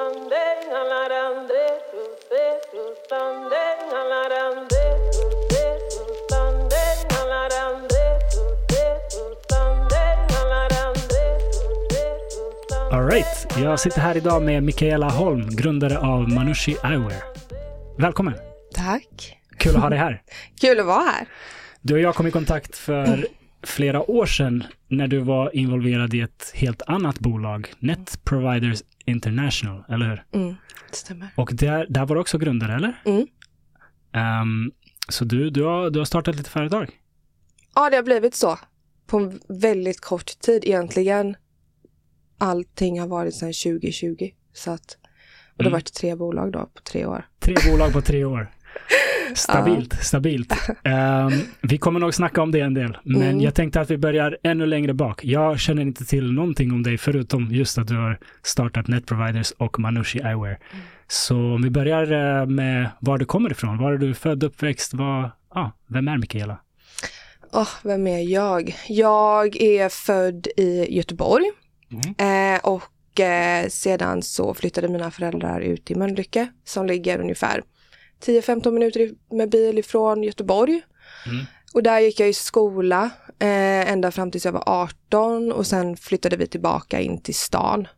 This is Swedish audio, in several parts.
All right, jag sitter här idag med Mikaela Holm, grundare av Manushi Eyewear. Välkommen. Tack. Kul att ha dig här. Kul att vara här. Du och jag kom i kontakt för flera år sedan när du var involverad i ett helt annat bolag, Net Providers International, eller hur? Det stämmer. Och där var du också grundare, eller? Så du har startat lite företag? Ja, det har blivit så. På en väldigt kort tid egentligen. Allting har varit sedan 2020. Så att, och det har varit 3 bolag då på 3 år. 3 bolag på 3 år. Stabilt. Vi kommer nog snacka om det en del. Men jag tänkte att vi börjar ännu längre bak. Jag känner inte till någonting om dig förutom just att du har startat Net Providers och Manushi Eyewear. Så om vi börjar med var du kommer ifrån. Var är du född, uppväxt? Vem är Mikaela? Vem är jag? Jag är född i Göteborg. Och sedan så flyttade mina föräldrar ut till Mölnlycke som ligger ungefär 10-15 minuter med bil ifrån Göteborg. Och där gick jag i skola ända fram tills jag var 18 och sen flyttade vi tillbaka in till stan.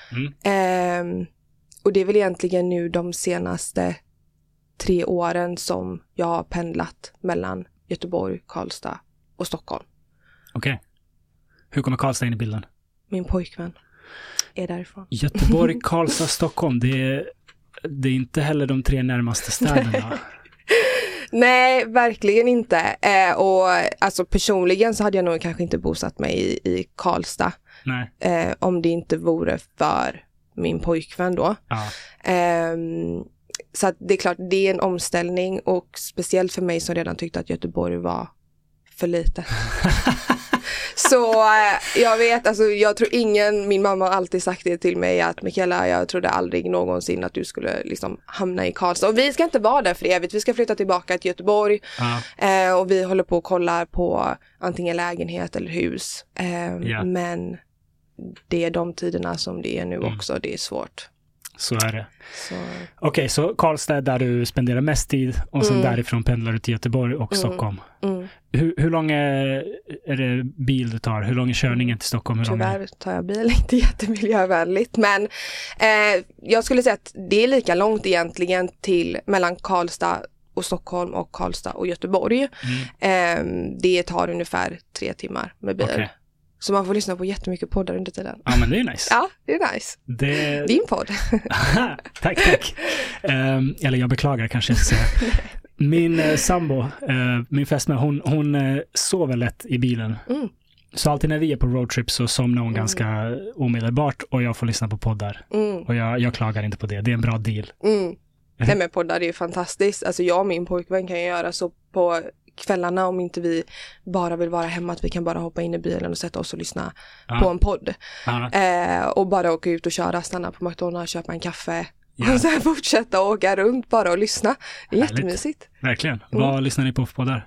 Och det är väl egentligen nu de senaste 3 åren som jag har pendlat mellan Göteborg, Karlstad och Stockholm. Okej. Hur kommer Karlstad in i bilden? Min pojkvän är därifrån. Göteborg, Karlstad, Stockholm. Det är inte heller de 3 närmaste städerna. Nej, verkligen inte. Och alltså personligen så hade jag nog kanske inte bosatt mig i Karlstad. Nej. Om det inte vore för min pojkvän då. Så att det är klart, det är en omställning och speciellt för mig som redan tyckte att Göteborg var för lite. Så jag vet, alltså jag tror min mamma har alltid sagt det till mig att Mikaela, jag trodde aldrig någonsin att du skulle liksom hamna i Karlstad. Och vi ska inte vara där för evigt, vi ska flytta tillbaka till Göteborg. Och vi håller på och kollar på antingen lägenhet eller hus. Men det är de tiderna som det är nu också, det är svårt. Så är det. Okej, så Karlstad är där du spenderar mest tid och sen därifrån pendlar du till Göteborg och Stockholm. Hur lång är det bil du tar? Hur lång är körningen till Stockholm? Tyvärr tar jag bil, inte jättemiljövänligt. Men jag skulle säga att det är lika långt egentligen mellan Karlstad och Stockholm och Karlstad och Göteborg. Det tar ungefär 3 timmar med bil. Okay. Så man får lyssna på jättemycket poddar under tiden. Ja, men det är nice. Ja, det är nice. Din podd. Tack. Eller jag beklagar kanske jag ska säga. Min sambo, min fästmö, hon sover lätt i bilen. Så alltid när vi är på roadtrip så somnar hon ganska omedelbart och jag får lyssna på poddar. Och jag klagar inte på det. Det är en bra deal. Nej, men poddar är ju fantastiskt. Alltså jag och min pojkvän kan ju göra så på kvällarna om inte vi bara vill vara hemma, att vi kan bara hoppa in i bilen och sätta oss och lyssna på en podd. Och bara åka ut och köra, stanna på McDonald's, köpa en kaffe och sen fortsätta åka runt bara och lyssna. Det är jättemysigt. Verkligen. Vad lyssnar ni på för poddar?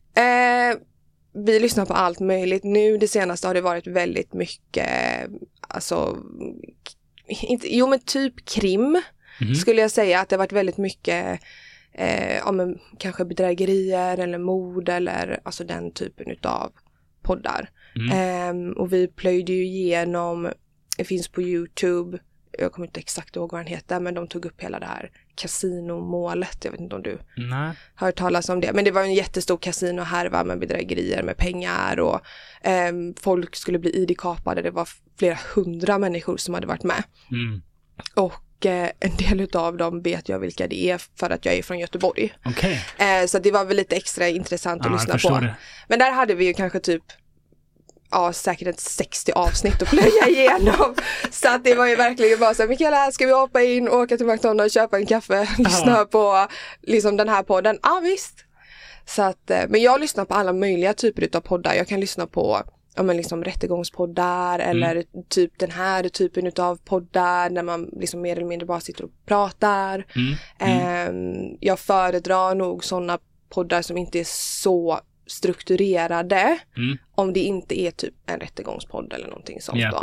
Vi lyssnar på allt möjligt. Nu det senaste har det varit väldigt mycket alltså men typ krim skulle jag säga, att det har varit väldigt mycket men kanske bedrägerier eller mord eller alltså den typen utav poddar. Och vi plöjde ju igenom, det finns på YouTube, jag kommer inte exakt ihåg vad den heter, men de tog upp hela det här kasinomålet. Jag vet inte om du har hört talas om det, men det var en jättestor kasinohärva med bedrägerier med pengar och folk skulle bli ID-kapade. Det var flera 100 människor som hade varit med. Och en del av dem vet jag vilka det är för att jag är från Göteborg. Okay. Så det var väl lite extra intressant att lyssna på. Det. Men där hade vi ju kanske typ säkert ett 60 avsnitt att plöja igenom. Så att det var ju verkligen bara så här, Mikaela, ska vi hoppa in, åka till McDonald's, köpa en kaffe, lyssna på liksom den här podden? Ja, visst. Så att, men jag lyssnar på alla möjliga typer av poddar. Jag kan lyssna på liksom rättegångspoddar eller typ den här typen av poddar där man liksom mer eller mindre bara sitter och pratar. Jag föredrar nog sådana poddar som inte är så strukturerade om det inte är typ en rättegångspodd eller någonting sånt då.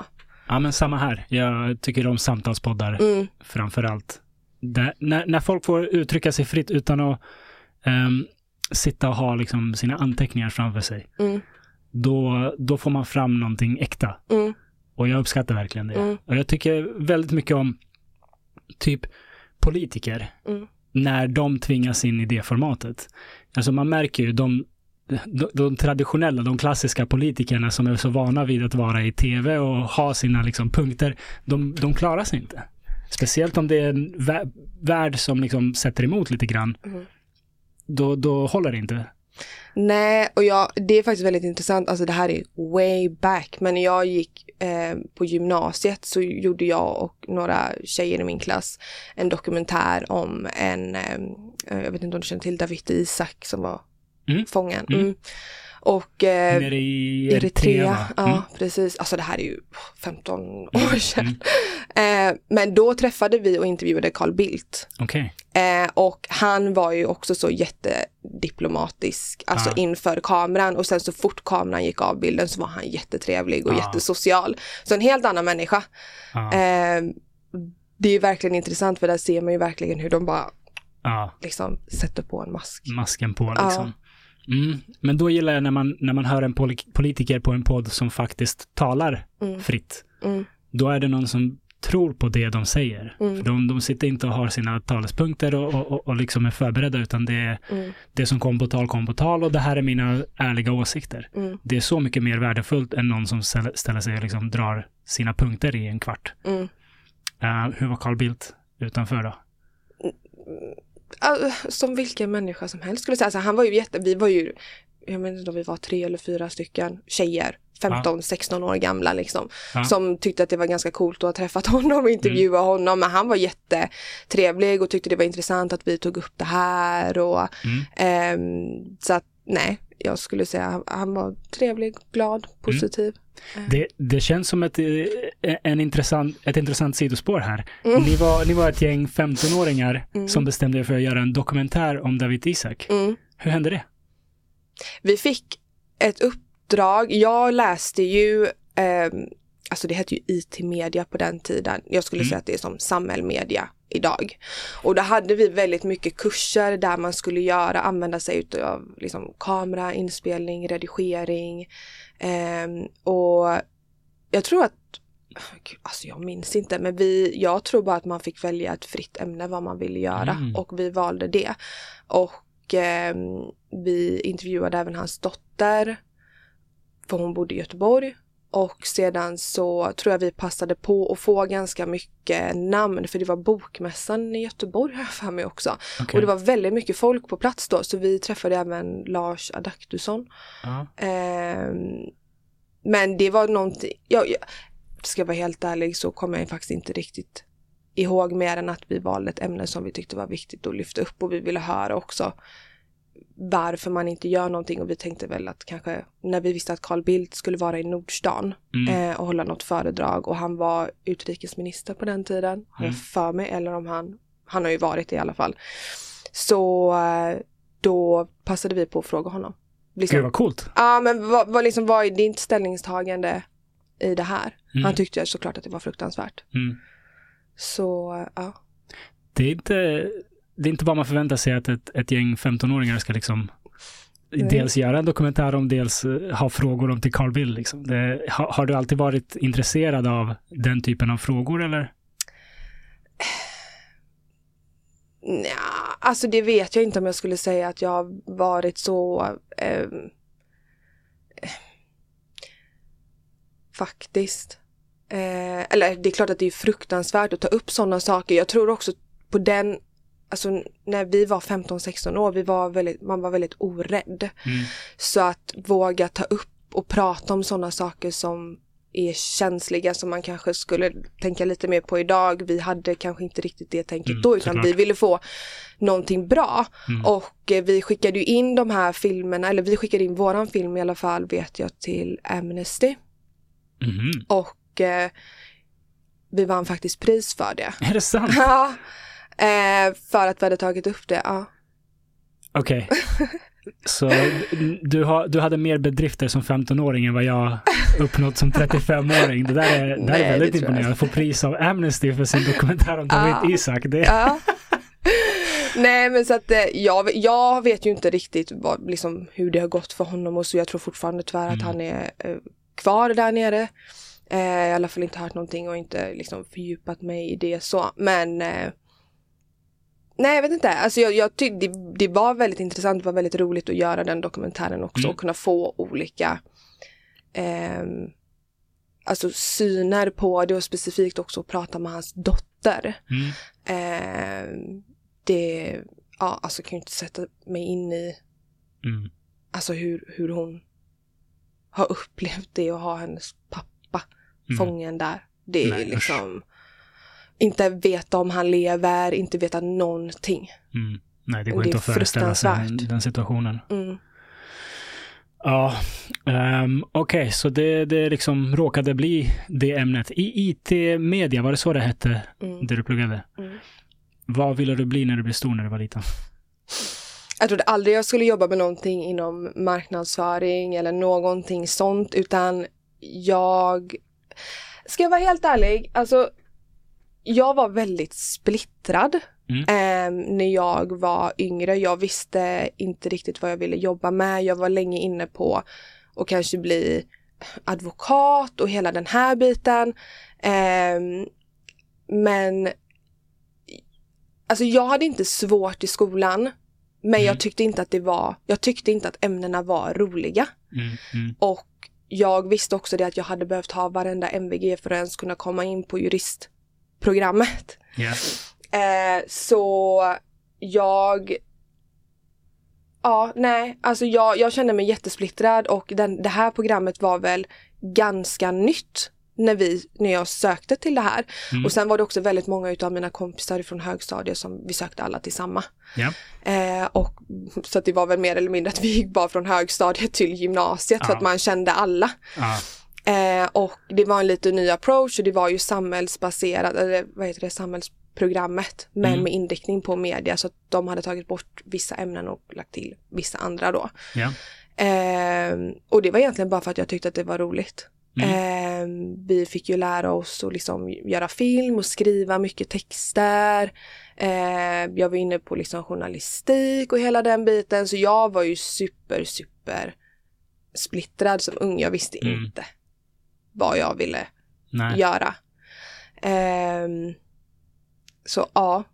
Ja, men samma här. Jag tycker om samtalspoddar framförallt. När folk får uttrycka sig fritt utan att sitta och ha liksom sina anteckningar framför sig. Då får man fram någonting äkta. Och jag uppskattar verkligen det. Och jag tycker väldigt mycket om typ politiker när de tvingas in i det formatet. Alltså man märker ju de traditionella, de klassiska politikerna som är så vana vid att vara i tv och ha sina liksom punkter, de klarar sig inte. Speciellt om det är en värld som liksom sätter emot lite grann. Då håller det inte. Nej, och det är faktiskt väldigt intressant. Alltså det här är way back. Men när jag gick på gymnasiet så gjorde jag och några tjejer i min klass en dokumentär om jag vet inte om du känner till Dawit Isaak som var fången. Och nere i Eritrea. Ja, precis. Alltså det här är ju 15 år sedan. Men då träffade vi och intervjuade Carl Bildt. Okay. Och han var ju också så jättediplomatisk alltså inför kameran. Och sen så fort kameran gick av bilden så var han jättetrevlig och jättesocial. Så en helt annan människa. Det är ju verkligen intressant för där ser man ju verkligen hur de bara liksom sätter på en mask. Masken på liksom. Men då gillar jag när man hör en politiker på en podd som faktiskt talar fritt. Då är det någon som tror på det de säger. För de sitter inte och har sina talespunkter och liksom är förberedda, utan det som kom på tal och det här är mina ärliga åsikter. Det är så mycket mer värdefullt än någon som ställer sig och liksom drar sina punkter i en kvart. Hur var Carl Bildt utanför då? Som vilken människa som helst skulle jag säga. Alltså, han var ju vi var ju, jag menar då vi var 3 eller 4 stycken tjejer, 15-16 år gamla liksom, som tyckte att det var ganska coolt att ha träffat honom och intervjua honom, men han var jättetrevlig och tyckte det var intressant att vi tog upp det här och så att nej, jag skulle säga han var trevlig, glad, positiv. Det känns som ett intressant sidospår här. Ni var ett gäng 15-åringar som bestämde er för att göra en dokumentär om Dawit Isaak. Hur hände det? Vi fick ett uppdrag. Jag läste ju alltså det hette ju IT-media på den tiden. Jag skulle säga att det är som samhällsmedia idag. Och då hade vi väldigt mycket kurser där man skulle använda sig av liksom kamera, inspelning, redigering. Och jag tror att alltså jag minns inte, men jag tror bara att man fick välja ett fritt ämne vad man ville göra och vi valde det. Och vi intervjuade även hans dotter, för hon bodde i Göteborg. Och sedan så tror jag vi passade på att få ganska mycket namn, för det var bokmässan i Göteborg här för mig också. Okay. Och det var väldigt mycket folk på plats då, så vi träffade även Lars Adaktusson. Men det var någonting, jag ska vara helt ärlig så kommer jag faktiskt inte riktigt ihåg mer än att vi valde ett ämne som vi tyckte var viktigt att lyfta upp, och vi ville höra också varför man inte gör någonting, och vi tänkte väl att kanske när vi visste att Carl Bildt skulle vara i Nordstan och hålla något föredrag, och han var utrikesminister på den tiden, har jag för mig, eller om han har ju varit det i alla fall, så då passade vi på att fråga honom liksom, det var coolt. Ja, men vad är ditt ställningstagande i det här? Han tyckte ju såklart att det var fruktansvärt. Så ja. Det är inte vad man förväntar sig att ett gäng 15-åringar ska liksom dels göra en dokumentär om, dels ha frågor om till Carl Bildt liksom. Har du alltid varit intresserad av den typen av frågor eller? Ja, alltså det vet jag inte om jag skulle säga att jag har varit så faktiskt. Eller det är klart att det är fruktansvärt att ta upp sådana saker. Jag tror också på den, alltså när vi var 15-16 år, man var väldigt orädd. Så att våga ta upp och prata om sådana saker som är känsliga, som man kanske skulle tänka lite mer på idag. Vi hade kanske inte riktigt det tänket då, utan vi ville få någonting bra. Och vi skickade ju in de här filmerna, eller vi skickade in våran film i alla fall, vet jag, till Amnesty. Och vi vann faktiskt pris för det. Är det sant? Ja. För att vi hade tagit upp det, ja. Okej. Så du hade mer bedrifter som 15-åring än vad jag uppnått som 35-åring. Det där är väldigt imponerande. Att få pris av Amnesty för sin dokumentär om Dawit Isaak. Det. Nej, men så att jag vet ju inte riktigt hur det har gått för honom, och så jag tror fortfarande tyvärr att han är kvar där nere. I alla fall inte hört någonting och inte liksom fördjupat mig i det så. Men nej, jag vet inte. Alltså jag tyckte det var väldigt intressant, det var väldigt roligt att göra den dokumentären också och kunna få olika alltså syner på det, och specifikt också att prata med hans dotter. Det, ja, alltså kan ju inte sätta mig in i alltså hur hon har upplevt det och ha hennes pappa fången där. Det är liksom inte veta om han lever, inte veta någonting. Nej, det går inte att föreställa sig den situationen. Ja, okej, så det liksom råkade bli det ämnet. I IT-media, var det så det hette, det du pluggade? Vad ville du bli när du blev stor, när du var liten? Jag trodde aldrig jag skulle jobba med någonting inom marknadsföring eller någonting sånt, utan ska jag vara helt ärlig, alltså jag var väldigt splittrad när jag var yngre. Jag visste inte riktigt vad jag ville jobba med. Jag var länge inne på att kanske bli advokat och hela den här biten. Men alltså jag hade inte svårt i skolan, men jag tyckte inte att ämnena var roliga. Och jag visste också det att jag hade behövt ha varenda MVG för att ens kunna komma in på juristprogrammet. Så jag kände mig jättesplittrad, och det här programmet var väl ganska nytt när jag sökte till det här. Och sen var det också väldigt många utav mina kompisar från högstadiet som vi sökte alla till samma. Och så att det var väl mer eller mindre att vi gick bara från högstadiet till gymnasiet för att man kände alla. Och det var en lite ny approach, och det var ju samhällsbaserat, eller samhällsprogrammet, men med inriktning på media, så att de hade tagit bort vissa ämnen och lagt till vissa andra då. Och det var egentligen bara för att jag tyckte att det var roligt. Vi fick ju lära oss att liksom göra film och skriva mycket texter. Jag var inne på liksom journalistik och hela den biten, så jag var ju super splittrad som ung. Jag visste inte vad jag ville göra. Så ja,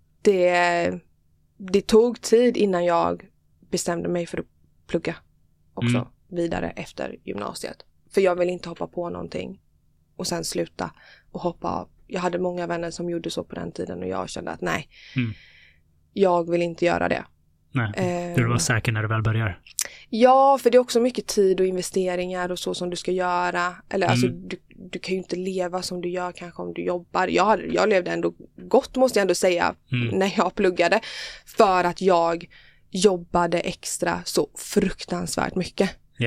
det tog tid innan jag bestämde mig för att plugga också vidare efter gymnasiet. För jag ville inte hoppa på någonting och sen sluta och hoppa av. Jag hade många vänner som gjorde så på den tiden, och jag kände att nej, jag vill inte göra det. Nej, du var säker när du väl börjar. Ja, för det är också mycket tid och investeringar och så som du ska göra. Eller alltså, du kan ju inte leva som du gör kanske om du jobbar. Jag levde ändå gott, måste jag ändå säga, när jag pluggade. För att jag jobbade extra så fruktansvärt mycket.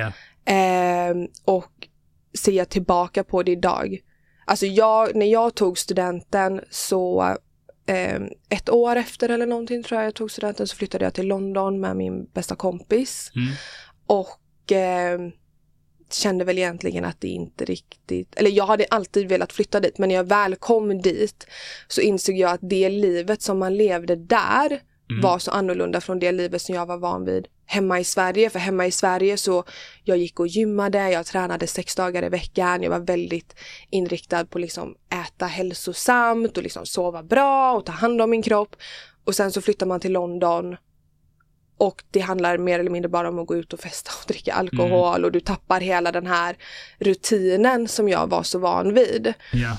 Och ser jag tillbaka på det idag. Alltså när jag tog studenten så ett år efter eller någonting tror jag tog studenten, så flyttade jag till London med min bästa kompis. Och kände väl egentligen att det inte riktigt, eller jag hade alltid velat flytta dit, men när jag väl kom dit så insåg jag att det livet som man levde där var så annorlunda från det livet som jag var van vid hemma i Sverige. För hemma i Sverige så jag gick och gymmade, jag tränade 6 dagar i veckan, jag var väldigt inriktad på liksom äta hälsosamt och liksom sova bra och ta hand om min kropp. Och sen så flyttar man till London och det handlar mer eller mindre bara om att gå ut och festa och dricka alkohol, och du tappar hela den här rutinen som jag var så van vid.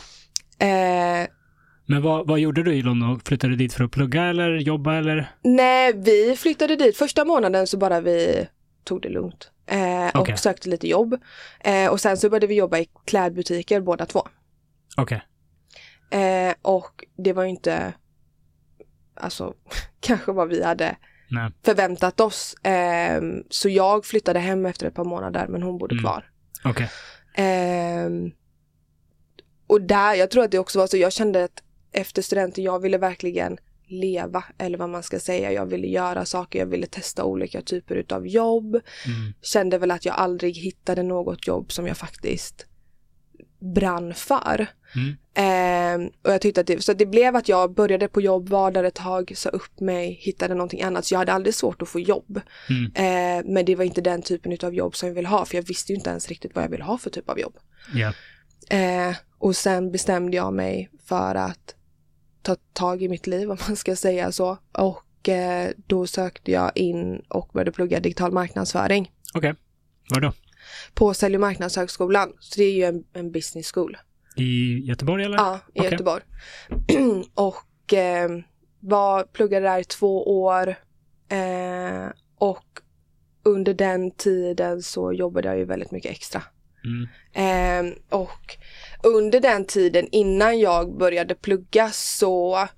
Men vad gjorde du i London? Flyttade du dit för att plugga eller jobba eller? Nej, vi flyttade dit. Första månaden så bara vi tog det lugnt. Och sökte lite jobb. Och sen så började vi jobba i klädbutiker båda två. Och det var ju inte alltså kanske vad vi hade förväntat oss. Så jag flyttade hem efter ett par månader, men hon bodde kvar. Och där, jag tror att det också var så, jag kände att efter studenten, jag ville verkligen leva, eller vad man ska säga. Jag ville göra saker, jag ville testa olika typer utav jobb. Kände väl att jag aldrig hittade något jobb som jag faktiskt brann för. Och jag tyckte att så det blev att jag började på jobb, var där ett tag, sa upp mig, hittade någonting annat. Så jag hade aldrig svårt att få jobb. Men det var inte den typen utav jobb som jag ville ha, för jag visste ju inte ens riktigt vad jag ville ha för typ av jobb. Och sen bestämde jag mig för att ta tag i mitt liv, om man ska säga så. Och då sökte jag in och började plugga digital marknadsföring. Okej. Var då? På Sälj- och marknadshögskolan. Så det är ju en business school. I Göteborg eller? Ja, i Göteborg. Och pluggade där i 2 år. Och under den tiden så jobbade jag ju väldigt mycket extra. Och under den tiden innan jag började plugga så...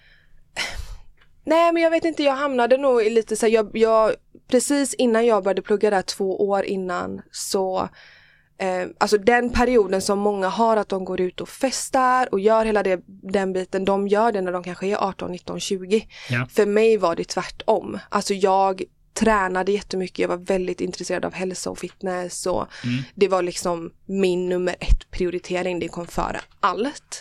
Nej, men jag vet inte, jag hamnade nog i lite så här, jag precis innan jag började plugga där 2 år innan så alltså den perioden som många har, att de går ut och festar och gör hela den biten, de gör det när de kanske är 18, 19, 20. För mig var det tvärtom. Alltså jag tränade jättemycket, jag var väldigt intresserad av hälsa och fitness och det var liksom min nummer 1 prioritering, det kom före allt.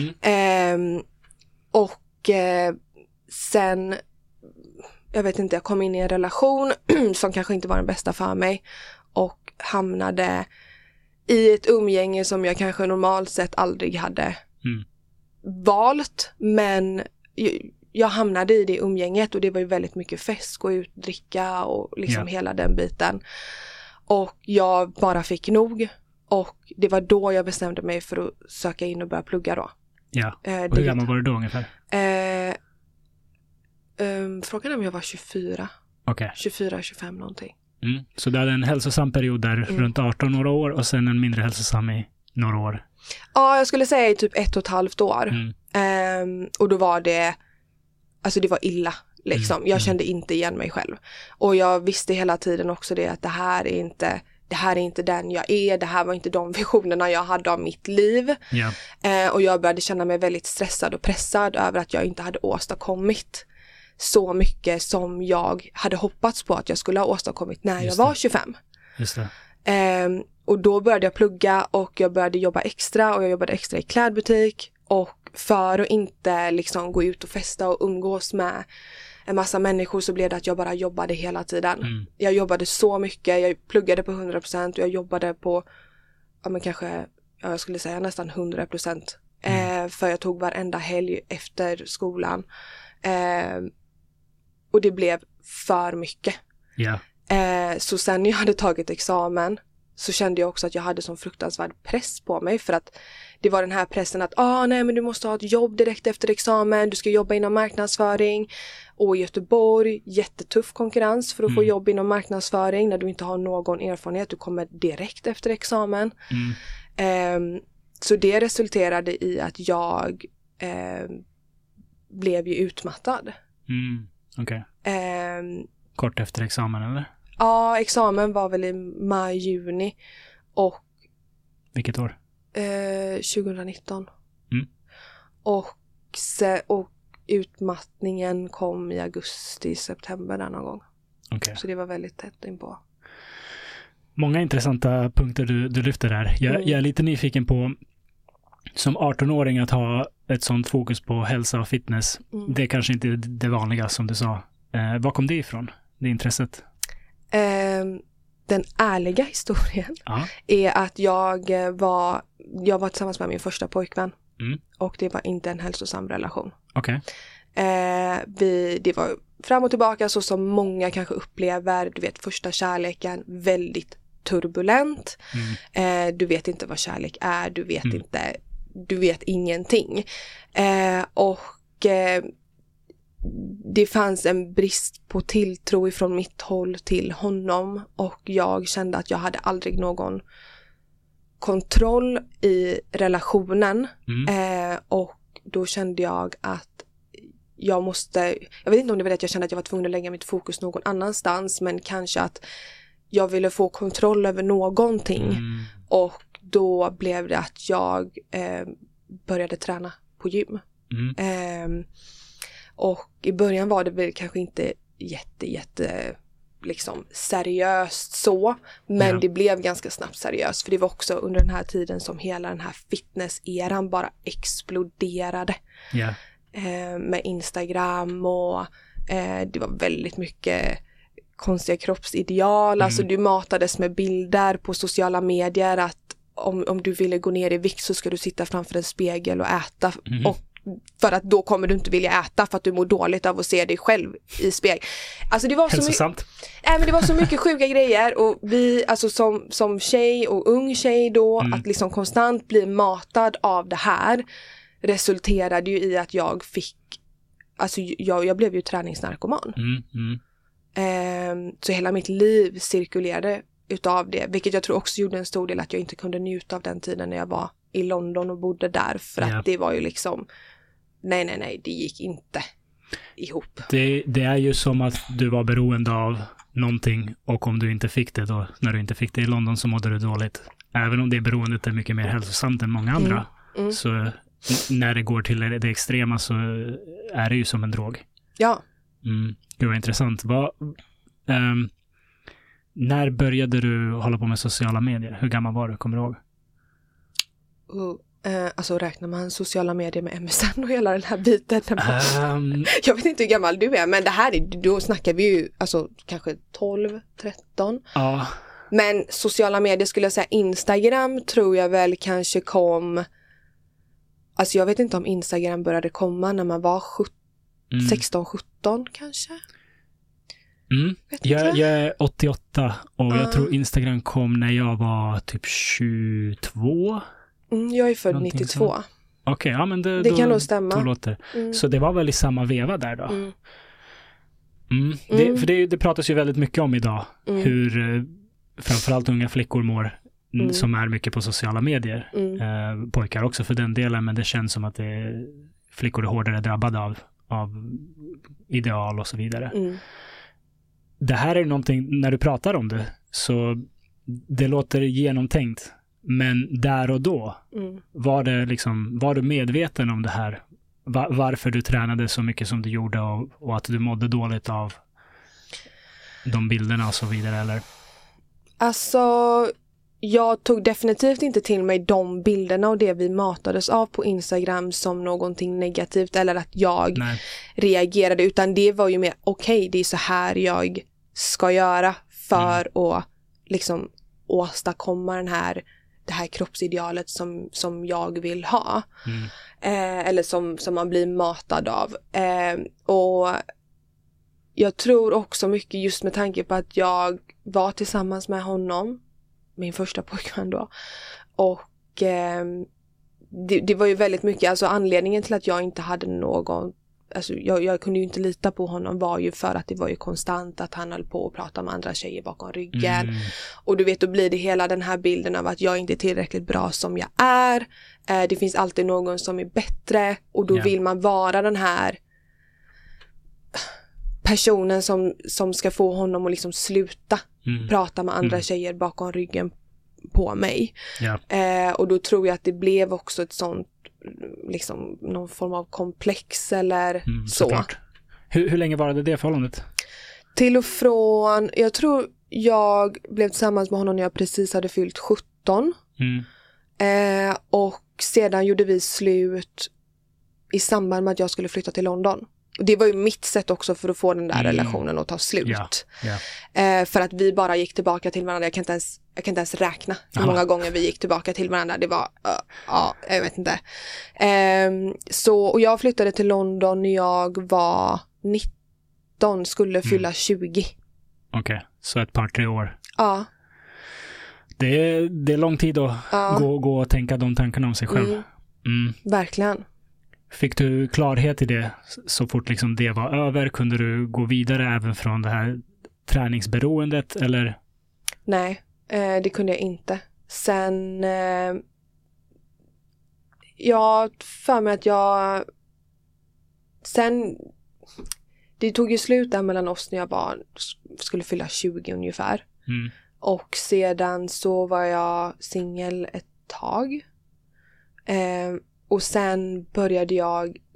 Sen, jag vet inte, jag kom in i en relation som kanske inte var den bästa för mig och hamnade i ett umgänge som jag kanske normalt sett aldrig hade valt, men jag hamnade i det umgänget och det var ju väldigt mycket fest, gå ut, dricka och liksom hela den biten. Och jag bara fick nog och det var då jag bestämde mig för att söka in och börja plugga då. Hur gammal var du då ungefär? Frågan är om jag var 24. 24-25 någonting. Så du hade en hälsosam period där runt 18 några år och sen en mindre hälsosam i några år? Ja, jag skulle säga i typ 1,5 år. Och då var det, alltså det var illa liksom. Jag kände inte igen mig själv. Och jag visste hela tiden också det att det här är inte den jag är. Det här var inte de visionerna jag hade av mitt liv. Och jag började känna mig väldigt stressad och pressad över att jag inte hade åstadkommit så mycket som jag hade hoppats på att jag skulle ha åstadkommit när jag var 25. Just det. Och då började jag plugga och jag började jobba extra och jag jobbade extra i klädbutik, och för att inte liksom gå ut och festa och umgås med en massa människor så blev det att jag bara jobbade hela tiden. Jag jobbade så mycket, jag pluggade på 100% och jag jobbade på jag skulle säga nästan 100%. För jag tog varenda helg efter skolan. Och det blev för mycket. Så sen när jag hade tagit examen så kände jag också att jag hade sån fruktansvärd press på mig, för att det var den här pressen att nej, men du måste ha ett jobb direkt efter examen, du ska jobba inom marknadsföring, och i Göteborg jättetuff konkurrens för att få jobb inom marknadsföring när du inte har någon erfarenhet, du kommer direkt efter examen. Så det resulterade i att jag blev ju utmattad. Kort efter examen eller? Ja, examen var väl i maj-juni. Och vilket år? 2019. Och utmattningen kom i augusti-september där någon gång. Så det var väldigt tätt inpå. Många intressanta punkter du lyfter där. Jag är lite nyfiken på, som 18-åring, att ha ett sånt fokus på hälsa och fitness. Det är kanske inte det vanliga som du sa. Var kom det ifrån, det intresset? Den ärliga historien är att jag var tillsammans med min första pojkvän. Och det var inte en hälsosam relation. Det var fram och tillbaka, så som många kanske upplever, du vet, första kärleken, väldigt turbulent. Du vet inte vad kärlek är, du vet ingenting. Det fanns en brist på tilltro ifrån mitt håll till honom, och jag kände att jag hade aldrig någon kontroll i relationen. Och då kände jag att jag vet inte om det var det att jag kände att jag var tvungen att lägga mitt fokus någon annanstans, men kanske att jag ville få kontroll över någonting. Och då blev det att jag började träna på gym. Och i början var det väl kanske inte jätte liksom seriöst så, men det blev ganska snabbt seriöst, för det var också under den här tiden som hela den här fitness-eran bara exploderade. Med Instagram och det var väldigt mycket konstiga kroppsideal, alltså du matades med bilder på sociala medier att om du ville gå ner i vikt så ska du sitta framför en spegel och äta och för att då kommer du inte vilja äta för att du mår dåligt av att se dig själv i spegel. Alltså det var men det var så mycket sjuka grejer, och vi alltså som tjej och ung tjej då att liksom konstant bli matad av det här resulterade ju i att jag fick, alltså jag blev ju träningsnarkoman. Så hela mitt liv cirkulerade utav det, vilket jag tror också gjorde en stor del att jag inte kunde njuta av den tiden när jag var i London och bodde där, för att det var ju liksom nej, det gick inte ihop. Det är ju som att du var beroende av någonting, och om du inte fick det då, när du inte fick det i London, så mådde du dåligt. Även om det beroendet är mycket mer hälsosamt än många andra, så när det går till det extrema så är det ju som en drog. Ja. Det var intressant. När började du hålla på med sociala medier? Hur gammal var du? Kommer du ihåg? Alltså räknar man sociala medier med MSN och hela den här biten? Jag vet inte hur gammal du är, men det här, då snackar vi ju alltså kanske 12, 13. Ja. Men sociala medier skulle jag säga, Instagram tror jag väl kanske kom, alltså jag vet inte om Instagram började komma när man var 16, 17 kanske. Jag är 88 och jag tror Instagram kom när jag var typ 22. Jag är född 92. Okej, ja, men det kan nog stämma. Låter. Så det var väl i samma veva där då? För det pratas ju väldigt mycket om idag. Hur framförallt unga flickor mår som är mycket på sociala medier. Pojkar också för den delen, men det känns som att flickor är hårdare drabbade av ideal och så vidare. Det här är någonting, när du pratar om det, så det låter genomtänkt. Men där och då, var du medveten om det här? Varför du tränade så mycket som du gjorde och att du mådde dåligt av de bilderna och så vidare, eller? Alltså, jag tog definitivt inte till mig de bilderna och det vi matades av på Instagram som någonting negativt eller att jag reagerade, utan det var ju mer okej, det är så här jag ska göra för att liksom åstadkomma det här kroppsidealet som jag vill ha. Eller som man blir matad av. Och jag tror också mycket just med tanke på att jag var tillsammans med honom, min första pojkvän då. Och det var ju väldigt mycket, alltså anledningen till att jag inte hade någon, alltså jag kunde ju inte lita på honom var ju för att det var ju konstant att han höll på att prata med andra tjejer bakom ryggen. Och du vet, då blir det hela den här bilden av att jag inte är tillräckligt bra som jag är. Det finns alltid någon som är bättre och då vill man vara den här personen som ska få honom att liksom sluta prata med andra tjejer bakom ryggen på mig. Och då tror jag att det blev också ett sånt liksom någon form av komplex eller så. Såklart. Hur länge var det förhållandet? Till och från, jag tror jag blev tillsammans med honom när jag precis hade fyllt 17. Och sedan gjorde vi slut i samband med att jag skulle flytta till London. Och det var ju mitt sätt också för att få den där relationen att ta slut. För att vi bara gick tillbaka till varandra. Jag kan inte ens räkna hur många gånger vi gick tillbaka till varandra. Det var, jag vet inte. Och jag flyttade till London när jag var 19, skulle fylla 20. Okej, så ett par, 3 år. Ja. Det är lång tid att gå och tänka de tankarna om sig själv. Verkligen. Fick du klarhet i det så fort liksom det var över? Kunde du gå vidare även från det här träningsberoendet, eller? Nej, det kunde jag inte. Sen jag för mig att det tog ju slut där mellan oss när jag skulle fylla 20 ungefär. Och sedan så var jag singel ett tag. Och sen började jag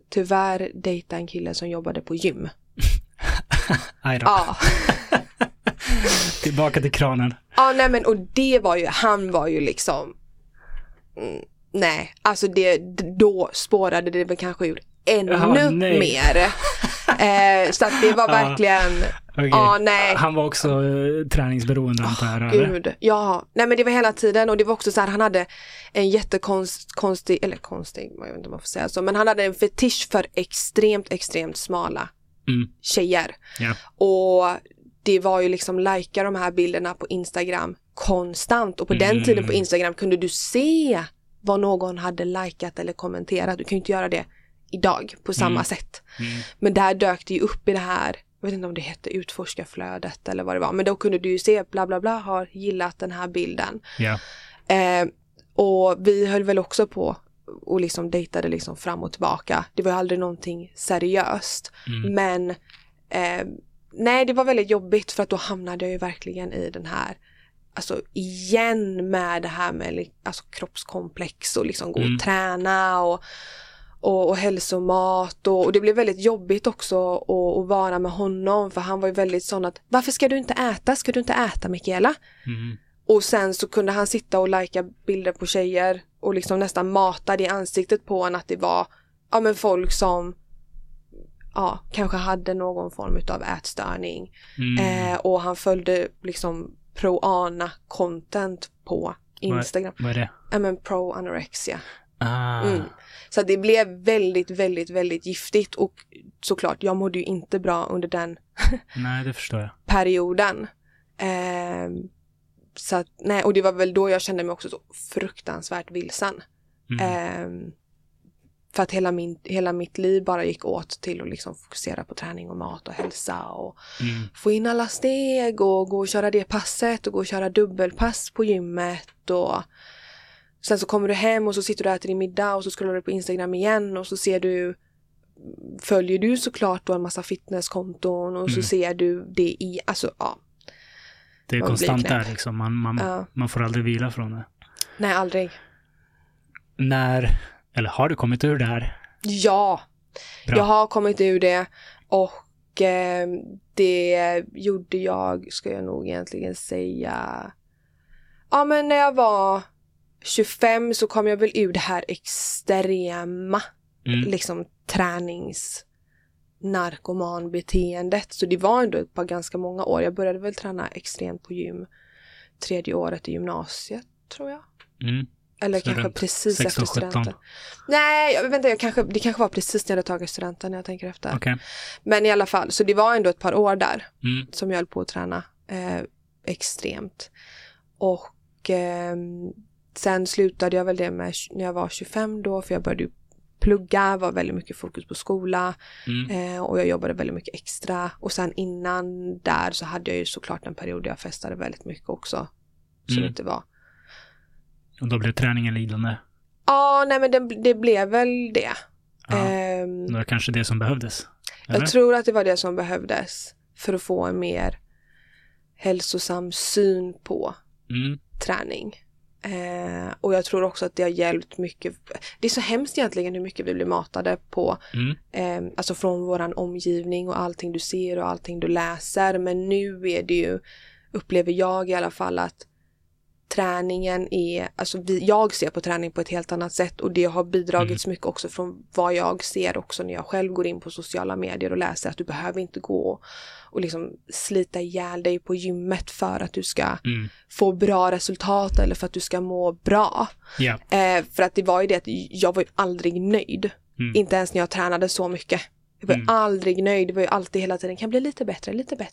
tyvärr dejta en kille som jobbade på gym. Aj då. Ja. Tillbaka till kranen. Ja, nej men och det var ju, han var ju liksom nej, alltså då spårade det väl kanske ur ännu mer. Så att det var verkligen okay. Nej. Han var också träningsberoende antar jag. Gud, ja. Nej men det var hela tiden och det var också så här, han hade en jättekonstig, jag vet inte om man får säga så, men han hade en fetisch för extremt smala tjejer. Yeah. Och det var ju liksom lajka de här bilderna på Instagram konstant och på den tiden på Instagram kunde du se vad någon hade likat eller kommenterat. Du kan ju inte göra det idag på samma sätt. Men där dök det ju upp i det här, jag vet inte om det hette utforskarflödet eller vad det var, men då kunde du ju se bla bla bla har gillat den här bilden. Yeah. Och vi höll väl också på och liksom dejtade liksom fram och tillbaka. Det var ju aldrig någonting seriöst. Men nej, det var väldigt jobbigt för att då hamnade jag ju verkligen i den här, alltså igen med det här med alltså kroppskomplex och liksom gå och träna och hälsomat och det blev väldigt jobbigt också att vara med honom för han var ju väldigt sån att varför ska du inte äta Mikaela? Och sen så kunde han sitta och lajka bilder på tjejer och liksom nästan mata det i ansiktet på en att det var men folk som kanske hade någon form av ätstörning. Och han följde liksom pro-ana content på Instagram. Vad är det? Men pro-anorexia. Så det blev väldigt, väldigt, väldigt giftigt och såklart, jag mådde ju inte bra under den nej, det förstår jag. perioden. Så att, nej, och det var väl då jag kände mig också så fruktansvärt vilsen. För att hela mitt liv bara gick åt till att liksom fokusera på träning och mat och hälsa och få in alla steg och gå och köra det passet och gå och köra dubbelpass på gymmet och sen så kommer du hem och så sitter du och äter din middag och så scrollar du på Instagram igen och så följer du såklart då en massa fitnesskonton och så ser du det i, alltså det är konstant där liksom, man får aldrig vila från det. Nej, aldrig. Eller har du kommit ur det här? Ja, bra. Jag har kommit ur det och det gjorde jag, ska jag nog egentligen säga. Men när jag var 25 så kom jag väl ur det här extrema liksom narkomanbeteendet. Så det var ändå ett par ganska många år. Jag började väl träna extremt på gym 3:e året i gymnasiet, tror jag. Eller så kanske precis 16, efter studenten. 17. Nej, jag vet inte, det kanske var precis när jag hade tagit studenten när jag tänker efter. Okay. Men i alla fall, så det var ändå ett par år där som jag höll på att träna extremt. Och sen slutade jag väl det med när jag var 25 då, för jag började plugga, var väldigt mycket fokus på skola och jag jobbade väldigt mycket extra. Och sen innan där så hade jag ju såklart en period där jag festade väldigt mycket också. Så det inte var. Och då blev träningen lidande? Nej men det blev väl det. Det var kanske det som behövdes? Eller? Jag tror att det var det som behövdes för att få en mer hälsosam syn på träning. Och jag tror också att det har hjälpt mycket. Det är så hemskt egentligen hur mycket vi blir matade på alltså från våran omgivning och allting du ser och allting du läser. Men nu är det ju, upplever jag i alla fall, att träningen är, alltså jag ser på träning på ett helt annat sätt och det har bidragit så mycket också från vad jag ser också när jag själv går in på sociala medier och läser att du behöver inte gå och liksom slita ihjäl dig på gymmet för att du ska få bra resultat eller för att du ska må bra. För att det var ju det att jag var ju aldrig nöjd. Inte ens när jag tränade så mycket. Jag var aldrig nöjd. Det var ju alltid hela tiden, kan bli lite bättre.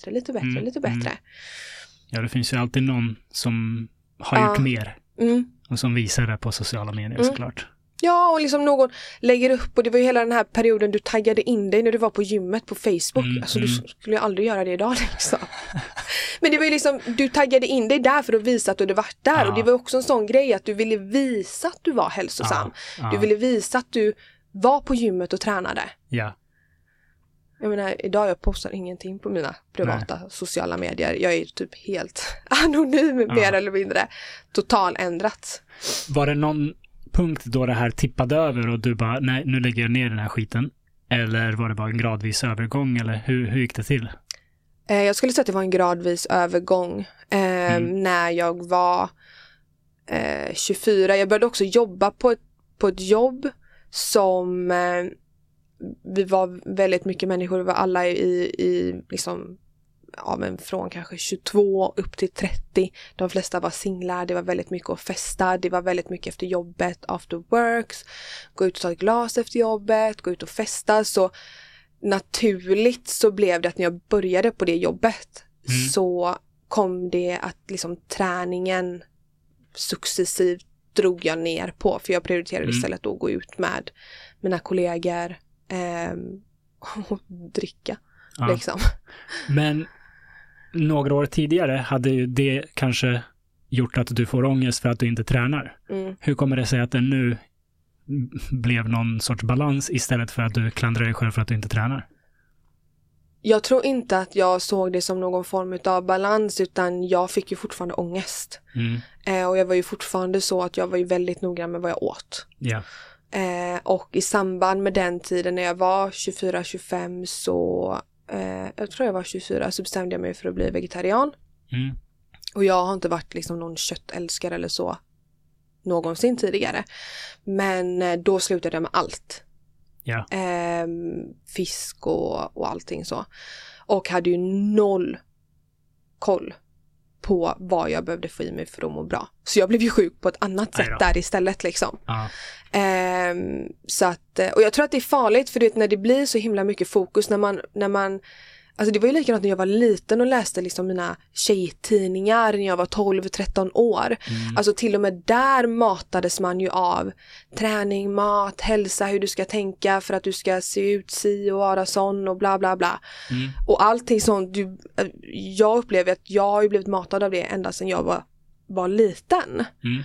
Ja, det finns ju alltid någon som har gjort mer och som visar det på sociala medier såklart. Ja, och liksom någon lägger upp, och det var ju hela den här perioden du taggade in dig när du var på gymmet på Facebook. Alltså du skulle ju aldrig göra det idag liksom. Men det var ju liksom, du taggade in dig där för att visa att du hade varit där. Och det var också en sån grej att du ville visa att du var hälsosam. Du ville visa att du var på gymmet och tränade. Ja. Jag menar, idag jag postar ingenting på mina privata sociala medier. Jag är typ helt anonym mer eller mindre. Total ändrat. Var det någon punkt då det här tippade över och du bara, nej, nu lägger jag ner den här skiten? Eller var det bara en gradvis övergång? Eller hur gick det till? Jag skulle säga att det var en gradvis övergång. När jag var 24. Jag började också jobba på ett jobb som vi var väldigt mycket människor. Vi var alla i liksom, ja, men från kanske 22 upp till 30. De flesta var singlar. Det var väldigt mycket att festa. Det var väldigt mycket efter jobbet, after works. Gå ut och ta ett glas efter jobbet. Gå ut och festa. Så naturligt så blev det att när jag började på det jobbet så kom det att liksom träningen successivt drog jag ner på. För jag prioriterade istället att gå ut med mina kollegor och dricka. Ja. Liksom. Men några år tidigare hade ju det kanske gjort att du får ångest för att du inte tränar. Hur kommer det sig att det nu blev någon sorts balans istället för att du klandrar dig själv för att du inte tränar? Jag tror inte att jag såg det som någon form av balans, utan jag fick ju fortfarande ångest. Och jag var ju fortfarande så att jag var ju väldigt noggrann med vad jag åt. Yeah. Och i samband med den tiden när jag var 24-25 så jag tror jag var 24 så bestämde jag mig för att bli vegetarian. Och jag har inte varit liksom någon köttälskare eller så någonsin tidigare. Men då slutade jag med allt. Yeah. Fisk och allting så. Och hade ju noll koll på vad jag behövde få i mig för att må bra. Så jag blev ju sjuk på ett annat sätt där istället liksom. Så att, och jag tror att det är farligt, för du vet, när det blir så himla mycket fokus när man alltså det var ju likadant när jag var liten och läste liksom mina tjejtidningar när jag var 12-13 år. Alltså till och med där matades man ju av träning, mat, hälsa, hur du ska tänka för att du ska se ut si och vara sån och bla bla bla. Och allting sånt, jag upplever att jag har ju blivit matad av det ända sedan jag var liten.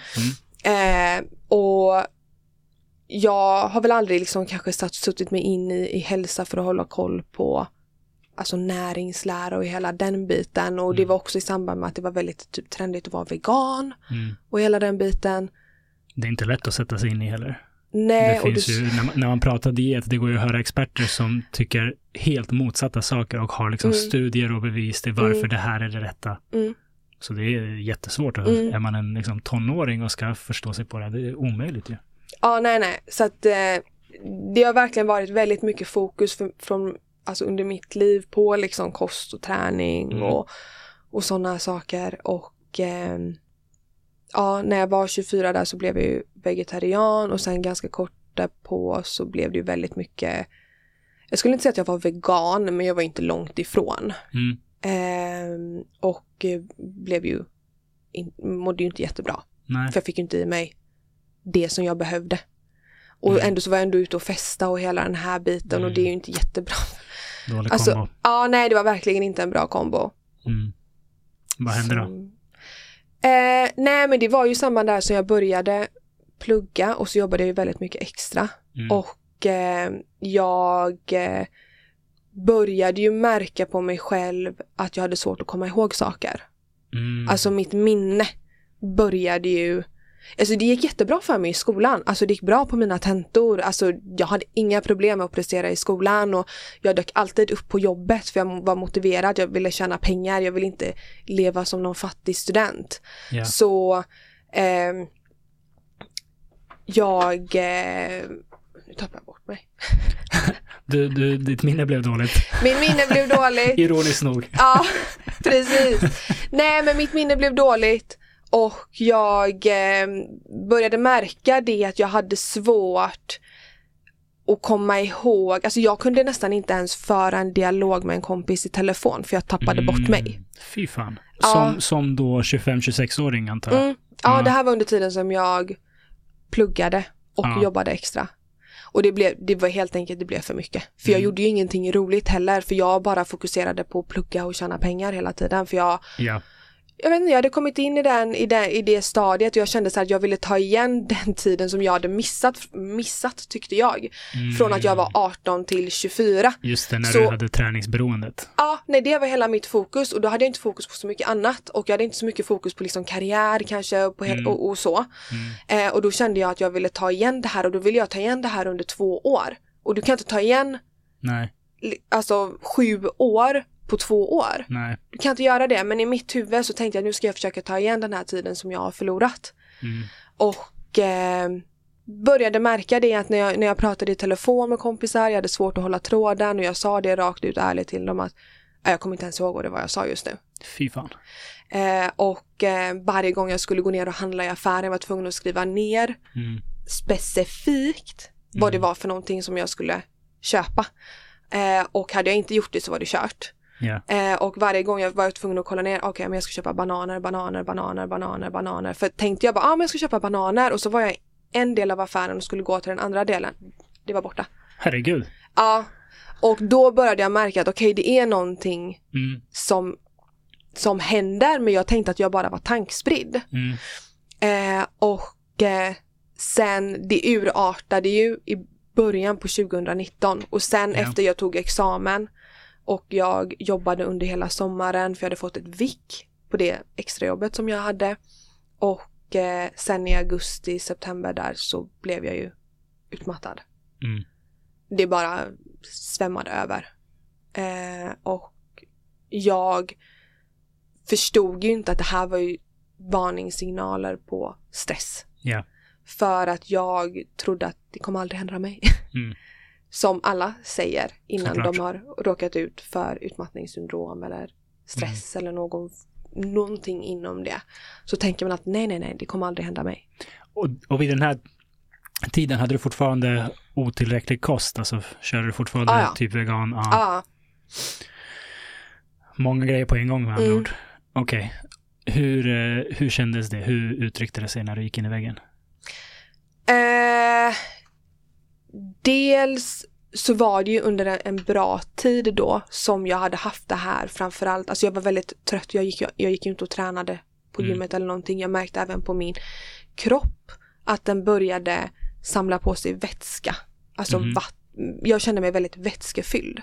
Och jag har väl aldrig liksom kanske suttit mig in i hälsa för att hålla koll på alltså näringslära och hela den biten. Och det var också i samband med att det var väldigt typ trendigt att vara vegan och hela den biten. Det är inte lätt att sätta sig in i heller. Nej, det finns ju, när man pratar diet, det går ju att höra experter som tycker helt motsatta saker och har liksom studier och bevis till varför det här är det rätta. Så det är jättesvårt. Är man en liksom tonåring och ska förstå sig på det, det är omöjligt ju. Ja, nej. Så att det har verkligen varit väldigt mycket fokus från alltså under mitt liv på liksom kost och träning och sådana saker. Och ja, när jag var 24 där så blev jag ju vegetarian, och sen ganska kort därpå så blev det ju väldigt mycket, jag skulle inte säga att jag var vegan, men jag var inte långt ifrån. Och blev ju mådde ju inte jättebra. Nej. För jag fick ju inte i mig det som jag behövde. Och ändå så var jag ändå ute och festa och hela den här biten, och det är ju inte jättebra. Dålig alltså, kombo. Ja, nej, det var verkligen inte en bra kombo. Vad hände då? Nej, men det var ju samma där som jag började plugga, och så jobbade jag ju väldigt mycket extra. Och jag började ju märka på mig själv att jag hade svårt att komma ihåg saker. Alltså mitt minne började ju, alltså det gick jättebra för mig i skolan. Alltså det gick bra på mina tentor. Alltså jag hade inga problem med att prestera i skolan, och jag dök alltid upp på jobbet för jag var motiverad. Jag ville tjäna pengar. Jag ville inte leva som någon fattig student. Yeah. Så nu tappar jag bort mig. Ditt minne blev dåligt. Min minne blev dåligt. Ironiskt nog. Ja, precis. Nej, men mitt minne blev dåligt. Och jag började märka det att jag hade svårt att komma ihåg. Alltså jag kunde nästan inte ens föra en dialog med en kompis i telefon, för jag tappade bort mig. Fy fan. Som då 25-26-åring antar jag. Ja, det här var under tiden som jag pluggade och jobbade extra. Och det var helt enkelt, det blev för mycket. För jag gjorde ju ingenting roligt heller, för jag bara fokuserade på att plugga och tjäna pengar hela tiden. För jag vet inte, jag hade kommit in i det stadiet, och jag kände så att jag ville ta igen den tiden som jag hade missat tyckte jag. Från att jag var 18 till 24. Just det, när du hade träningsberoendet. Ja, nej, det var hela mitt fokus, och då hade jag inte fokus på så mycket annat, och jag hade inte så mycket fokus på liksom karriär kanske och så. Och då kände jag att jag ville ta igen det här, och då ville jag ta igen det här under 2 år. Och du kan inte ta igen Nej. Alltså 7 år på 2 år. Nej. Du kan inte göra det, men i mitt huvud så tänkte jag nu ska jag försöka ta igen den här tiden som jag har förlorat. Och började märka det att när jag pratade i telefon med kompisar, jag hade svårt att hålla tråden och jag sa det rakt ut ärligt till dem att jag kommer inte ens ihåg vad det var jag sa just nu. Fy fan. Varje gång jag skulle gå ner och handla i affären var jag tvungen att skriva ner specifikt vad det var för någonting som jag skulle köpa. Och hade jag inte gjort det så var det kört. Yeah. Och varje gång jag var tvungen att kolla ner, okej, men jag ska köpa bananer. För tänkte jag bara, men jag ska köpa bananer. Och så var jag en del av affären och skulle gå till den andra delen. Det var borta. Herregud. Ja, och då började jag märka att okej, det är någonting som händer, men jag tänkte att jag bara var tankspridd. Sen det urartade ju i början på 2019 och sen efter jag tog examen och jag jobbade under hela sommaren för jag hade fått ett vik på det extrajobbet som jag hade och sen i augusti, september där så blev jag ju utmattad. Det bara svämmade över. Och jag förstod ju inte att det här var ju varningssignaler på stress. Yeah. För att jag trodde att det kommer aldrig hända mig. Som alla säger innan de har råkat ut för utmattningssyndrom eller stress eller någonting inom det. Så tänker man att nej, det kommer aldrig hända mig. Och vid den här tiden hade du fortfarande otillräcklig kost? Alltså körde du fortfarande typ vegan? Ja. Många grejer på en gång med andra ord. Okej. Hur kändes det? Hur uttryckte det sig när du gick in i väggen? Dels så var det ju under en bra tid då som jag hade haft det här framförallt. Alltså jag var väldigt trött. Jag gick inte och tränade på gymmet eller någonting. Jag märkte även på min kropp att den började samla på sig vätska. Alltså jag kände mig väldigt vätskefylld.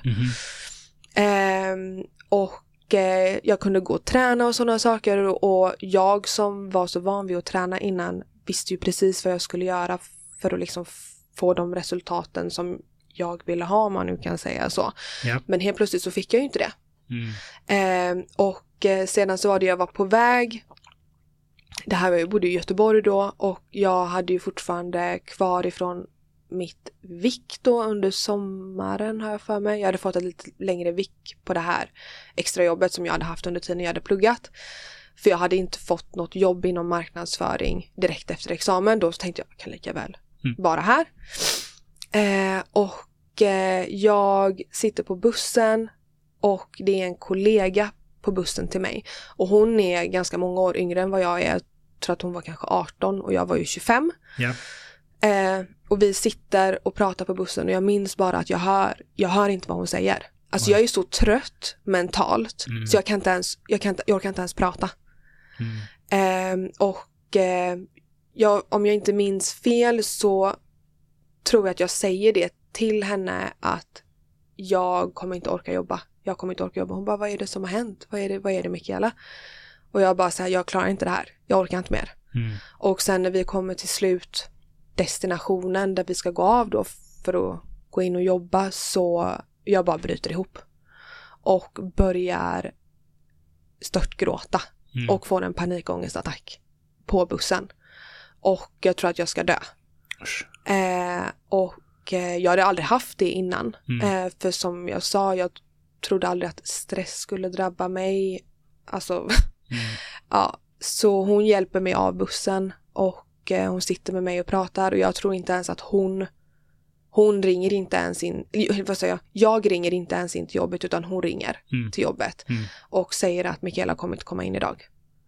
Och jag kunde gå och träna och sådana saker och jag som var så van vid att träna innan visste ju precis vad jag skulle göra för att liksom få de resultaten som jag ville ha, om man nu kan säga så. Yep. Men helt plötsligt så fick jag ju inte det. Sedan så var det jag var på väg. Det här var jag bodde i Göteborg då och jag hade ju fortfarande kvar ifrån mitt vik då under sommaren har jag för mig. Jag hade fått ett lite längre vik på det här extra jobbet som jag hade haft under tiden jag hade pluggat. För jag hade inte fått något jobb inom marknadsföring direkt efter examen. Då så tänkte jag kan lika väl vara här. Jag sitter på bussen och det är en kollega på bussen till mig. Och hon är ganska många år yngre än vad jag är. Jag tror att hon var kanske 18 och jag var ju 25. Yeah. Och vi sitter och pratar på bussen och jag minns bara att jag hör inte vad hon säger. Alltså jag är så trött mentalt så jag orkar inte ens prata. Om jag inte minns fel så tror jag att jag säger det till henne att jag kommer inte orka jobba. Hon bara, vad är det som har hänt? Vad är det Mikaela? Och jag bara säger, jag klarar inte det här. Jag orkar inte mer. Och sen när vi kommer till slut destinationen där vi ska gå av då för att gå in och jobba så jag bara bryter ihop. Och börjar störtgråta. Och får en panikångestattack på bussen. Och jag tror att jag ska dö. Jag hade aldrig haft det innan. För som jag sa, jag trodde aldrig att stress skulle drabba mig. Alltså, ja. Så hon hjälper mig av bussen och hon sitter med mig och pratar. Och jag tror inte ens att hon ringer inte ens in. Jag ringer inte ens in till jobbet utan hon ringer till jobbet. Och säger att Mikaela kommer inte komma in idag.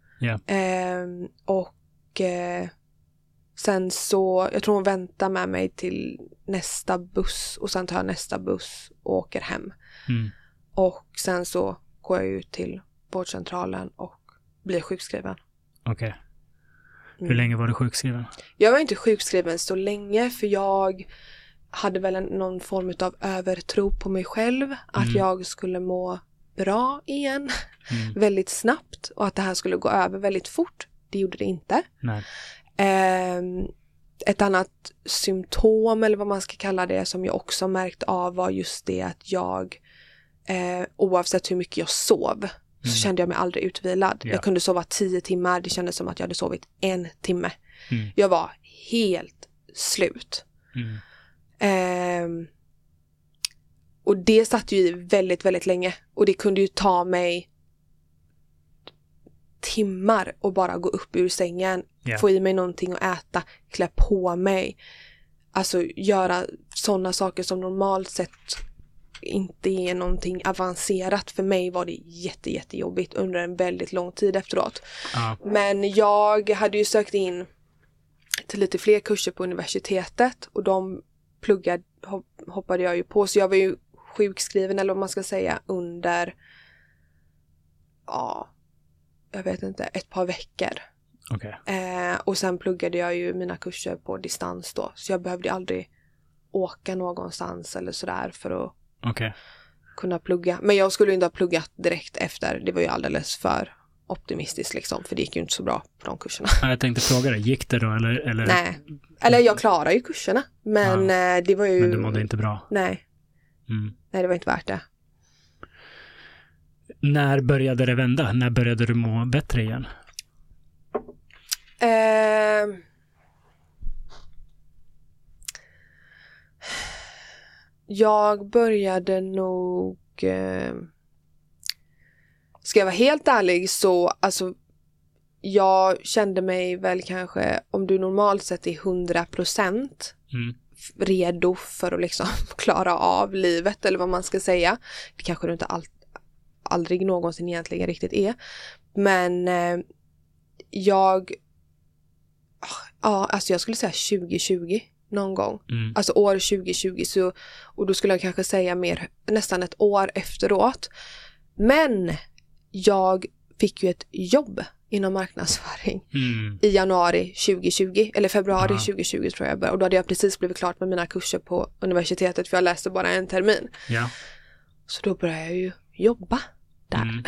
Yeah. Sen så, jag tror hon väntar med mig till nästa buss och sen tar jag nästa buss och åker hem. Och sen så går jag ut till vårdcentralen och blir sjukskriven. Okej. Hur länge var du sjukskriven? Jag var inte sjukskriven så länge för jag hade väl någon form av övertro på mig själv. Att jag skulle må bra igen väldigt snabbt och att det här skulle gå över väldigt fort. Det gjorde det inte. Nej. ett annat symptom eller vad man ska kalla det som jag också märkt av var just det att jag oavsett hur mycket jag sov så kände jag mig aldrig utvilad. Jag kunde sova 10 timmar. Det kändes som att jag hade sovit 1 timme. Jag var helt slut. Och det satt ju i väldigt, väldigt länge. Och det kunde ju ta mig timmar och bara gå upp ur sängen. Få i mig någonting att äta. Klä på mig. Alltså göra sådana saker som normalt sett inte är någonting avancerat. För mig var det jättejobbigt under en väldigt lång tid efteråt. Men jag hade ju sökt in till lite fler kurser på universitetet och de hoppade jag ju på. Så jag var ju sjukskriven eller vad man ska säga under jag vet inte, ett par veckor. Och sen pluggade jag ju mina kurser på distans då. Så jag behövde aldrig åka någonstans eller sådär för att kunna plugga. Men jag skulle ju inte ha pluggat direkt efter. Det var ju alldeles för optimistiskt liksom. För det gick ju inte så bra på de kurserna. Jag tänkte fråga dig, gick det då? Eller? Nej. Eller jag klarade ju kurserna. Men det var ju... Men du mådde inte bra? Nej. Nej, det var inte värt det. När började det vända? När började du må bättre igen? Jag började nog... Ska jag vara helt ärlig så... Alltså, jag kände mig väl kanske... Om du normalt sett är 100% redo för att liksom klara av livet eller vad man ska säga. Det kanske du inte aldrig någonsin egentligen riktigt är. Men alltså jag skulle säga 2020 någon gång. Alltså år 2020 så, och då skulle jag kanske säga nästan ett år efteråt. Men jag fick ju ett jobb inom marknadsföring i januari 2020 eller februari 2020 tror jag. Och då hade jag precis blivit klart med mina kurser på universitetet för jag läste bara en termin. Så då började jag ju jobba där.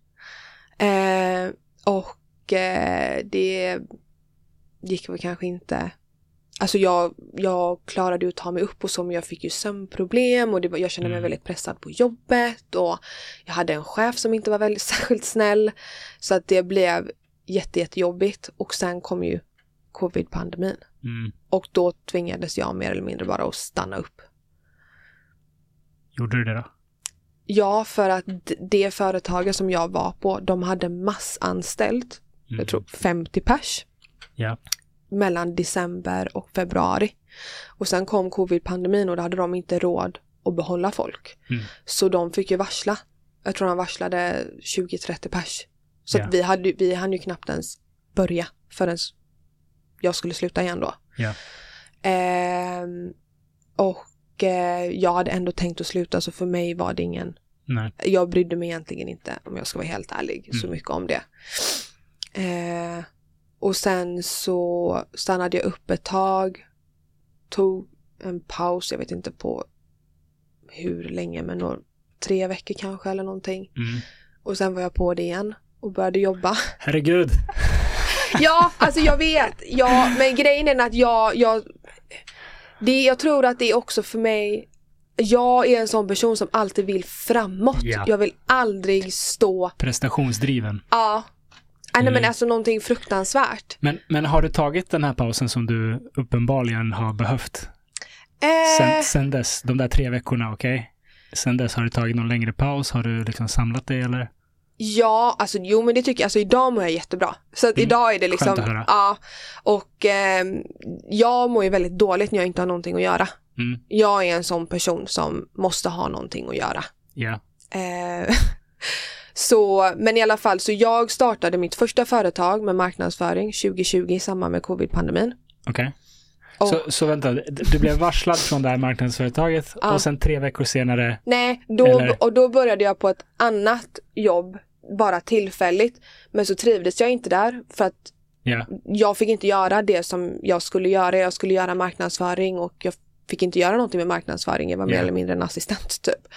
Det gick väl kanske inte. Alltså jag klarade ju att ta mig upp och så, men jag fick ju sömnproblem och jag kände mig väldigt pressad på jobbet och jag hade en chef som inte var väldigt särskilt snäll så att det blev jättejobbigt och sen kom ju covid-pandemin och då tvingades jag mer eller mindre bara att stanna upp. Gjorde du det då? Ja, för att det företaget som jag var på, de hade massanställt, jag tror 50 pers. Mellan december och februari. Och sen kom covid-pandemin och då hade de inte råd att behålla folk. Så de fick ju varsla. Jag tror de varslade 20-30 pers. Så att vi hann ju knappt ens börja förrän jag skulle sluta igen då. Jag hade ändå tänkt att sluta så för mig var det ingen... Nej. Jag brydde mig egentligen inte, om jag ska vara helt ärlig, så mycket om det. Och sen så stannade jag upp ett tag, tog en paus, jag vet inte på hur länge, men 3 veckor kanske eller någonting. Och sen var jag på det igen och började jobba. Herregud! Ja, alltså jag vet. Ja, men grejen är att jag tror att det är också för mig. Jag är en sån person som alltid vill framåt. Jag vill aldrig stå... Prestationsdriven. Ja. Nej, men alltså någonting fruktansvärt. Men har du tagit den här pausen som du uppenbarligen har behövt? Sen dess, de där 3 veckorna, okej? Sen dess har du tagit någon längre paus? Har du liksom samlat dig eller? Ja, alltså jo men det tycker jag. Alltså idag mår jag jättebra. Så att idag är det liksom... Skönt att höra. Ja, och jag mår ju väldigt dåligt när jag inte har någonting att göra. Jag är en sån person som måste ha någonting att göra. Så, men i alla fall, så jag startade mitt första företag med marknadsföring 2020 i samband med covid-pandemin. Okej. Så vänta, du blev varslad från det här marknadsföretaget och sen 3 veckor senare... Nej, då började jag på ett annat jobb, bara tillfälligt. Men så trivdes jag inte där för att jag fick inte göra det som jag skulle göra. Jag skulle göra marknadsföring och jag fick inte göra någonting med marknadsföring. Jag var mer eller mindre en assistent typ.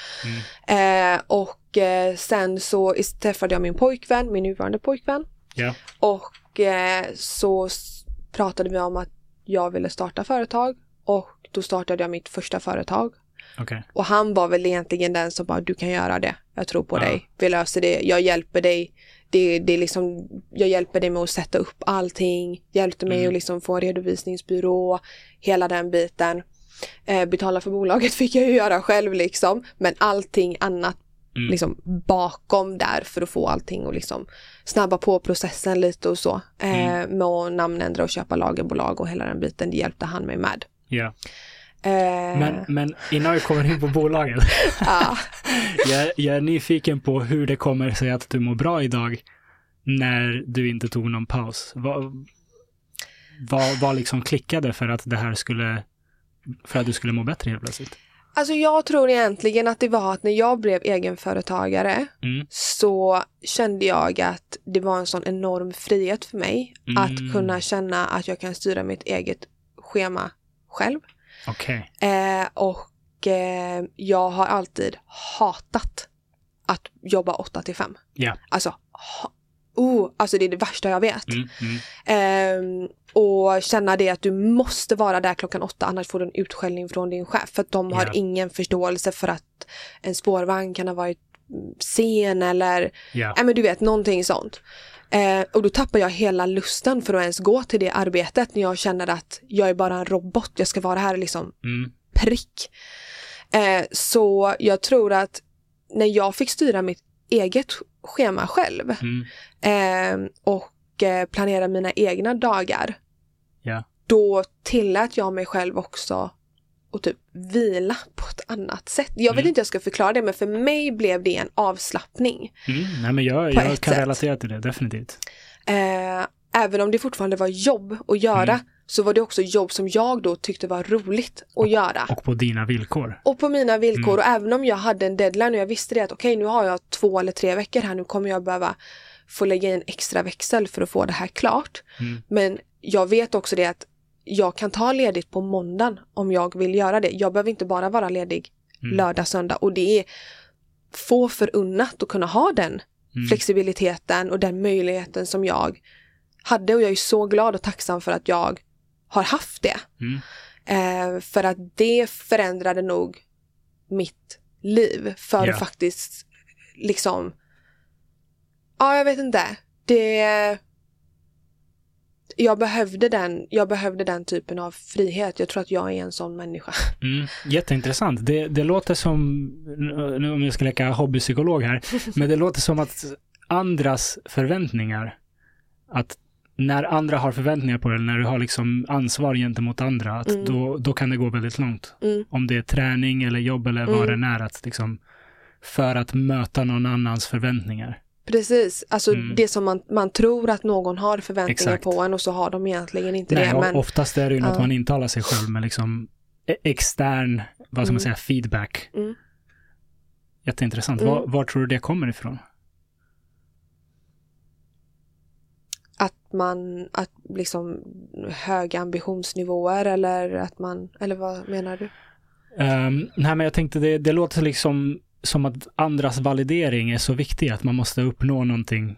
Sen så träffade jag min nuvarande pojkvän. Och så pratade vi om att jag ville starta företag och då startade jag mitt första företag. Okay. Och han var väl egentligen den som bara, du kan göra det. Jag tror på dig. Vi löser det. Jag hjälper dig. Det är liksom, jag hjälper dig med att sätta upp allting. Hjälpte mig att liksom få en redovisningsbyrå. Hela den biten. Betala för bolaget fick jag ju göra själv liksom. Men allting annat liksom bakom där för att få allting och liksom snabba på processen lite och så. Med att namnändra och köpa lagerbolag och hela den biten. Det hjälpte han mig med. Ja. Men innan vi kommer in på bolaget. Jag är nyfiken på hur det kommer sig att du mår bra idag när du inte tog någon paus. Vad liksom klickade för att det här för att du skulle må bättre helt plötsligt? Alltså jag tror egentligen att det var att när jag blev egenföretagare så kände jag att det var en sån enorm frihet för mig att kunna känna att jag kan styra mitt eget schema själv. Okay. Jag har alltid hatat att jobba 8-5. Yeah. Alltså det är det värsta jag vet. Och känna det att du måste vara där 8:00, annars får du en utskällning från din chef. För att de har ingen förståelse för att en spårvagn kan ha varit sen eller men du vet, någonting sånt. Och då tappar jag hela lusten för att ens gå till det arbetet när jag känner att jag är bara en robot. Jag ska vara här liksom prick. Så jag tror att när jag fick styra mitt eget schema själv och planera mina egna dagar, då tillät jag mig själv också och typ vila på ett annat sätt. Jag vet inte hur jag ska förklara det, men för mig blev det en avslappning. Nej, men jag kan relatera till det, definitivt. Även om det fortfarande var jobb att göra, så var det också jobb som jag då tyckte var roligt att göra. Och på dina villkor. Och på mina villkor. Och även om jag hade en deadline och jag visste det att okej, nu har jag 2 eller 3 veckor här, nu kommer jag behöva få lägga in en extra växel för att få det här klart. Men jag vet också det att jag kan ta ledigt på måndagen om jag vill göra det. Jag behöver inte bara vara ledig lördag, söndag. Och det är få förunnat att kunna ha den flexibiliteten och den möjligheten som jag hade. Och jag är så glad och tacksam för att jag har haft det. För att det förändrade nog mitt liv. För att faktiskt liksom... Ja, jag vet inte. Jag behövde den typen av frihet. Jag tror att jag är en sån människa. Jätteintressant. Det låter som, nu om jag ska leka hobbypsykolog här, men det låter som att andras förväntningar, att när andra har förväntningar på dig, när du har liksom ansvar gentemot andra, att då kan det gå väldigt långt. Om det är träning eller jobb eller vad det är, att liksom, för att möta någon annans förväntningar. Precis, alltså det som man tror att någon har förväntningar på en och så har de egentligen inte det. Men oftast är det ju något man intalar sig själv med liksom extern, vad ska man säga, feedback. Jätteintressant. Var tror du det kommer ifrån? Att liksom höga ambitionsnivåer eller vad menar du? Nej, men jag tänkte det låter liksom som att andras validering är så viktig, att man måste uppnå någonting.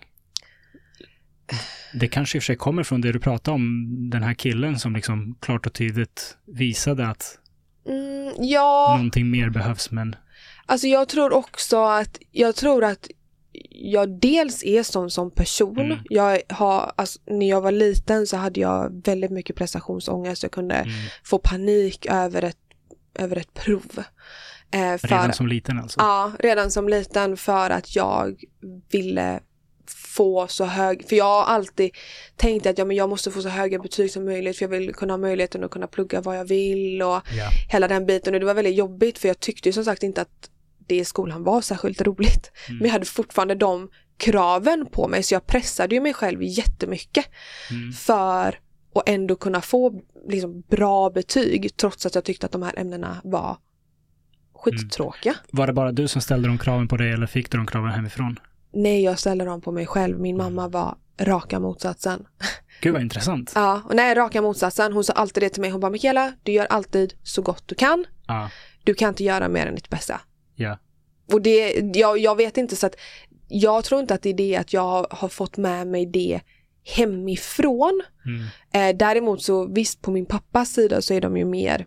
Det kanske i och för sig kommer från det du pratade om, den här killen som liksom klart och tydligt visade att någonting mer behövs. Men alltså jag tror också att jag dels är sån som person. När jag var liten så hade jag väldigt mycket prestationsångest. Jag kunde få panik över ett prov. Redan som liten alltså? Ja, redan som liten, för att jag ville få så hög... För jag har alltid tänkt att jag måste få så höga betyg som möjligt, för jag vill kunna ha möjligheten att kunna plugga vad jag vill och hela den biten. Och det var väldigt jobbigt, för jag tyckte ju som sagt inte att det i skolan var särskilt roligt. Men jag hade fortfarande de kraven på mig, så jag pressade ju mig själv jättemycket för att ändå kunna få liksom bra betyg, trots att jag tyckte att de här ämnena var skittråkiga. Var det bara du som ställde de kraven på dig, eller fick du de kraven hemifrån? Nej, jag ställde dem på mig själv. Min mamma var raka motsatsen. Gud vad intressant. Ja, och nej, raka motsatsen. Hon sa alltid det till mig. Hon bara, Michaela, du gör alltid så gott du kan. Du kan inte göra mer än ditt bästa. Ja. Och jag vet inte, så att jag tror inte att det är det att jag har fått med mig det hemifrån. Däremot så visst, på min pappas sida så är de ju mer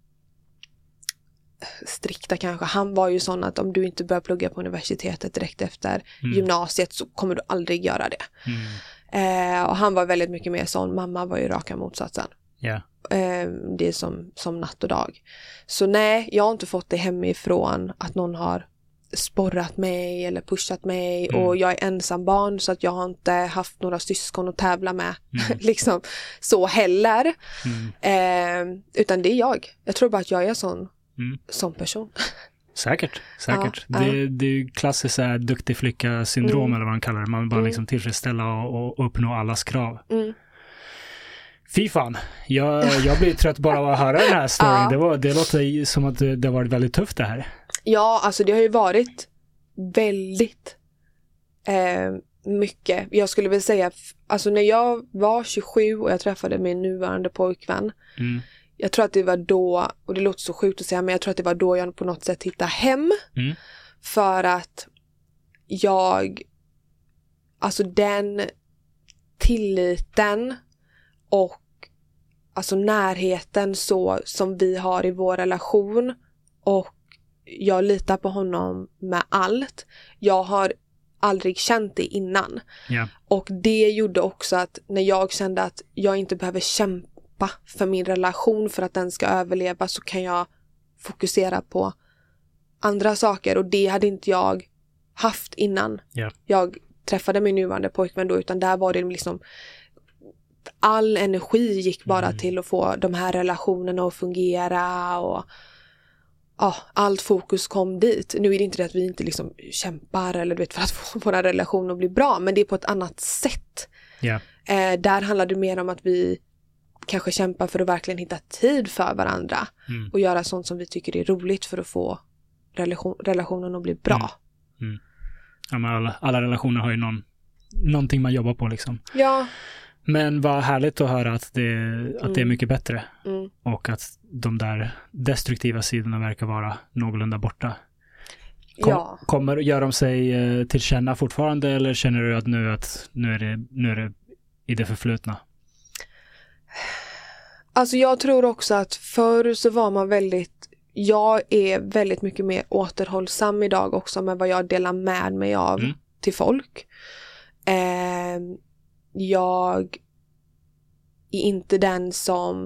strikta kanske. Han var ju sån att om du inte börjar plugga på universitetet direkt efter gymnasiet så kommer du aldrig göra det. Och han var väldigt mycket mer sån. Mamma var ju raka motsatsen. Det är som natt och dag. Så nej, jag har inte fått det hemifrån att någon har sporrat mig eller pushat mig, och jag är ensam barn så att jag har inte haft några syskon att tävla med liksom så heller. Utan det är jag tror bara att jag är sån person. Säkert. Det är ju klassiskt så här, duktig flicka syndrom eller vad man kallar det. Man vill bara liksom tillfredsställa och uppnå allas krav. Fy fan, jag blir trött bara av att höra den här storyn. Det låter som att det har varit väldigt tufft det här. Ja, alltså det har ju varit väldigt mycket. Jag skulle väl säga, alltså när jag var 27 och jag träffade min nuvarande pojkvän, jag tror att det var då, och det låter så sjukt att säga, men jag tror att det var då jag på något sätt hittade hem. För att alltså den tilliten och alltså närheten så som vi har i vår relation, och jag litar på honom med allt. Jag har aldrig känt det innan. Och det gjorde också att när jag kände att jag inte behöver kämpa för min relation för att den ska överleva, så kan jag fokusera på andra saker, och det hade inte jag haft innan jag träffade min nuvarande pojkvän då, utan där var det liksom all energi gick bara till att få de här relationerna att fungera, och allt fokus kom dit. Nu är det inte det att vi inte liksom kämpar eller du vet, för att få våra relationer att bli bra, men det är på ett annat sätt. Där handlar det mer om att vi kanske kämpar för att verkligen hitta tid för varandra och göra sånt som vi tycker är roligt för att få relationen att bli bra. Ja, men alla relationer har ju någonting man jobbar på liksom. Ja. Men vad härligt att höra att det är mycket bättre. Och att de där destruktiva sidorna verkar vara någorlunda borta. Gör de sig till känna fortfarande, eller känner du att nu är det i det förflutna? Alltså jag tror också att förr så var man jag är väldigt mycket mer återhållsam idag också med vad jag delar med mig av till folk. Jag är inte den som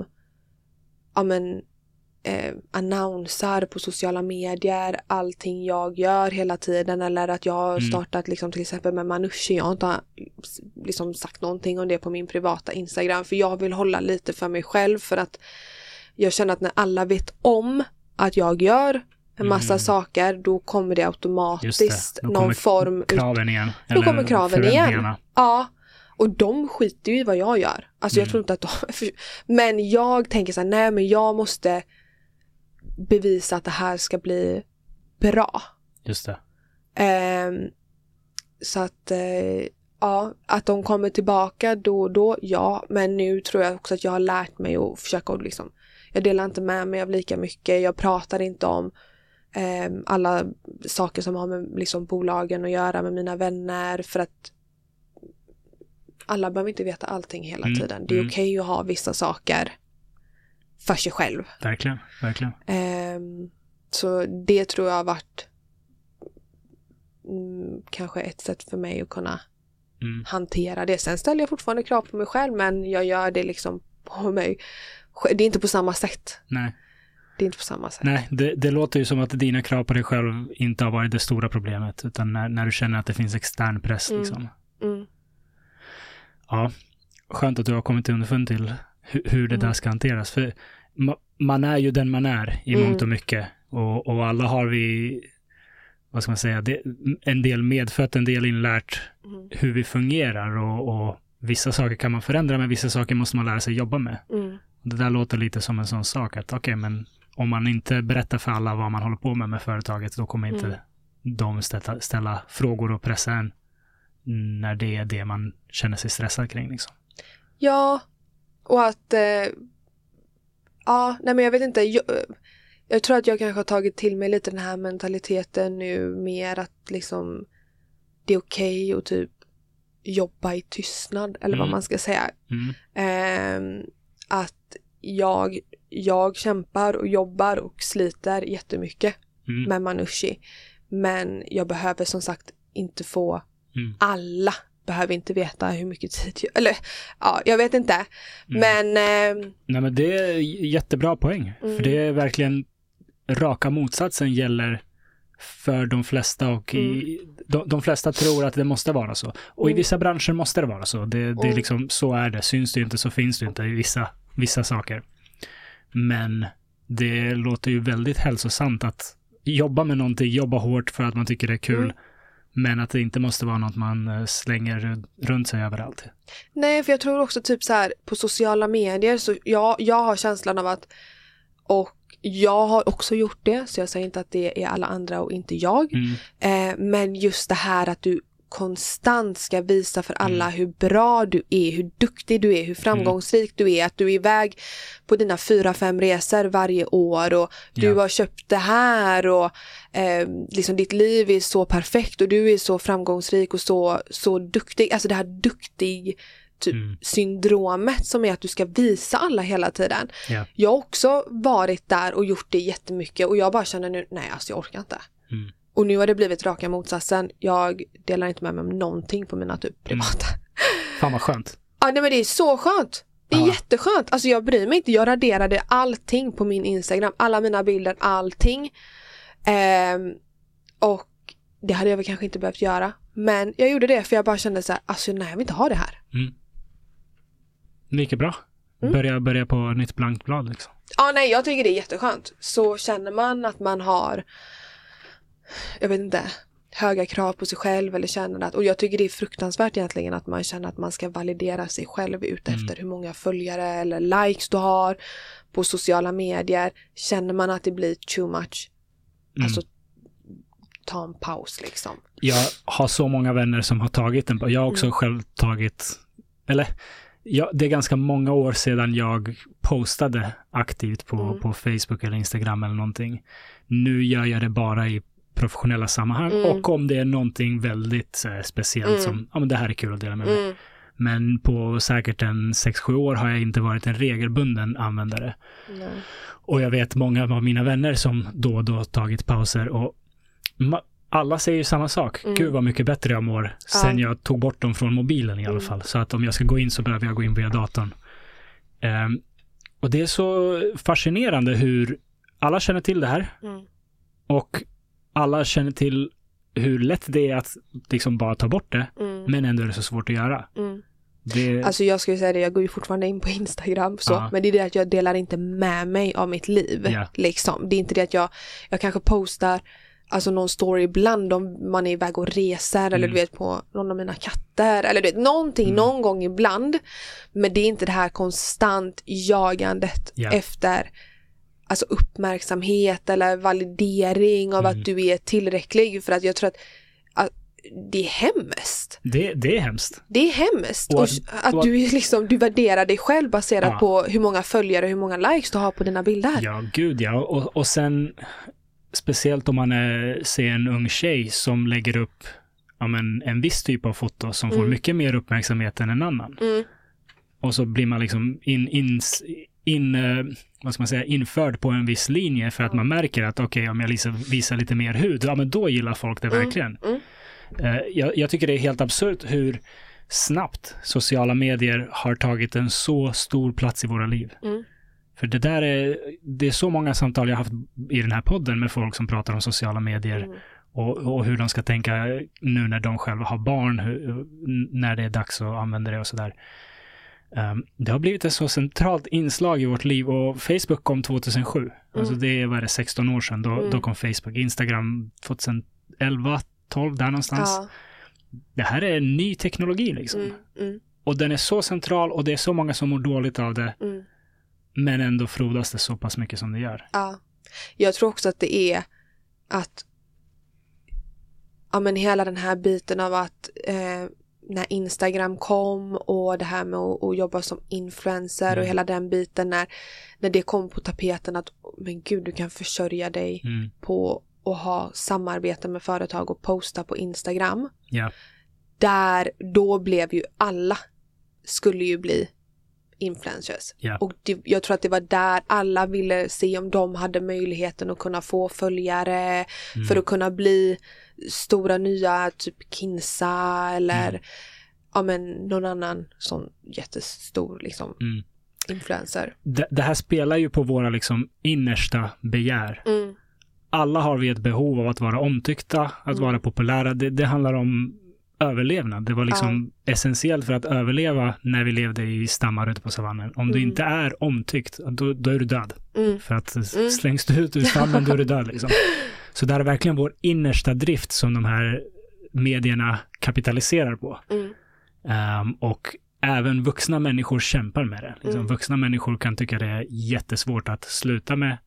annonsar på sociala medier allting jag gör hela tiden, eller att jag har startat liksom, till exempel med Manushi. Jag har inte liksom sagt någonting om det på min privata Instagram, för jag vill hålla lite för mig själv, för att jag känner att när alla vet om att jag gör en massa saker, då kommer det automatiskt någon form kraven igen. Då kommer kraven igen. Ja. Och de skiter ju i vad jag gör. Alltså jag tror inte att men jag tänker så här, nej, men jag måste bevisa att det här ska bli bra. Just det. Så att att de kommer tillbaka då och då, men nu tror jag också att jag har lärt mig att försöka liksom, jag delar inte med mig av lika mycket. Jag pratar inte om alla saker som har med liksom bolagen att göra, med mina vänner, för att alla behöver inte veta allting hela tiden. Det är okej att ha vissa saker för sig själv. Verkligen. Så det tror jag har varit kanske ett sätt för mig att kunna hantera det. Sen ställer jag fortfarande krav på mig själv, men jag gör det liksom på mig. Det är inte på samma sätt. Nej. Det är inte på samma sätt. Nej, det låter ju som att dina krav på dig själv inte har varit det stora problemet, utan när du känner att det finns extern press liksom. Ja, skönt att du har kommit underfund till hur det där ska hanteras. För man är ju den man är i mångt och mycket. Och alla har vi, vad ska man säga, en del medfött, en del inlärt hur vi fungerar. Och vissa saker kan man förändra, men vissa saker måste man lära sig jobba med. Och det där låter lite som en sån sak att okej, men om man inte berättar för alla vad man håller på med företaget, då kommer inte de ställa frågor och pressa en när det är det man känner sig stressad kring liksom. Ja, och att nej, men jag vet inte, jag tror att jag kanske har tagit till mig lite den här mentaliteten nu, mer att liksom det är okej och typ jobba i tystnad, eller vad man ska säga. Att jag kämpar och jobbar och sliter jättemycket med Manushi. Men jag behöver som sagt inte få alla behöver inte veta hur mycket tid eller ja, jag vet inte. Men nej, men det är jättebra poäng. För det är verkligen raka motsatsen gäller för de flesta och de flesta tror att det måste vara så. Och i vissa branscher måste det vara så. Det är liksom, så är det. Syns det inte så finns det inte i vissa saker. Men det låter ju väldigt hälsosamt att jobba med någonting, jobba hårt för att man tycker det är kul. Men att det inte måste vara något man slänger runt sig överallt. Nej, för jag tror också typ så här på sociala medier så jag har känslan av att, och jag har också gjort det, så jag säger inte att det är alla andra och inte jag. Men just det här att du konstant ska visa för alla hur bra du är, hur duktig du är, hur framgångsrik du är, att du är iväg på dina 4-5 resor varje år och du har köpt det här och liksom ditt liv är så perfekt och du är så framgångsrik och så duktig, alltså det här duktig typ syndromet som är att du ska visa alla hela tiden. Jag har också varit där och gjort det jättemycket och jag bara känner nu, nej alltså jag orkar inte. Och nu har det blivit raka motsatsen. Jag delar inte med mig om någonting på mina typ privata. Fan vad skönt. Ja, nej, men det är så skönt. Det är jätteskönt. Alltså jag bryr mig inte. Jag raderade allting på min Instagram. Alla mina bilder, allting. Och det hade jag väl kanske inte behövt göra. Men jag gjorde det för jag bara kände så här, alltså nej, jag vill inte ha det här. Mycket bra. Börja på nytt blankt blad liksom. Ja, nej, jag tycker det är jätteskönt. Så känner man att man har, jag vet inte, höga krav på sig själv eller känner att, och jag tycker det är fruktansvärt egentligen att man känner att man ska validera sig själv ut efter hur många följare eller likes du har på sociala medier. Känner man att det blir too much, alltså ta en paus liksom. Jag har så många vänner som har tagit en, jag har också själv tagit, eller det är ganska många år sedan jag postade aktivt på Facebook eller Instagram eller någonting. Nu gör jag det bara i professionella sammanhang och om det är någonting väldigt speciellt som, ja men det här är kul att dela med mig. Men på säkert 6-7 år har jag inte varit en regelbunden användare. Och jag vet många av mina vänner som då och då tagit pauser och alla säger ju samma sak. Gud vad mycket bättre jag mår sen jag tog bort dem från mobilen i alla fall. Så att om jag ska gå in så behöver jag gå in via datorn. Och det är så fascinerande hur alla känner till det här. Och alla känner till hur lätt det är att liksom bara ta bort det. Men ändå är det så svårt att göra. Alltså jag skulle säga det, jag går ju fortfarande in på Instagram så, men det är det att jag delar inte med mig av mitt liv. Liksom. Det är inte det att jag kanske postar alltså någon story ibland om man är iväg och reser eller du vet på någon av mina katter eller du vet någonting någon gång ibland, men det är inte det här konstant jagandet efter alltså uppmärksamhet eller validering av att du är tillräcklig, för att jag tror att det är hemskt. Det är hemskt. Det är hemskt. Och att du liksom, du värderar dig själv baserat på hur många följare och hur många likes du har på dina bilder. Ja, gud ja. Och sen speciellt om man ser en ung tjej som lägger upp en viss typ av foto som får mycket mer uppmärksamhet än en annan. Och så blir man liksom vad ska man säga, införd på en viss linje för att man märker att okej, om jag visar lite mer hud, ja men då gillar folk det verkligen. Jag tycker det är helt absurt hur snabbt sociala medier har tagit en så stor plats i våra liv. För det är så många samtal jag har haft i den här podden med folk som pratar om sociala medier och hur de ska tänka nu när de själva har barn, när det är dags att använda det och sådär. Det har blivit ett så centralt inslag i vårt liv, och Facebook kom 2007. Alltså det var 16 år sedan. Då kom Facebook. Instagram 2011, 12 där någonstans. Det här är en ny teknologi liksom. Och den är så central och det är så många som mår dåligt av det. Men ändå frodas det så pass mycket som det gör. Ja. Jag tror också att det är att hela den här biten av att när Instagram kom och det här med att jobba som influencer och hela den biten när det kom på tapeten att men gud, du kan försörja dig på att ha samarbete med företag och posta på Instagram. då blev ju alla skulle ju bli influencers. Yeah. Och jag tror att det var där alla ville se om de hade möjligheten att kunna få följare för att kunna bli stora nya typ Kinsa eller ja, men någon annan sån jättestor liksom influencer. Det här spelar ju på våra liksom innersta begär. Alla har vi ett behov av att vara omtyckta, att vara populära. Det handlar om överlevnad. Det var liksom essentiellt för att överleva när vi levde i stammar ute på savannen. Om du inte är omtyckt, då är du död. För att slängs du ut ur stammen, då är du död liksom. Så det är verkligen vår innersta drift som de här medierna kapitaliserar på. Och även vuxna människor kämpar med det. Liksom, vuxna människor kan tycka det är jättesvårt att sluta med.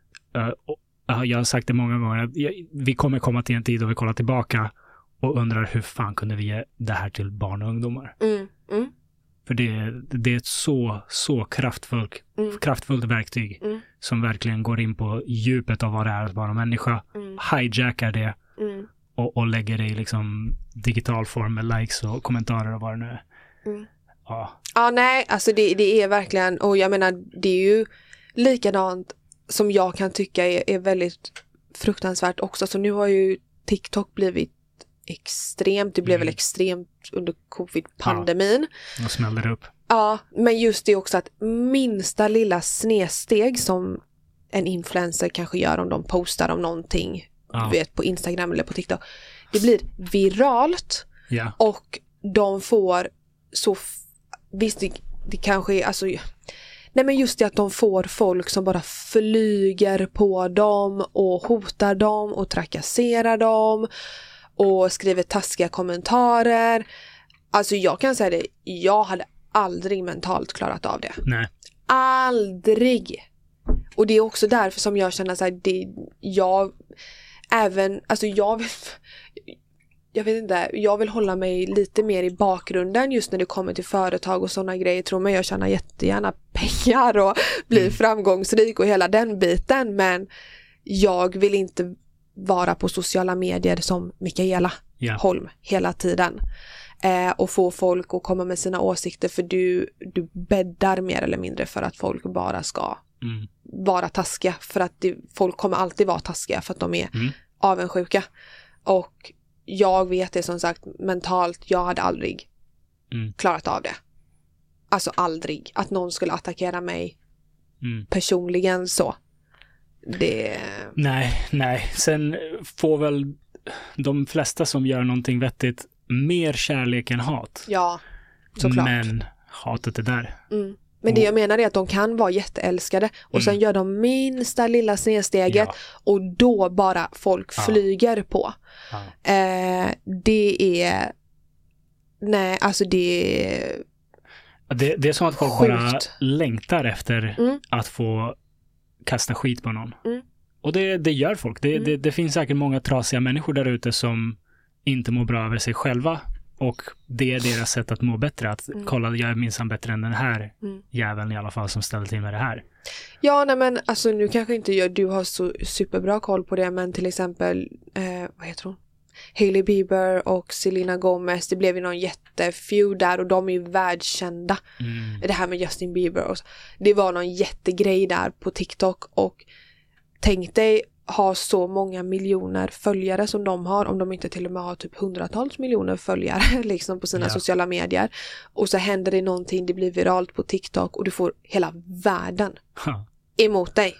Jag har sagt det många gånger. Vi kommer komma till en tid då vi kollar tillbaka och undrar hur fan kunde vi ge det här till barn och ungdomar. För det är ett så kraftfullt verktyg som verkligen går in på djupet av vad det är att vara människa. Hijackar det och lägger det i liksom digital form med likes och kommentarer och vad det nu är. Ja, nej, alltså det är verkligen, och jag menar det är ju likadant som jag kan tycka är väldigt fruktansvärt också. Så nu har ju TikTok blivit extremt, det blev väl extremt under covid-pandemin. Ja, och smällde det upp. Ja, men just det också att minsta lilla snedsteg som en influencer kanske gör om de postar om någonting du vet, på Instagram eller på TikTok, det blir viralt och de får så visst det kanske är alltså nej men just det att de får folk som bara flyger på dem och hotar dem och trakasserar dem och skriver taskiga kommentarer. Alltså jag kan säga det, jag hade aldrig mentalt klarat av det. Nej. Aldrig. Och det är också därför som jag känner så här, jag vet inte, jag vill hålla mig lite mer i bakgrunden just när det kommer till företag och sådana grejer. Tror mig, jag tjänar jättegärna pengar och blir framgångsrik och hela den biten, men jag vill inte vara på sociala medier som Mikaela Holm hela tiden och få folk att komma med sina åsikter, för du bäddar mer eller mindre för att folk bara ska vara taskiga, för att folk kommer alltid vara taskiga för att de är avundsjuka. Och jag vet det som sagt mentalt, jag hade aldrig klarat av det. Alltså aldrig. Att någon skulle attackera mig personligen så. Nej. Sen får väl de flesta som gör någonting vettigt mer kärlek än hat. Ja, såklart. Men hatet är där. Men det jag menar är att de kan vara jätteälskade och sen gör de minsta lilla snedsteget och då bara folk flyger på. Det är nej, alltså det är som att folk sjukt. Bara längtar efter att få kasta skit på någon. Och det gör folk. Det finns säkert många trasiga människor där ute som inte mår bra över sig själva. Och det är deras sätt att må bättre. Att kolla, jag är minsann bättre än den här jäveln i alla fall som ställer till med det här. Ja, nej men alltså nu kanske inte du har så superbra koll på det, men till exempel, vad heter hon? Hailey Bieber och Selena Gomez, det blev ju någon jättefeud där och de är ju världskända. Det här med Justin Bieber och så. Det var någon jättegrej där på TikTok och tänk dig ha så många miljoner följare som de har, om de inte till och med har typ hundratals miljoner följare liksom på sina sociala medier, och så händer det någonting, det blir viralt på TikTok och du får hela världen emot dig.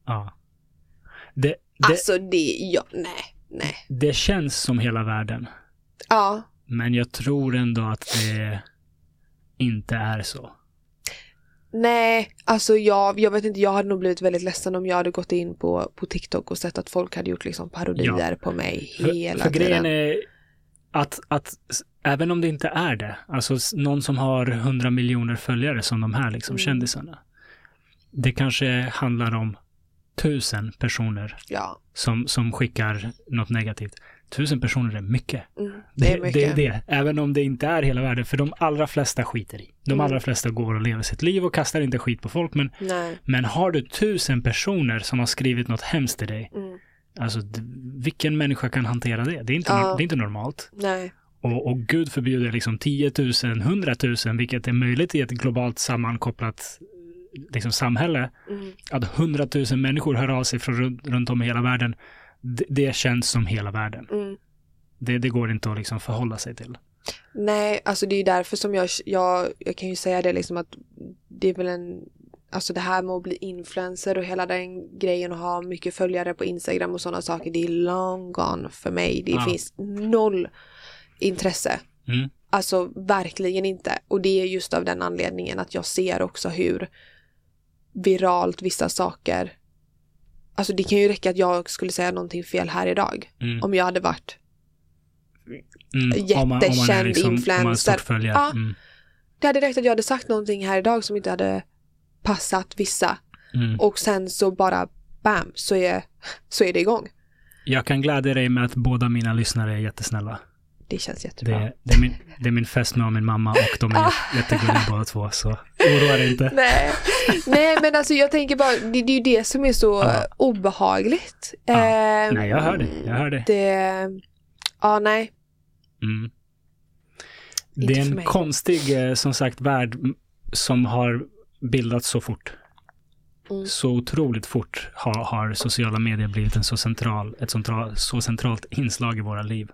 Alltså nej. Det känns som hela världen. Ja. Men jag tror ändå att det inte är så. Nej, alltså jag vet inte, jag hade nog blivit väldigt ledsen om jag hade gått in på TikTok och sett att folk hade gjort liksom parodier på mig hela för tiden. Grejen är att även om det inte är det, alltså någon som har 100 miljoner följare som de här liksom kändisarna, det kanske handlar om 1000 personer som skickar något negativt. 1000 personer är mycket. Det är mycket. Det är det. Även om det inte är hela världen. För de allra flesta skiter i. De allra flesta går och lever sitt liv och kastar inte skit på folk. Men har du 1000 personer som har skrivit något hemskt till dig. Alltså vilken människa kan hantera det? Det är inte normalt. Nej. Och Gud förbjuder liksom 10 000, 100 000, vilket är möjligt i ett globalt sammankopplat liksom samhälle. Att 100 000 människor hör av sig från runt om i hela världen. Det känns som hela världen. Det går inte att liksom förhålla sig till. Nej, alltså det är ju därför som jag kan ju säga det liksom att det är väl alltså det här med att bli influencer och hela den grejen och ha mycket följare på Instagram och sådana saker, det är long gone för mig. Det finns noll intresse. Alltså verkligen inte. Och det är just av den anledningen att jag ser också hur viralt vissa saker, alltså det kan ju räcka att jag skulle säga någonting fel här idag. Om jag hade varit jättekänd liksom, influencer. Det hade räckt att jag hade sagt någonting här idag som inte hade passat vissa. Och sen så bara bam, så är det igång. Jag kan glädja dig med att båda mina lyssnare är jättesnälla. Det känns jättebra. Det är min fästmö och min mamma och de är jättegulliga båda två, så oroa dig inte. Nej, men alltså jag tänker bara, det är ju det som är så obehagligt. Nej, jag hör det. Nej. Det är en konstig, som sagt, värld som har bildats så fort. Så otroligt fort har sociala medier blivit ett så centralt inslag i våra liv.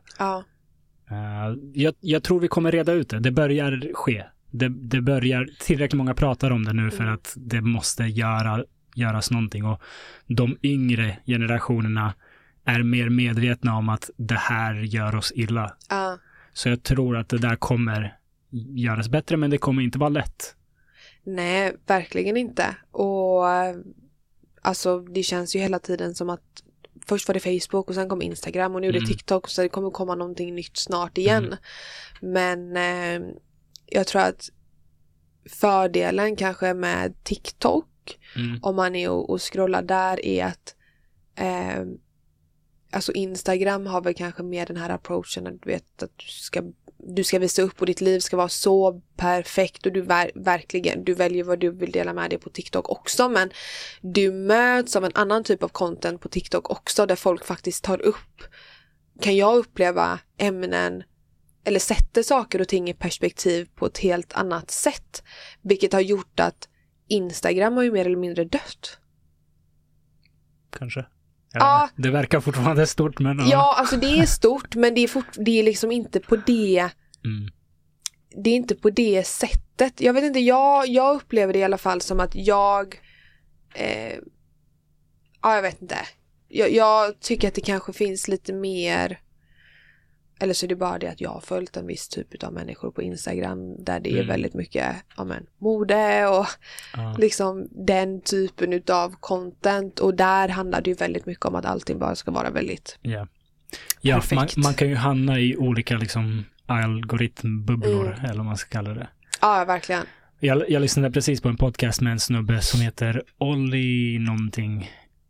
Jag tror vi kommer reda ut det. Det börjar ske. Det börjar, tillräckligt många pratar om det nu för att det måste göras någonting, och de yngre generationerna är mer medvetna om att det här gör oss illa. Så jag tror att det där kommer göras bättre, men det kommer inte vara lätt. Nej, verkligen inte. Och alltså det känns ju hela tiden som att först var det Facebook och sen kom Instagram och nu är det TikTok, så det kommer komma någonting nytt snart igen. Men jag tror att fördelen kanske med TikTok om man är och scrollar där är att alltså Instagram har väl kanske mer den här approachen att du vet att du ska visa upp och ditt liv ska vara så perfekt, och du väljer vad du vill dela med dig på TikTok också, men du möts av en annan typ av content på TikTok också, där folk faktiskt tar upp, kan jag uppleva, ämnen eller sätter saker och ting i perspektiv på ett helt annat sätt, vilket har gjort att Instagram har ju mer eller mindre dött. Kanske. Det verkar fortfarande stort, men ja, alltså det är stort, men det är liksom inte på det. Det är inte på det sättet. Jag vet inte, jag upplever det i alla fall som att jag vet inte. Jag tycker att det kanske finns lite mer, eller så är det bara det att jag har följt en viss typ av människor på Instagram där det är väldigt mycket mode och liksom den typen av content, och där handlar det ju väldigt mycket om att allting bara ska vara väldigt perfekt. Man kan ju hamna i olika liksom algoritmbubblor eller vad man ska kalla det. Ja, verkligen. Jag lyssnade precis på en podcast med en snubbe som heter Olli någonting.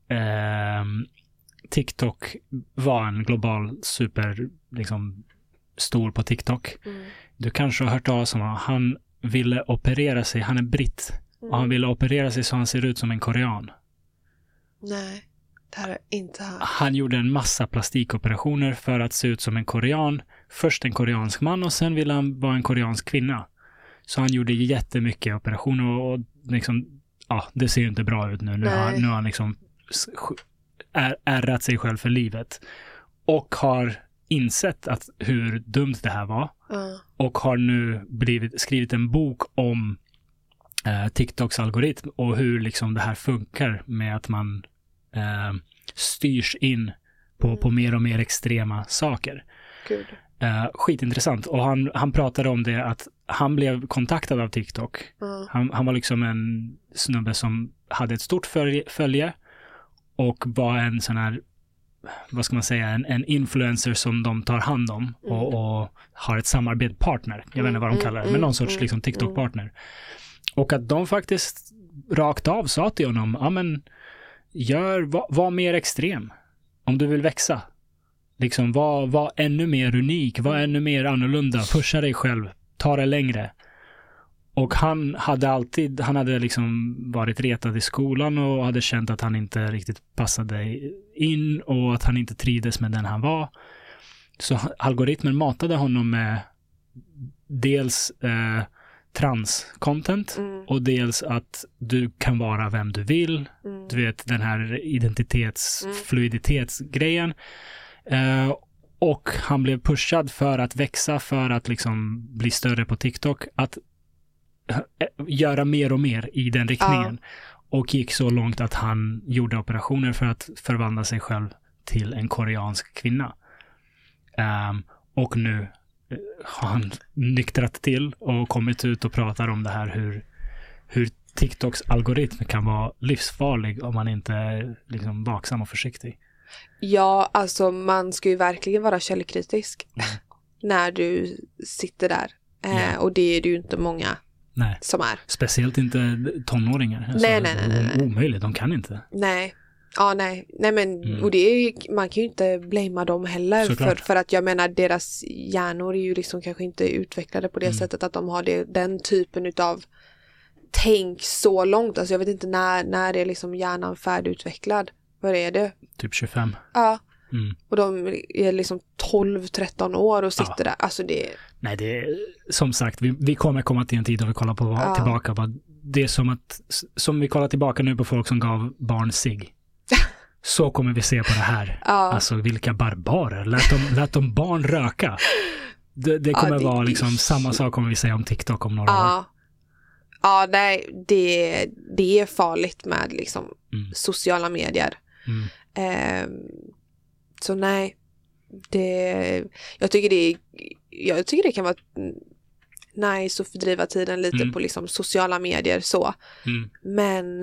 TikTok var en global super liksom stor på TikTok. Du kanske har hört talas om att han ville operera sig, han är britt och han ville operera sig så han ser ut som en korean. Nej, det här är inte här. Han gjorde en massa plastikoperationer för att se ut som en korean. Först en koreansk man och sen ville han vara en koreansk kvinna. Så han gjorde jättemycket operationer och liksom, det ser ju inte bra ut nu. Nu har han liksom ärrat sig själv för livet och har insett att hur dumt det här var och har nu skrivit en bok om TikToks algoritm och hur liksom det här funkar med att man styrs in på mer och mer extrema saker. Skitintressant. Och han pratade om det att han blev kontaktad av TikTok. Han var liksom en snubbe som hade ett stort följe och var en sån här, vad ska man säga, en influencer som de tar hand om och har ett samarbetspartner. Jag vet inte vad de kallar det, men någon sorts liksom TikTok-partner. Och att de faktiskt rakt av sa till honom, var mer extrem om du vill växa. Liksom var ännu mer unik, var ännu mer annorlunda, pusha dig själv, ta det längre. Och han hade liksom varit retad i skolan och hade känt att han inte riktigt passade in och att han inte trivdes med den han var. Så algoritmen matade honom med dels trans-content och dels att du kan vara vem du vill. Du vet, den här identitetsfluiditetsgrejen. Och han blev pushad för att växa, för att liksom bli större på TikTok, att göra mer och mer i den riktningen. Och gick så långt att han gjorde operationer för att förvandla sig själv till en koreansk kvinna. Och nu har han nyktrat till och kommit ut och pratar om det här, hur TikToks algoritm kan vara livsfarlig om man inte är liksom vaksam och försiktig. Ja, alltså man ska ju verkligen vara källkritisk när du sitter där. Och det är det ju inte många som är. Speciellt inte tonåringar. Alltså, nej. Omöjligt, de kan inte. Nej. Ja, nej men och det är, man kan ju inte blamea dem heller för att jag menar deras hjärnor är ju liksom kanske inte utvecklade på det sättet att de har den typen utav tänk så långt. Alltså jag vet inte när är liksom hjärnan färdigutvecklad. Vad är det? Typ 25. Ja. Och de är liksom 12-13 år och sitter där. Alltså det... Nej, det är som sagt, vi kommer komma till en tid då vi kollar tillbaka. Det är som vi kollar tillbaka nu på folk som gav barn sig. Så kommer vi se på det här. Alltså vilka barbarer. Lät de barn röka. Det kommer vara liksom samma sak kommer vi säga om TikTok om några år. Ja, nej, det är farligt med liksom sociala medier. Så nej, jag tycker det kan vara nice att fördriva tiden lite på liksom sociala medier så. Men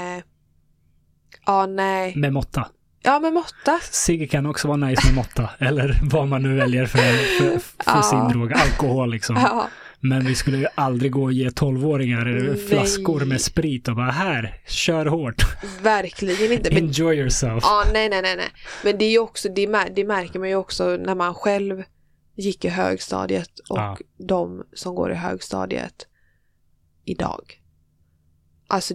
nej. Med måtta. Ja, med måtta. Sigge kan också vara nice med måtta. Eller vad man nu väljer för sin drog. Alkohol liksom. Ja. Men vi skulle ju aldrig gå och ge 12-åringar flaskor med sprit och bara här, kör hårt. Verkligen inte. Enjoy yourself. Ja, nej. Men det är ju också, det märker man ju också när man själv gick i högstadiet och de som går i högstadiet idag. Alltså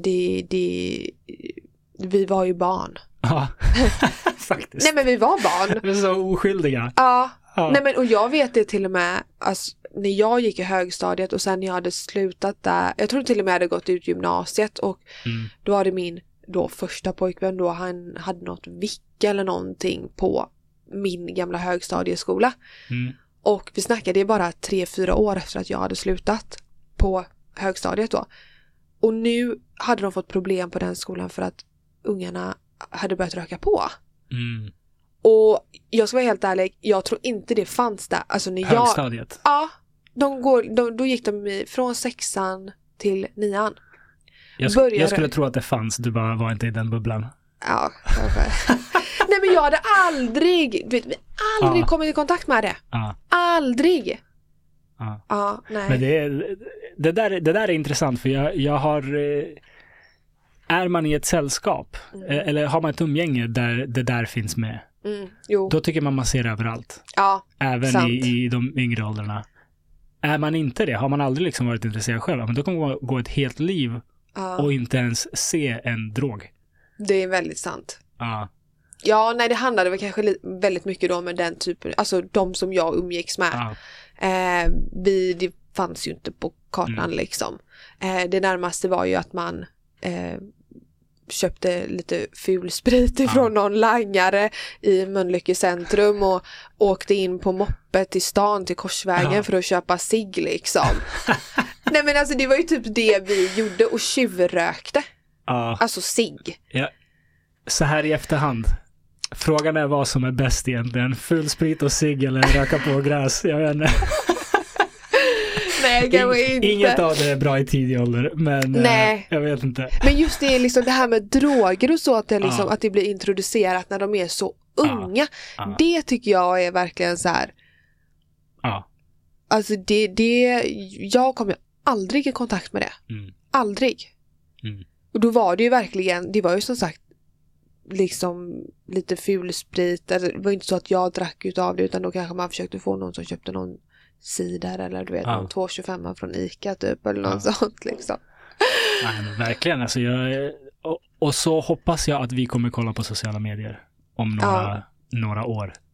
vi var ju barn. Ja, faktiskt. Nej, men vi var barn. Vi var så oskyldiga. Ja. Nej, men och jag vet det till och med, alltså, när jag gick i högstadiet och sen jag hade slutat där, jag tror till och med jag hade gått ut gymnasiet och då hade min första pojkvän då, han hade något vicka eller någonting på min gamla högstadieskola. Och vi snackade, det är bara 3-4 år efter att jag hade slutat på högstadiet då. Och nu hade de fått problem på den skolan för att ungarna hade börjat röka på. Och jag ska vara helt ärlig, jag tror inte det fanns där. Alltså när högstadiet? Ja, då gick de från 6:an till 9:an. Jag skulle tro att det fanns, du bara var inte i den bubblan. Ja, kanske. Nej, men jag hade aldrig kommit i kontakt med det. Aldrig. Nej. Men det där är intressant, för jag har... Är man i ett sällskap eller har man ett umgänge där det där finns med, då tycker man ser överallt. Ja, även i de yngre åldrarna. Är man inte det, har man aldrig liksom varit intresserad själv, men då kommer man gå ett helt liv och inte ens se en drog. Det är väldigt sant. Ja, nej, det handlade väl kanske väldigt mycket då med den typen, alltså de som jag umgicks med. Det fanns ju inte på kartan liksom. Det närmaste var ju att man köpte lite ful sprit ifrån någon langare i Mölnlycke centrum och åkte in på moppet till stan till Korsvägen för att köpa cigg liksom. Nej, men alltså det var ju typ det vi gjorde, och tjuvrökte. Alltså cigg. Ja. Så här i efterhand, frågan är vad som är bäst egentligen, full sprit och cigg eller röka på gräs, jag vet inte. Nej, inget av det är bra i tidig ålder, men jag vet inte. Men just det, liksom det här med droger och så, att det, liksom, att det blir introducerat när de är så unga. Det tycker jag är verkligen så här. Alltså jag kommer aldrig i kontakt med det. Aldrig. Och då var det ju verkligen, det var ju som sagt liksom lite fulsprit. Det var inte så att jag drack utav det, utan då kanske man försökte få någon som köpte någon cider eller du vet, någon 2,25 från Ica typ, eller något sånt liksom. Nej, men verkligen, alltså och så hoppas jag att vi kommer kolla på sociala medier om några år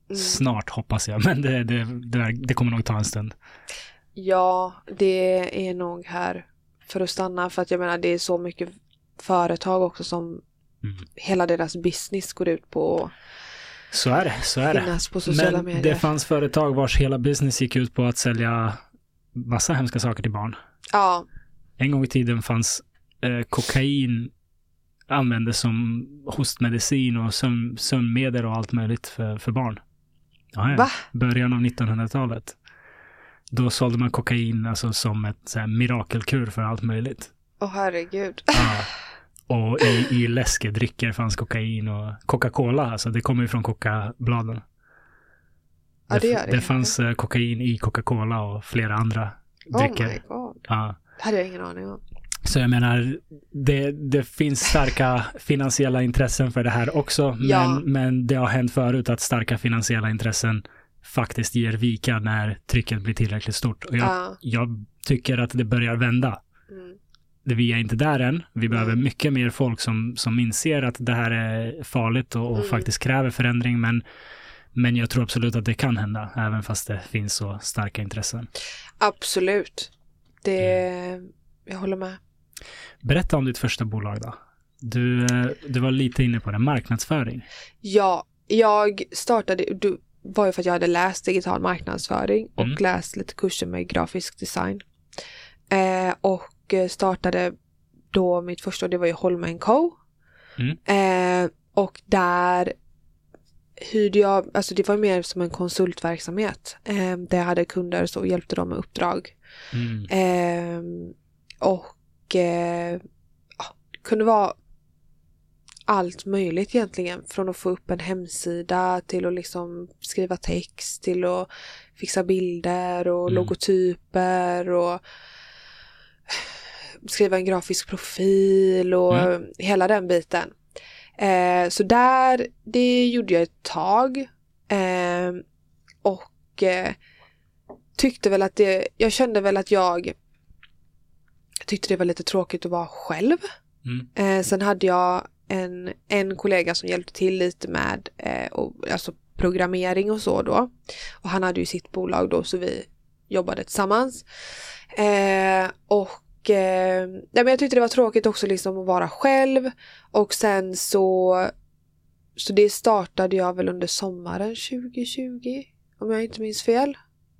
snart, hoppas jag. Men det kommer nog ta en stund. Ja, det är nog här för att stanna. För att jag menar, det är så mycket företag också som hela deras business går ut på. Så är det. På sociala medier. Det fanns företag vars hela business gick ut på att sälja massa hemska saker till barn. Ja. En gång i tiden fanns kokain användes som hostmedicin och sömnmedel och allt möjligt för barn. Ja. Va? Början av 1900-talet. Då sålde man kokain alltså som ett så här, mirakelkur för allt möjligt. Herregud. Ja. Och i läskedrycker fanns kokain och Coca-Cola, alltså det kommer ju från Coca-bladen. Ja, det fanns kokain i Coca-Cola och flera andra drycker. Oh my god. Ja. Det hade jag ingen aning om. Så jag menar, det finns starka finansiella intressen för det här också. Men det har hänt förut att starka finansiella intressen faktiskt ger vika när trycket blir tillräckligt stort. Och jag tycker att det börjar vända. Vi är inte där än. Vi behöver mycket mer folk som inser att det här är farligt och faktiskt kräver förändring. Men jag tror absolut att det kan hända, även fast det finns så starka intressen. Absolut. Jag håller med. Berätta om ditt första bolag då. Du var lite inne på det, marknadsföring. Ja, jag startade, var ju för att jag hade läst digital marknadsföring och läst lite kurser med grafisk design. Och startade då mitt första, det var ju Holm & Co. Och där hyrde jag, alltså det var mer som en konsultverksamhet. Där jag hade kunder och hjälpte dem med uppdrag. Det kunde vara allt möjligt egentligen, från att få upp en hemsida till att liksom skriva text, till att fixa bilder och logotyper och skriva en grafisk profil och hela den biten. Så det gjorde jag ett tag och tyckte väl att jag kände väl att jag tyckte det var lite tråkigt att vara själv. Sen hade jag en kollega som hjälpte till lite med alltså programmering och så då. Och han hade ju sitt bolag då, så vi jobbade tillsammans. Men jag tyckte det var tråkigt också liksom att vara själv. Och sen så det startade jag väl under sommaren 2020, om jag inte minns fel.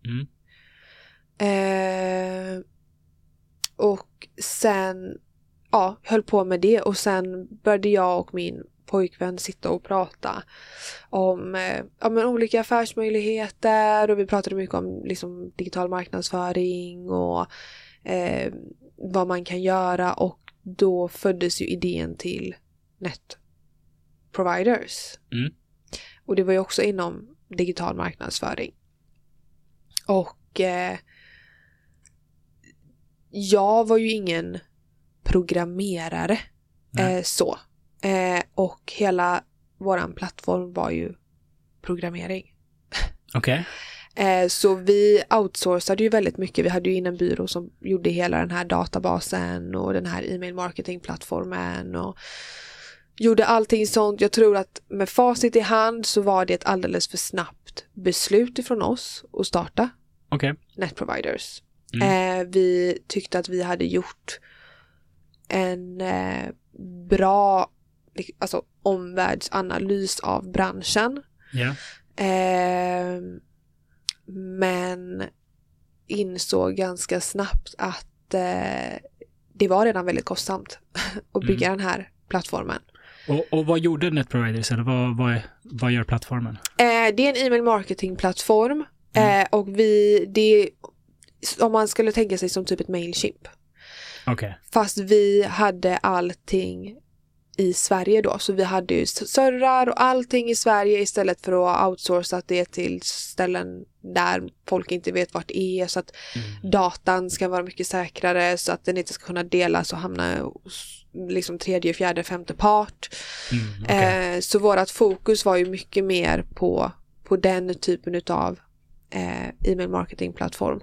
Och sen höll på med det, och sen började jag och min pojkvän sitta och prata om olika affärsmöjligheter, och vi pratade mycket om liksom digital marknadsföring och vad man kan göra, och då föddes ju idén till Net Providers. Och det var ju också inom digital marknadsföring. Och jag var ju ingen programmerare och hela våran plattform var ju programmering. Okej. Så vi outsourcade ju väldigt mycket. Vi hade ju in en byrå som gjorde hela den här databasen och den här e-mail marketing-plattformen och gjorde allting sånt. Jag tror att med facit i hand så var det ett alldeles för snabbt beslut ifrån oss att starta Net Providers. Vi tyckte att vi hade gjort en bra omvärldsanalys av branschen. Men insåg ganska snabbt att det var redan väldigt kostsamt att bygga den här plattformen. Och vad gjorde Net Providers, eller vad gör plattformen? Det är en e-mail marketing-plattform och om man skulle tänka sig som typ ett Mailchimp. Fast vi hade allting i Sverige då. Så vi hade ju servrar och allting i Sverige istället för att outsourca det till ställen där folk inte vet vart det är, så att datan ska vara mycket säkrare, så att den inte ska kunna delas och hamna hos liksom tredje, fjärde, femte part. Så vårat fokus var ju mycket mer på den typen utav e-mail marketing plattform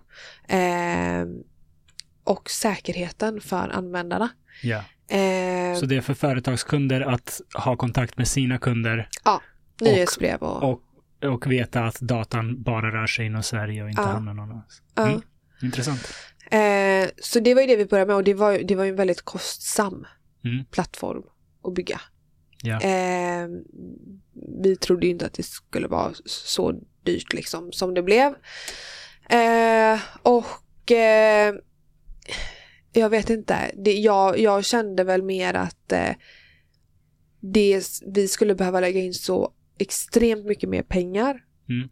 och säkerheten för användarna. Så det är för företagskunder att ha kontakt med sina kunder. Ja, nyhetsbrev och och veta att datan bara rör sig inom Sverige och inte hamnar någonstans. Intressant. Så det var ju det vi började med, och det var ju en väldigt kostsam plattform att bygga. Ja. Vi trodde ju inte att det skulle vara så dyrt liksom som det blev. Jag vet inte. Jag kände väl mer att vi skulle behöva lägga in så extremt mycket mer pengar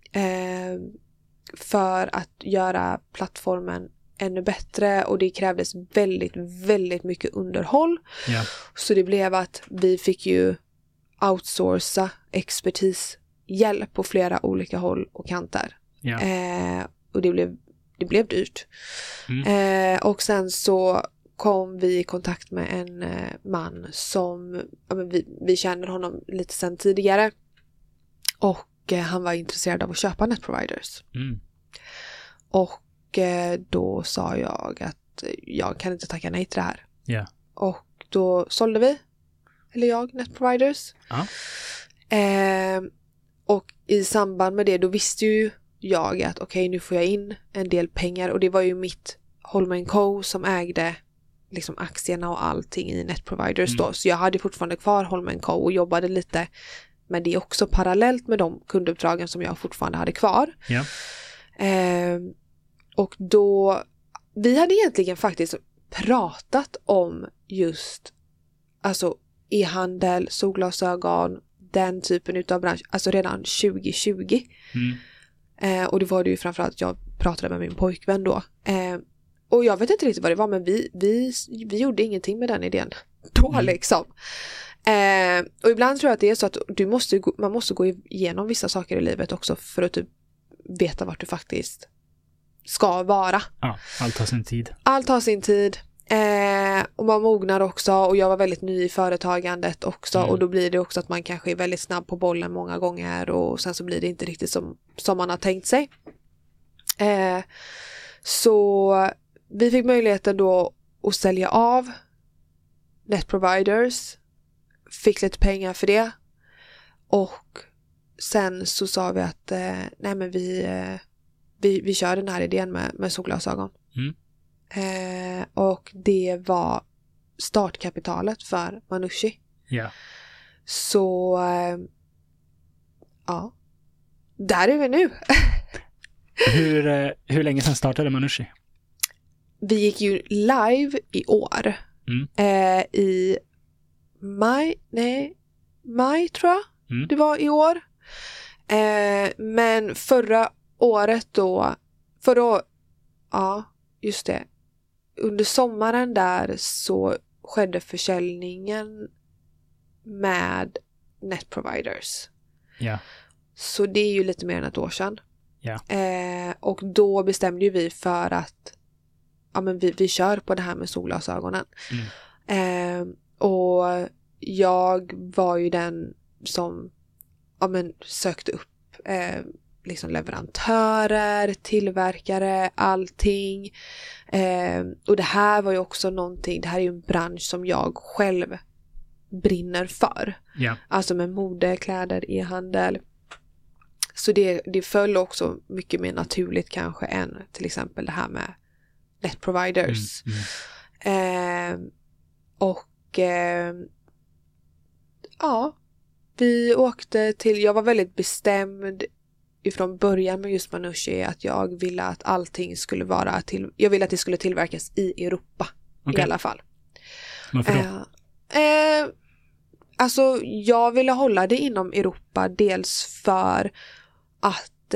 för att göra plattformen ännu bättre, och det krävdes väldigt, väldigt mycket underhåll. Ja. Så det blev att vi fick ju outsourca expertishjälp på flera olika håll och kanter. Ja. Och det blev dyrt. Och sen så kom vi i kontakt med en man som, vi känner honom lite sedan tidigare, och han var intresserad av att köpa NetProviders. Och då sa jag att jag kan inte tacka nej till det här. Yeah. Och då sålde vi, eller jag, NetProviders. Och i samband med det, då visste ju jag att okej, nu får jag in en del pengar, och det var ju mitt Holmen Co som ägde liksom aktierna och allting i NetProviders då, så jag hade fortfarande kvar Holmen Co och jobbade lite med det också parallellt med de kunduppdragen som jag fortfarande hade kvar. Och då, vi hade egentligen faktiskt pratat om just alltså e-handel, solglasögon, den typen utav bransch, alltså redan 2020. Och det var det ju framförallt att jag pratade med min pojkvän då. Och jag vet inte riktigt vad det var, men vi gjorde ingenting med den idén då liksom. Och ibland tror jag att det är så att man måste gå igenom vissa saker i livet också för att typ veta vart du faktiskt ska vara. Ja, allt har sin tid. Allt har sin tid. Och man mognar också, och jag var väldigt ny i företagandet också, och då blir det också att man kanske är väldigt snabb på bollen många gånger, och sen så blir det inte riktigt som man har tänkt sig. Så vi fick möjligheten då att sälja av NetProviders, fick lite pengar för det, och sen så sa vi att nej men vi kör den här idén med solglasögon. Och det var startkapitalet för Manushi. Ja. Så ja, där är vi nu. Hur länge sedan startade Manushi? Vi gick ju live i år. I maj tror jag det var i år. Men förra året då, ja, just det. Under sommaren där så skedde försäljningen med NetProviders. Ja. Så det är ju lite mer än ett år sedan. Ja. Och då bestämde ju vi för att men vi kör på det här med solglasögonen. Och jag var ju den som sökte upp liksom leverantörer, tillverkare, allting. Och det här var ju också någonting, det här är ju en bransch som jag själv brinner för. Yeah. Alltså med mode, kläder, e-handel. Så det föll också mycket mer naturligt kanske än till exempel det här med NetProviders. Ja, vi åkte till, jag var väldigt bestämd ifrån början med just Manushi att jag ville att allting skulle vara jag ville att det skulle tillverkas i Europa. I alla fall. Varför då? Alltså jag ville hålla det inom Europa, dels för att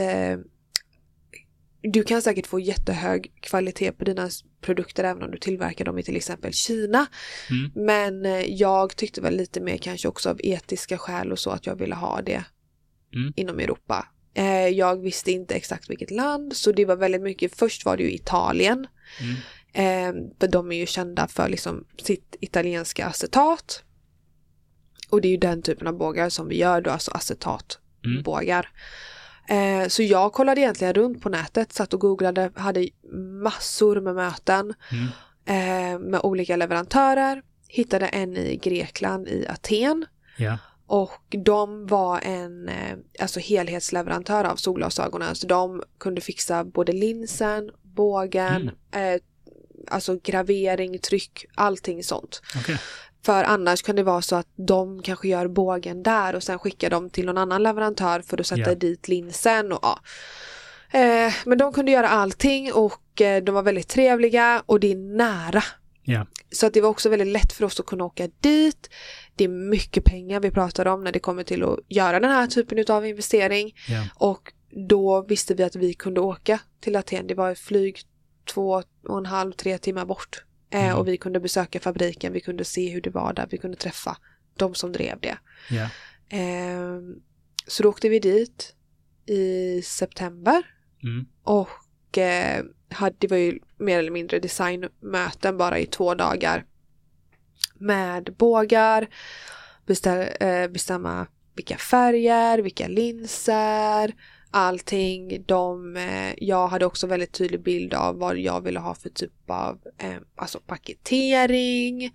du kan säkert få jättehög kvalitet på dina produkter även om du tillverkar dem i till exempel Kina. Men jag tyckte väl lite mer kanske också av etiska skäl och så att jag ville ha det inom Europa. Jag visste inte exakt vilket land, så det var väldigt mycket, först var det ju Italien. För de är ju kända för liksom sitt italienska acetat. Och det är ju den typen av bågar som vi gör då, alltså acetatbågar. Så jag kollade egentligen runt på nätet, satt och googlade, hade massor med möten med olika leverantörer. Hittade en i Grekland, i Aten. Ja. Och de var en alltså helhetsleverantör av solglasögonen. Så de kunde fixa både linsen, bågen, alltså gravering, tryck, allting sånt. Okay. För annars kan det vara så att de kanske gör bågen där och sen skickar de till någon annan leverantör för att sätta dit linsen. Och, ja. Men de kunde göra allting och de var väldigt trevliga och det är nära. Yeah. Så att det var också väldigt lätt för oss att kunna åka dit. Det är mycket pengar vi pratar om när det kommer till att göra den här typen av investering. Yeah. Och då visste vi att vi kunde åka till Aten. Det var ett flyg 2,5-3 timmar bort. Och vi kunde besöka fabriken, vi kunde se hur det var där, vi kunde träffa de som drev det. Yeah. Så då åkte vi dit i september. Och det var ju mer eller mindre designmöten bara i 2 dagar. Med bågar, bestämma vilka färger, vilka linser, allting. Jag hade också väldigt tydlig bild av vad jag ville ha för typ av alltså paketering.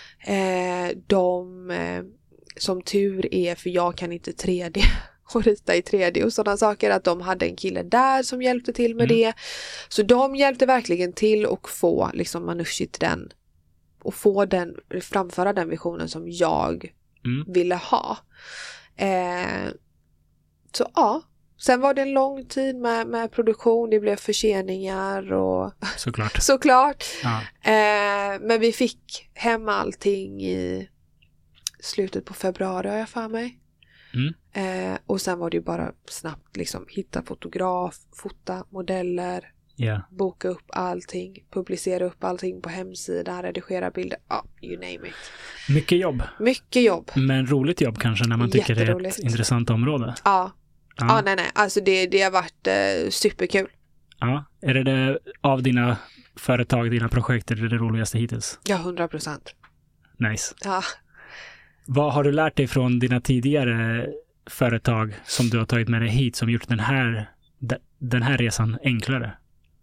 Som tur är, för jag kan inte 3D och rita i 3D och sådana saker, att de hade en kille där som hjälpte till med det. Så de hjälpte verkligen till och få liksom Manushi till den och få den, framföra den visionen som jag ville ha. Så ja, sen var det en lång tid med produktion, det blev förseningar och såklart. Ja. Men vi fick hem allting i slutet på februari, har jag för mig. Och sen var det ju bara snabbt liksom hitta fotograf, fota modeller, boka upp allting, publicera upp allting på hemsidan, redigera bilder, you name it. Mycket jobb. Men roligt jobb kanske när man tycker det är ett intressant område. Ja, nej. Alltså det har varit superkul. Ja, är det av dina företag, dina projekt, är det roligaste hittills? Ja, 100%. Nice. Ja. Vad har du lärt dig från dina tidigare företag som du har tagit med dig hit som gjort den här resan enklare?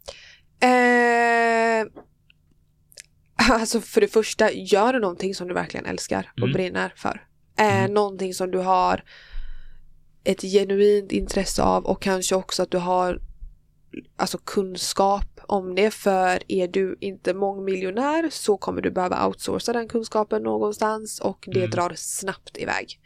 Alltså för det första, gör någonting som du verkligen älskar och brinner för. Någonting som du har ett genuint intresse av och kanske också att du har alltså kunskap om det, för är du inte mångmiljonär så kommer du behöva outsourca den kunskapen någonstans och det drar snabbt iväg.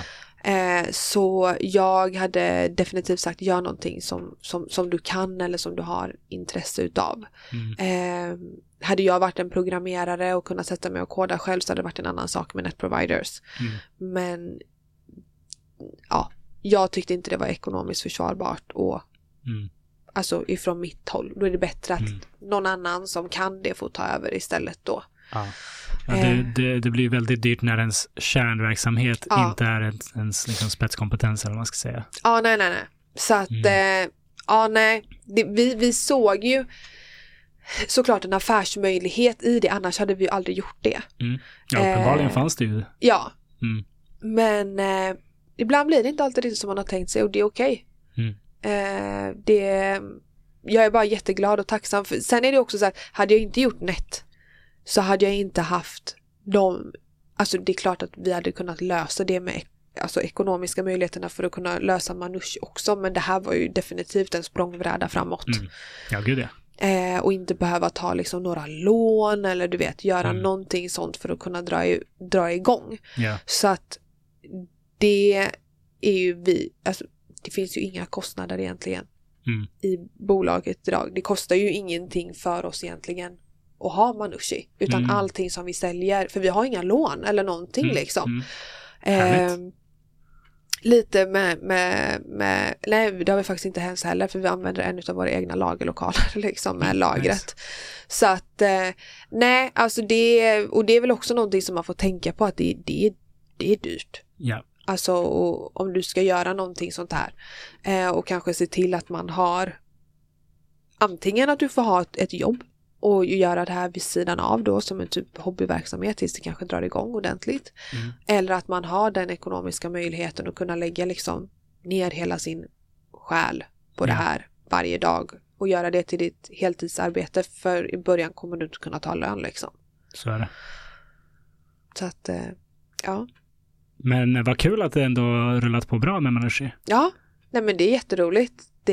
Så jag hade definitivt sagt, gör någonting som du kan eller som du har intresse utav. Hade jag varit en programmerare och kunnat sätta mig och koda själv så hade det varit en annan sak med NetProviders. Men ja, jag tyckte inte det var ekonomiskt försvarbart och alltså ifrån mitt håll. Då är det bättre att någon annan som kan det får ta över istället då. Ja, det blir väldigt dyrt när ens kärnverksamhet inte är ens liksom spetskompetens eller vad man ska säga. Ja, nej. Så att, nej. Vi såg ju såklart en affärsmöjlighet i det, annars hade vi aldrig gjort det. Ja, uppenbarligen fanns det ju. Ja, men ibland blir det inte alltid det som man har tänkt sig och det är okej. Jag är bara jätteglad och tacksam. Sen är det också så att hade jag inte gjort Net så hade jag inte haft alltså det är klart att vi hade kunnat lösa det med alltså ekonomiska möjligheterna för att kunna lösa Manushi också, men det här var ju definitivt en språngbräda framåt. Ja, gud ja. Och inte behöva ta liksom några lån eller du vet, göra någonting sånt för att kunna dra igång. Så att det är ju alltså det finns ju inga kostnader egentligen i bolaget idag. Det kostar ju ingenting för oss egentligen att ha Manushi, utan allting som vi säljer, för vi har inga lån eller någonting liksom. Lite med nej, det har vi faktiskt inte ens heller, för vi använder en av våra egna lagerlokaler liksom med lagret. Nice. Så att nej, alltså det är väl också någonting som man får tänka på, att det är dyrt. Ja. Alltså om du ska göra någonting sånt här och kanske se till att man har antingen att du får ha ett jobb och göra det här vid sidan av då som en typ hobbyverksamhet tills det kanske drar igång ordentligt. Eller att man har den ekonomiska möjligheten att kunna lägga liksom ner hela sin själ på det här varje dag och göra det till ditt heltidsarbete, för i början kommer du inte kunna ta lön liksom. Så är det. Så att ja. Mm. Men vad kul att det ändå har rullat på bra med Manushi. Ja, nej men det är jätteroligt.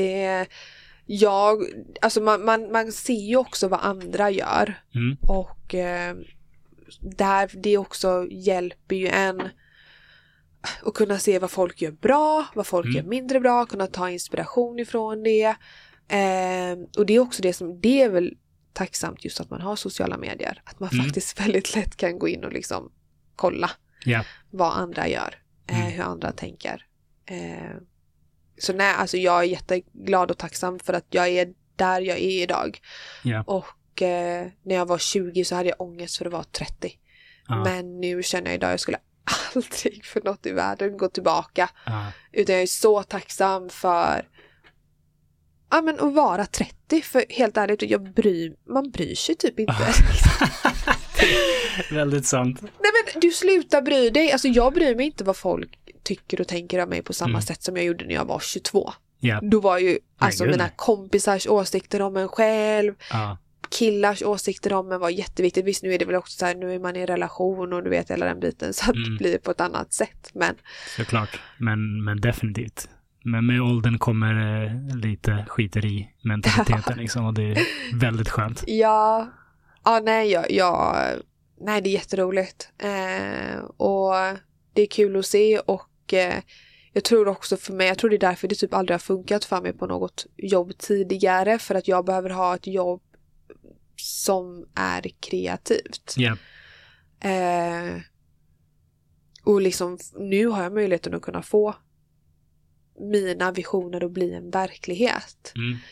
Alltså man ser ju också vad andra gör. Mm. Och det också hjälper ju en att kunna se vad folk gör bra, vad folk gör mindre bra, kunna ta inspiration ifrån det. Och det är också det är väl tacksamt just att man har sociala medier. Att man faktiskt väldigt lätt kan gå in och liksom kolla vad andra gör, hur andra tänker. Så nej, alltså jag är jätteglad och tacksam för att jag är där jag är idag. Och när jag var 20 så hade jag ångest för att vara 30. Men nu känner jag idag att jag skulle aldrig för något i världen gå tillbaka. Utan jag är så tacksam för att vara 30. För helt ärligt, man bryr sig typ inte. Väldigt sant. Nej men du slutar bry dig. Alltså jag bryr mig inte vad folk tycker och tänker om mig på samma sätt som jag gjorde när jag var 22. Då var ju mina kompisars åsikter om en själv, killars åsikter om en var jätteviktigt. Visst, nu är det väl också så här, nu är man i relation och du vet hela den biten, så att det blir på ett annat sätt. Men såklart, men definitivt. Men med åldern kommer lite skiter i mentaliteten liksom, och det är väldigt skönt. Nej, det är jätteroligt. Och det är kul att se, och jag tror också för mig, jag tror det är därför det typ aldrig har funkat för mig på något jobb tidigare, för att jag behöver ha ett jobb som är kreativt. Och liksom nu har jag möjligheten att kunna få mina visioner att bli en verklighet.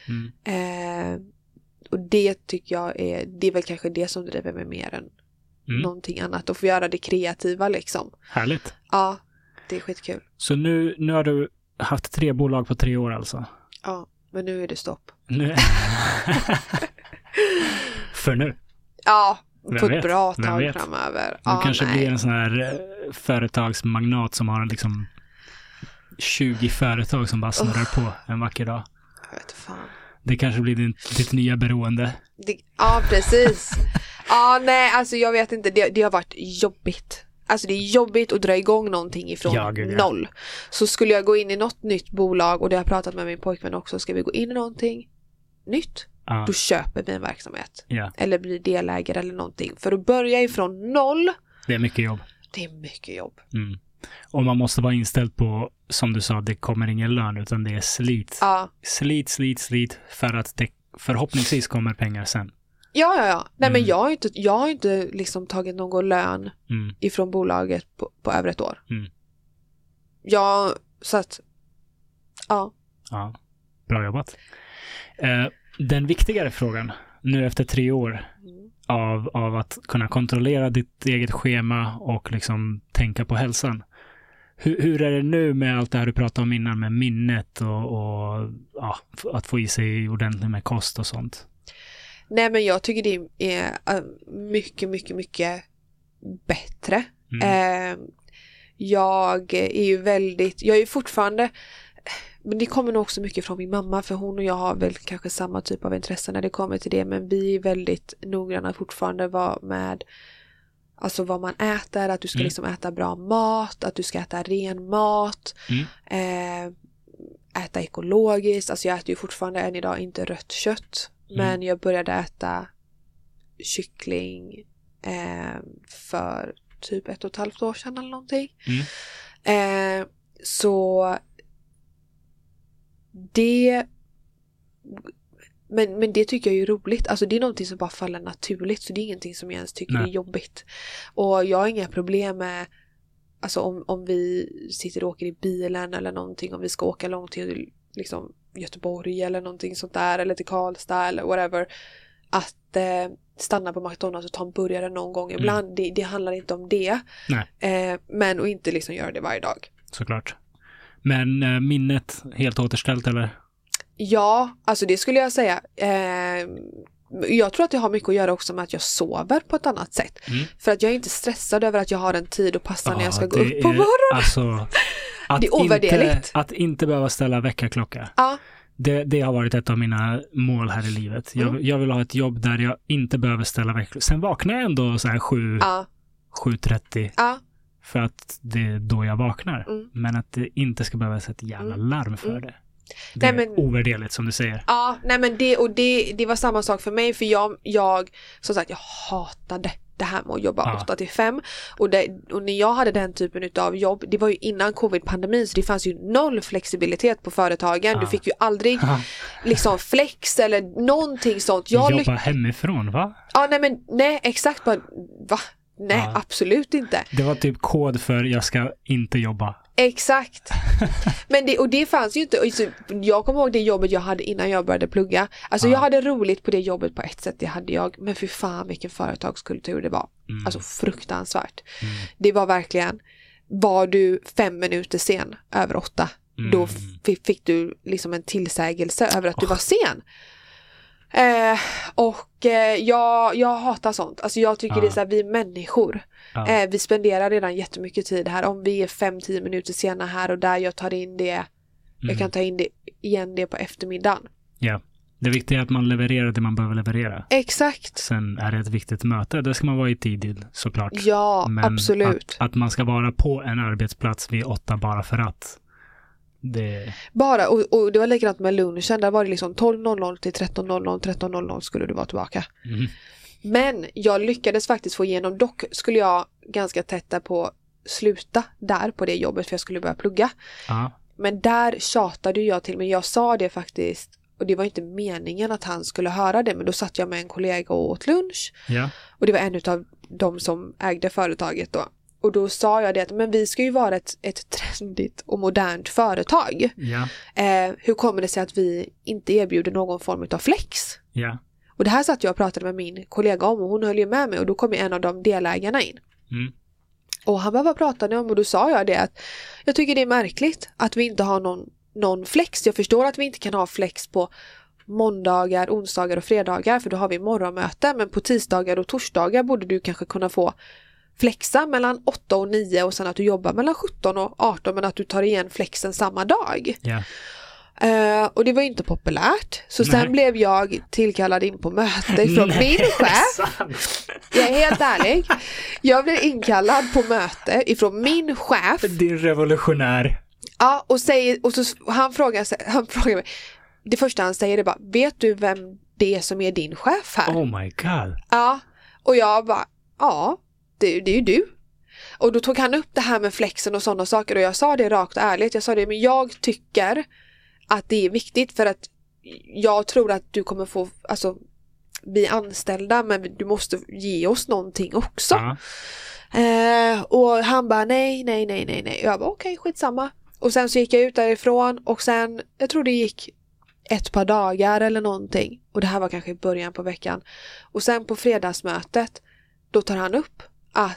Och det tycker jag det är väl kanske det som driver mig mer än någonting annat, att få göra det kreativa liksom. Härligt. Ja, det är skitkul. Så nu har du haft 3 bolag på 3 år alltså? Ja, men nu är det stopp. För nu? Ja, på ett bra tag framöver. Du kanske blir en sån här företagsmagnat som har liksom 20 företag som bara snurrar på en vacker dag. Jag vet fan. Det kanske blir ditt nya beroende. Ja, precis. Nej, alltså jag vet inte. Det har varit jobbigt. Alltså det är jobbigt att dra igång någonting ifrån noll. Så skulle jag gå in i något nytt bolag, och det har jag pratat med min pojkvän också, ska vi gå in i någonting nytt, då köper vi en verksamhet. Eller blir delägare eller någonting. För att börja ifrån noll. Det är mycket jobb. Och man måste vara inställd på, som du sa, det kommer ingen lön utan det är slit. Slit för att det förhoppningsvis kommer pengar sen. Ja. Nej, men jag har inte liksom tagit någon lön ifrån bolaget på över ett år. Så att ja. Bra jobbat. Den viktigare frågan nu efter 3 år av att kunna kontrollera ditt eget schema och liksom tänka på hälsan. Hur är det nu med allt det här du pratade om innan, med minnet och att få i sig ordentligt med kost och sånt? Nej, men jag tycker det är mycket, mycket, mycket bättre. Jag är ju fortfarande, men det kommer nog också mycket från min mamma, för hon och jag har väl kanske samma typ av intresse när det kommer till det, men vi är väldigt noggranna fortfarande med alltså vad man äter, att du ska liksom äta bra mat, att du ska äta ren mat, äta ekologiskt. Alltså jag äter ju fortfarande än idag inte rött kött, men jag började äta kyckling för typ 1,5 år sedan eller någonting. Så det, men det tycker jag är roligt. Alltså det är någonting som bara faller naturligt, så det är ingenting som jag ens tycker är jobbigt. Och jag har inga problem med, alltså om vi sitter och åker i bilen eller någonting, om vi ska åka långt till liksom Göteborg eller någonting sånt där, eller till Karlstad eller whatever, att stanna på McDonalds och ta en burgare någon gång ibland. Det handlar inte om det. Men och inte liksom göra det varje dag. Såklart. Men minnet helt återställt eller? Ja, alltså det skulle jag säga. Jag tror att det har mycket att göra också med att jag sover på ett annat sätt. För att jag är inte stressad över att jag har en tid att passa när jag ska gå upp på morgonen. Alltså, det är ovärderligt. Att inte behöva ställa väckarklocka. Det har varit ett av mina mål här i livet. Jag vill ha ett jobb där jag inte behöver ställa väckarklocka. Sen vaknar jag ändå så här 7:30. för att det är då jag vaknar. Men att det inte ska behöva sätta jävla larm för det. Det är ovärderligt som du säger. Ja, nej men det var samma sak för mig, för jag som sagt, jag hatade det här med att jobba 8-5 och när jag hade den typen av jobb, det var ju innan covid-pandemin, så det fanns ju noll flexibilitet på företagen. Du fick ju aldrig liksom flex eller någonting sånt. Jobba hemifrån, va? Ja, nej, exakt. Va? Nej, absolut inte. Det var typ kod för jag ska inte jobba. Exakt. Men det fanns ju inte. Jag kommer ihåg det jobbet jag hade innan jag började plugga. Alltså jag hade roligt på det jobbet på ett sätt, det hade jag. Men för fan vilken företagskultur det var. Alltså fruktansvärt. Det var verkligen, var du 5 minuter sen över 8, då fick du liksom en tillsägelse över att du var sen. Jag hatar sånt. Alltså jag tycker det är så här, vi människor vi spenderar redan jättemycket tid här. Om vi är 5-10 minuter sena här och där, jag tar in det, jag kan ta in det igen det på eftermiddagen. Ja, det viktiga är att man levererar det man behöver leverera. Exakt. Sen är det ett viktigt möte, då ska man vara i tid såklart. Ja, men absolut. Att man ska vara på en arbetsplats vid 8 bara för att bara, och det var likadant med lunchen. Där var det liksom 12.00 till 13.00. 13.00 skulle du vara tillbaka. Men jag lyckades faktiskt få igenom, dock skulle jag ganska tätt på sluta där på det jobbet, för jag skulle börja plugga. Men där tjatade jag till mig. Jag sa det faktiskt, och det var inte meningen att han skulle höra det, men då satt jag med en kollega och åt lunch. Och det var en av de som ägde företaget då. Och då sa jag det att men vi ska ju vara ett trendigt och modernt företag. Hur kommer det sig att vi inte erbjuder någon form av flex? Och det här satt jag och pratade med min kollega om, och hon höll ju med mig, och då kom ju en av de delägarna in. Och han bara, vad pratade ni om? Och då sa jag det att jag tycker det är märkligt att vi inte har någon flex. Jag förstår att vi inte kan ha flex på måndagar, onsdagar och fredagar, för då har vi morgonmöte, men på tisdagar och torsdagar borde du kanske kunna få flexa mellan 8 och 9 och sen att du jobbar mellan 17 och 18, men att du tar igen flexen samma dag. Och det var inte populärt. Så sen blev jag tillkallad in på möte från min chef. Jag är helt ärlig. Jag blev inkallad på möte ifrån min chef. Din revolutionär. Ja, och han frågar mig. Det första han säger är bara, vet du vem det är som är din chef här? Oh my god. Ja, och jag bara, ja, det är ju du. Och då tog han upp det här med flexen och sådana saker, och jag sa det rakt och ärligt. Jag sa det, men jag tycker att det är viktigt, för att jag tror att du kommer få bli anställda, men du måste ge oss någonting också. Och han bara nej. Jag bara okej, skitsamma. Och sen så gick jag ut därifrån, och sen, jag tror det gick ett par dagar eller någonting, och det här var kanske i början på veckan, och sen på fredagsmötet då tar han upp att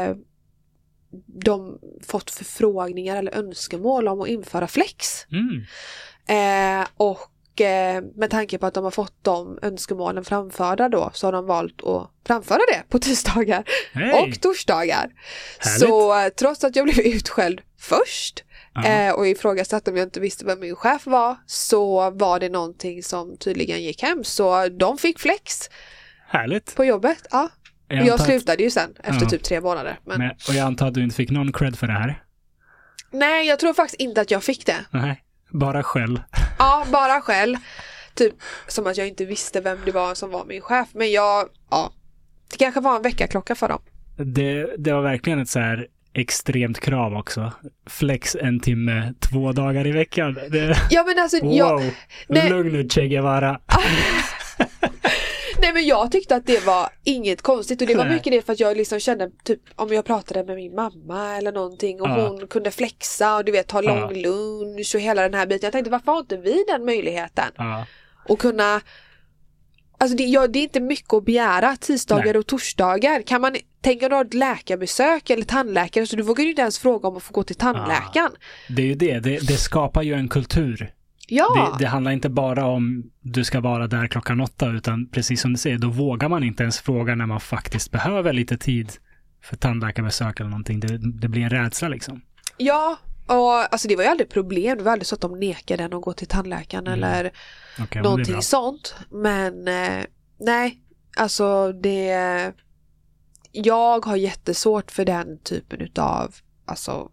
de fått förfrågningar eller önskemål om att införa flex. Och med tanke på att de har fått de önskemålen framförda då, så har de valt att framföra det på tisdagar och torsdagar. Härligt. Så trots att jag blev utskälld först och ifrågasatt om jag inte visste vem min chef var, så var det någonting som tydligen gick hem. Så de fick flex. Härligt. På jobbet, ja. Jag slutade ju sen efter typ 3 månader. Men... Och jag antar att du inte fick någon cred för det här? Nej, jag tror faktiskt inte att jag fick det. Nej, bara skäll. Ja, bara skäll. Typ som att jag inte visste vem det var som var min chef. Men det kanske var en veckaklocka för dem. Det var verkligen ett så här extremt krav också. Flex 1 timme, 2 dagar i veckan. Ja, men alltså... Wow, lugn nu, Che Guevara. Nej, men jag tyckte att det var inget konstigt, och det var mycket det för att jag liksom kände typ om jag pratade med min mamma eller någonting, och hon kunde flexa och du vet ta lång lunch och hela den här biten. Jag tänkte, varför har inte vi den möjligheten? Och kunna, alltså det är inte mycket att begära tisdagar och torsdagar. Kan man tänka då ett läkarbesök eller tandläkare, så du vågar ju inte ens fråga om att få gå till tandläkaren. Det är ju det skapar ju en kultur. Ja. Det handlar inte bara om du ska vara där klockan 8, utan precis som du säger, då vågar man inte ens fråga när man faktiskt behöver lite tid för tandläkarbesök eller någonting. Det blir en rädsla liksom. Ja, och alltså det var ju aldrig problem. Det var aldrig så att de nekade en att gå till tandläkaren eller någonting sånt. Men nej, alltså jag har jättesvårt för den typen utav, alltså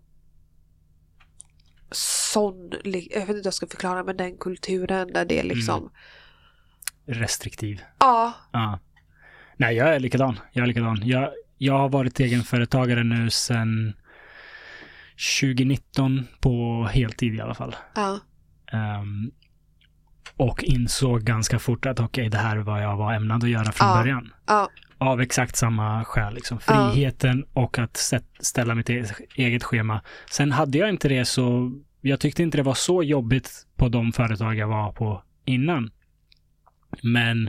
jag vet inte hur jag ska förklara, men den kulturen där det är liksom restriktiv. Ja. Nej, jag är likadan. Jag har varit egenföretagare nu sedan 2019 på heltid i alla fall. Ja. Och insåg ganska fort att det här är vad jag var ämnad att göra från början. Ja. Av exakt samma skäl. Liksom. Friheten och att ställa mitt eget schema. Sen hade jag inte det, så jag tyckte inte det var så jobbigt på de företag jag var på innan. Men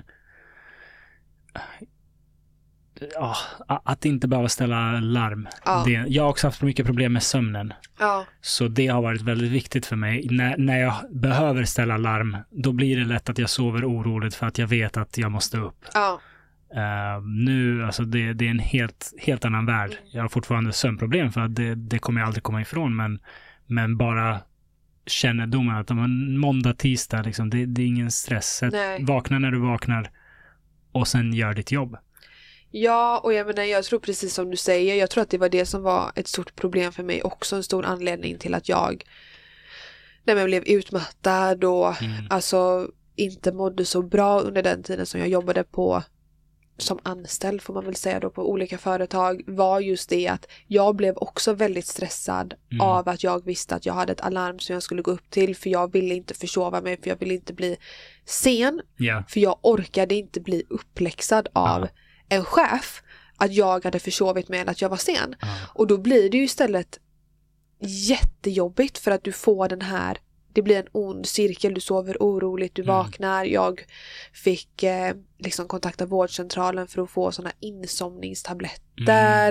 att inte behöva ställa larm. Jag har också haft mycket problem med sömnen. Så det har varit väldigt viktigt för mig. När jag behöver ställa larm, då blir det lätt att jag sover oroligt för att jag vet att jag måste upp. Nu, alltså det är en helt annan värld. Jag har fortfarande sömnproblem för att det kommer jag aldrig komma ifrån, men bara kännedomen att måndag, tisdag liksom, det är ingen stress. Vakna när du vaknar och sen gör ditt jobb. Ja, och jag tror precis som du säger, jag tror att det var det som var ett stort problem för mig, också en stor anledning till att jag blev utmattad och alltså inte mådde så bra under den tiden som jag jobbade på som anställd, får man väl säga då, på olika företag, var just det att jag blev också väldigt stressad av att jag visste att jag hade ett alarm som jag skulle gå upp till, för jag ville inte försova mig, för jag ville inte bli sen, för jag orkade inte bli uppläxad av en chef att jag hade försovit mig eller att jag var sen. Och då blir det ju istället jättejobbigt, för att du får det blir en ond cirkel, du sover oroligt, du vaknar. Jag fick liksom kontakta vårdcentralen för att få såna insomningstabletter.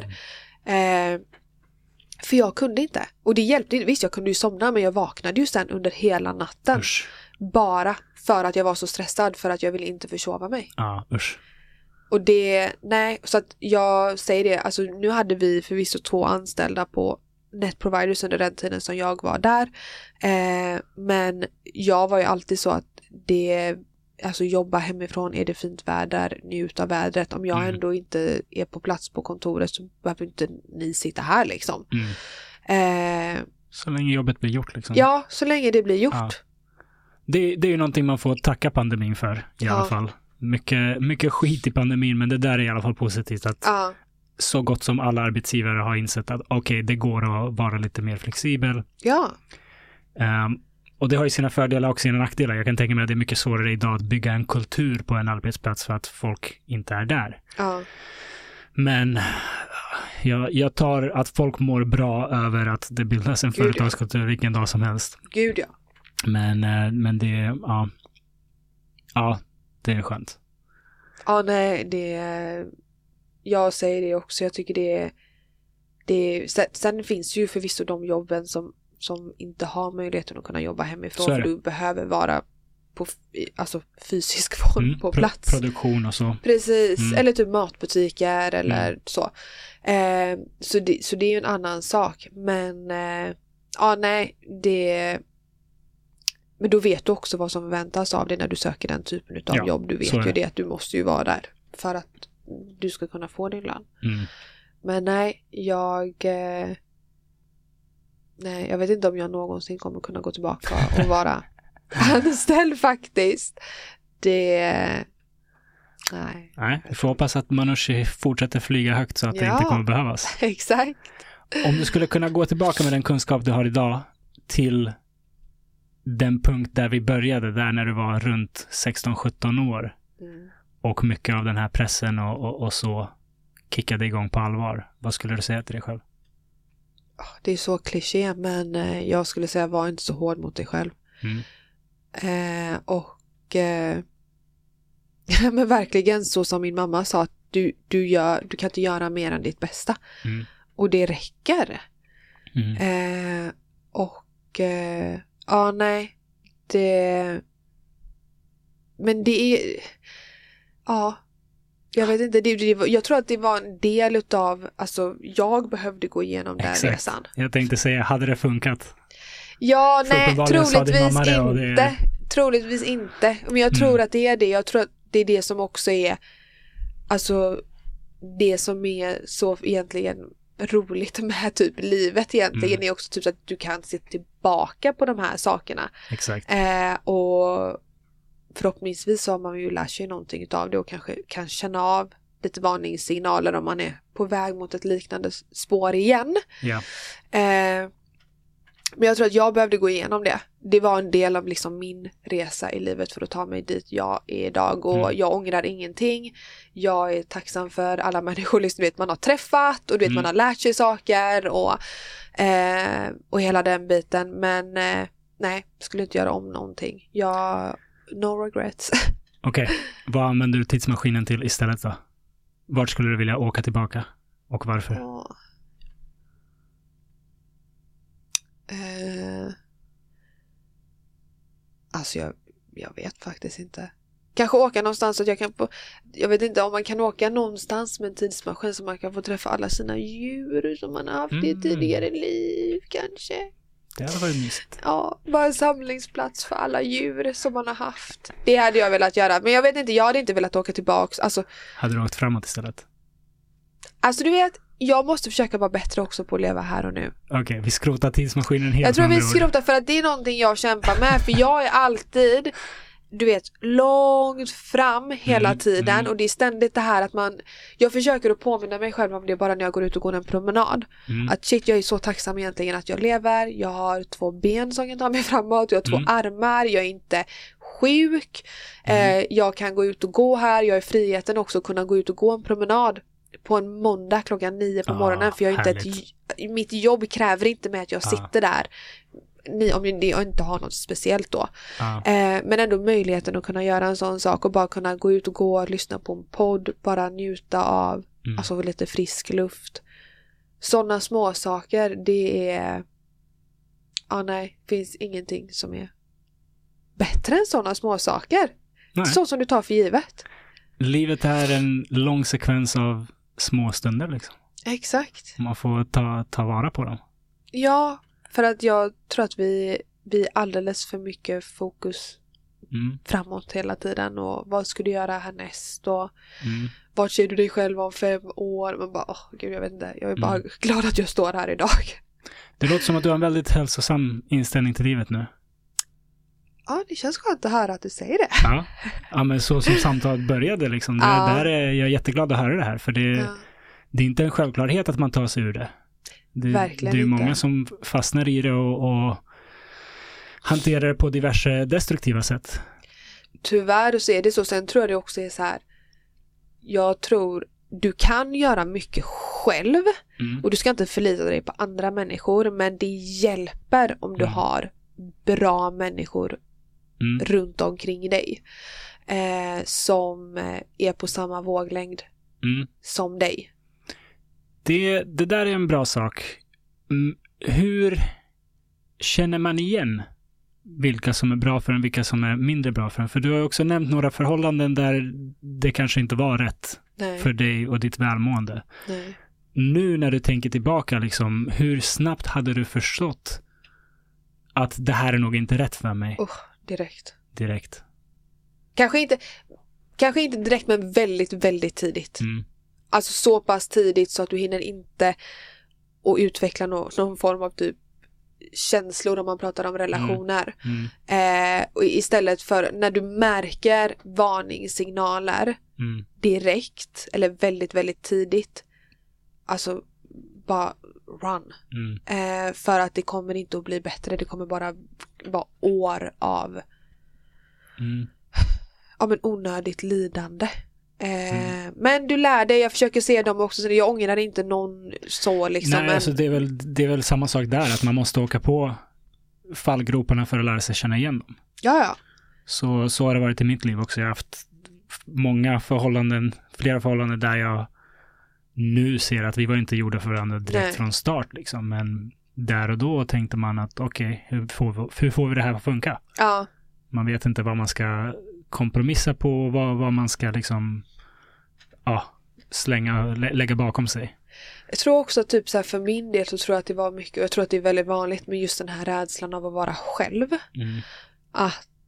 För jag kunde inte. Och det hjälpte inte. Visst, jag kunde ju somna, men jag vaknade ju sen under hela natten. Bara för att jag var så stressad, för att jag ville inte försova mig. Och så att jag säger det, alltså nu hade vi förvisso 2 anställda på NetProviders under den tiden som jag var där. Men jag var ju alltid så att alltså jobba hemifrån, är det fint väder, njut av vädret. Om jag ändå inte är på plats på kontoret så behöver inte ni sitta här liksom. Så länge jobbet blir gjort liksom. Ja, så länge det blir gjort. Ja. Det är ju någonting man får tacka pandemin för i alla fall. Mycket skit i pandemin, men det där är i alla fall positivt att så gott som alla arbetsgivare har insett att det går att vara lite mer flexibel. Och det har ju sina fördelar och sina nackdelar. Jag kan tänka mig att det är mycket svårare idag att bygga en kultur på en arbetsplats för att folk inte är där. Men jag tar att folk mår bra över att det bildas en företagskultur vilken dag som helst. Gud ja. Men det det är skönt. Ja, nej, jag säger det också. Jag tycker sen finns ju förvisso de jobben som inte har möjligheten att kunna jobba hemifrån, för du behöver vara på fysisk form på plats. Produktion och så. Precis, eller typ matbutiker eller så. Så det är ju en annan sak. Men men då vet du också vad som förväntas av dig när du söker den typen av jobb. Du vet ju det, att du måste ju vara där för att du ska kunna få din lön. Men nej, jag vet inte om jag någonsin kommer kunna gå tillbaka och vara anställd faktiskt. Nej, vi får hoppas att Manushi fortsätter flyga högt så att det inte kommer behövas. Exakt. Om du skulle kunna gå tillbaka med den kunskap du har idag till den punkt där vi började, där när du var runt 16-17 år och mycket av den här pressen och så kickade igång på allvar. Vad skulle du säga till dig själv? Det är så kliché, men jag skulle säga var inte så hård mot dig själv. Men verkligen så som min mamma sa, att du kan inte göra mer än ditt bästa. Och det räcker. Nej, men det är jag vet inte, jag tror att det var en del utav, alltså jag behövde gå igenom den resan. Jag tänkte säga, hade det funkat? Ja, nej, troligtvis inte. Men jag tror att det är det. Jag tror att det är det som också är, alltså det som är så egentligen roligt med typ livet egentligen är också typ så att du kan se tillbaka på de här sakerna. Exakt. Och förhoppningsvis så har man ju lärt sig någonting utav det och kanske kan känna av lite varningssignaler om man är på väg mot ett liknande spår igen. Ja. Men jag tror att jag behövde gå igenom det. Det var en del av liksom min resa i livet för att ta mig dit jag är idag. Och jag ångrar ingenting. Jag är tacksam för alla människor liksom, du vet, man har träffat. Och du vet, man har lärt sig saker. Och hela den biten. Men nej, skulle inte göra om någonting. No regrets. Okej, vad använder du tidsmaskinen till istället då? Vart skulle du vilja åka tillbaka? Och varför? Alltså jag vet faktiskt inte. Kanske åka någonstans så att jag kan få, jag vet inte om man kan åka någonstans med en tidsmaskin så man kan få träffa alla sina djur som man har haft i tidigare liv kanske. Det hade varit mysigt. Ja, bara en samlingsplats för alla djur som man har haft. Det hade jag velat göra, men jag vet inte, jag hade inte velat åka tillbaks. Alltså, hade du åkt framåt istället? Alltså du vet, jag måste försöka vara bättre också på att leva här och nu. Okej, vi skrotar tidsmaskinen helt. Jag tror vi skrotar för att det är någonting jag kämpar med. För jag är alltid, du vet, långt fram hela tiden. Och det är ständigt det här att jag försöker att påminna mig själv om det bara när jag går ut och går en promenad. Att shit, jag är så tacksam egentligen att jag lever. Jag har 2 ben som kan ta mig framåt. Jag har 2 armar. Jag är inte sjuk. Jag kan gå ut och gå här. Jag har friheten också att kunna gå ut och gå en promenad på en måndag 9:00 på morgonen. För jag är inte mitt jobb kräver inte med att jag sitter där. Om jag inte har något speciellt då. Men ändå möjligheten att kunna göra en sån sak och bara kunna gå ut och gå och lyssna på en podd, bara njuta av alltså lite frisk luft. Sådana små saker, det är nej, finns ingenting som är bättre än sådana små saker. Så som du tar för givet. Livet är en lång sekvens av små stunder liksom. Exakt. Man får ta vara på dem. Ja, för att jag tror att vi alldeles för mycket fokus framåt hela tiden. Och vad ska du göra härnäst? Och vart ser du dig själv om 5 år? Man bara, gud, jag vet inte. Jag är bara glad att jag står här idag. Det låter som att du har en väldigt hälsosam inställning till livet nu. Ja, det känns skönt att höra att du säger det. Ja, men så som samtalet började liksom. Där är jag jätteglad att höra det här. För det är inte en självklarhet att man tar sig ur det. Det är ju många som fastnar i det och hanterar det på diverse destruktiva sätt. Tyvärr så är det så. Sen tror jag det också är så här. Jag tror du kan göra mycket själv. Och du ska inte förlita dig på andra människor. Men det hjälper om du har bra människor runt omkring dig. Som är på samma våglängd som dig. Det där är en bra sak. Hur känner man igen vilka som är bra för en, vilka som är mindre bra för en? För du har också nämnt några förhållanden där det kanske inte var rätt för dig och ditt välmående. Nej. Nu när du tänker tillbaka, liksom, hur snabbt hade du förstått att det här är nog inte rätt för mig? Direkt. Kanske inte direkt, men väldigt, väldigt tidigt. Alltså så pass tidigt så att du hinner inte att utveckla någon form av typ känslor om man pratar om relationer. Och istället för när du märker varningssignaler direkt eller väldigt, väldigt tidigt, alltså bara run. För att det kommer inte att bli bättre. Det kommer bara vara år av men onödigt lidande. Men du lär dig, jag försöker se dem också, så jag ångrar inte någon så liksom. Nej, alltså det är väl samma sak där, att man måste åka på fallgroparna för att lära sig känna igen dem. Ja. Så har det varit i mitt liv också. Jag har haft flera förhållanden där jag nu ser att vi var inte gjorda för varandra direkt från start liksom, men där och då tänkte man att okej, hur får vi det här att funka? Ja. Man vet inte vad man ska kompromissa på, vad man ska liksom lägga bakom sig. Jag tror också att typ så här, för min del så tror jag att det var mycket, och jag tror att det är väldigt vanligt med just den här rädslan av att vara själv. Att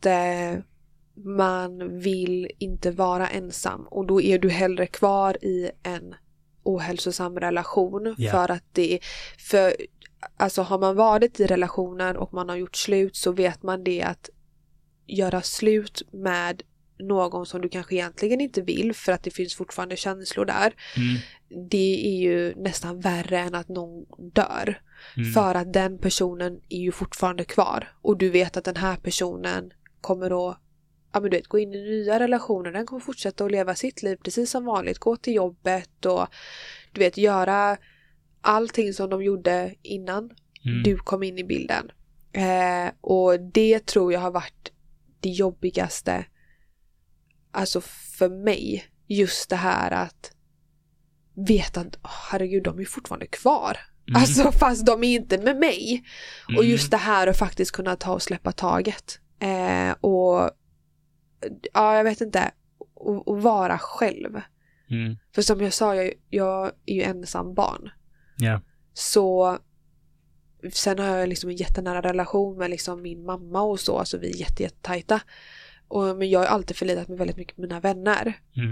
man vill inte vara ensam, och då är du hellre kvar i en ohälsosam relation. För att alltså har man varit i relationen och man har gjort slut, så vet man det, att göra slut med någon som du kanske egentligen inte vill för att det finns fortfarande känslor där. Det är ju nästan värre än att någon dör. För att den personen är ju fortfarande kvar. Och du vet att den här personen kommer att gå in i nya relationer. Den kommer fortsätta att leva sitt liv precis som vanligt. Gå till jobbet och du vet, göra allting som de gjorde innan du kom in i bilden. Och det tror jag har varit det jobbigaste, alltså för mig. Just det här att veta att herregud, de är fortfarande kvar. Alltså fast de är inte med mig. Och just det här att faktiskt kunna ta och släppa taget. Och jag vet inte, och vara själv. För som jag sa, jag är ju ensam barn. Så sen har jag liksom en jättenära relation med liksom min mamma och så. Alltså vi är jättetajta. Men jag har alltid förlitat mig väldigt mycket på mina vänner.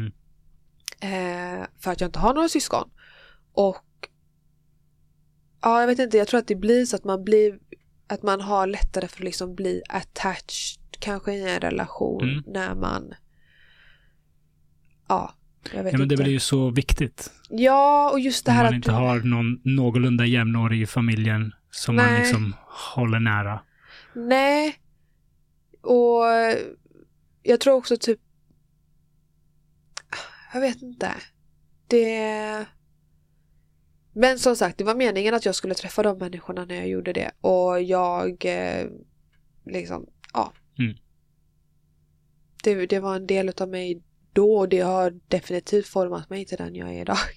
För att jag inte har några syskon. Och jag vet inte, jag tror att det blir så att man har lättare för att liksom bli attached kanske i en relation när man jag vet men det inte. blir ju så viktigt. Ja, och just det här att man inte har någon någorlunda jämnårig i familjen som man liksom håller nära. Nej. Och jag tror också typ, jag vet inte. Men som sagt, det var meningen att jag skulle träffa de människorna när jag gjorde det. Och jag liksom, det var en del av mig då, och det har definitivt format mig till den jag är idag.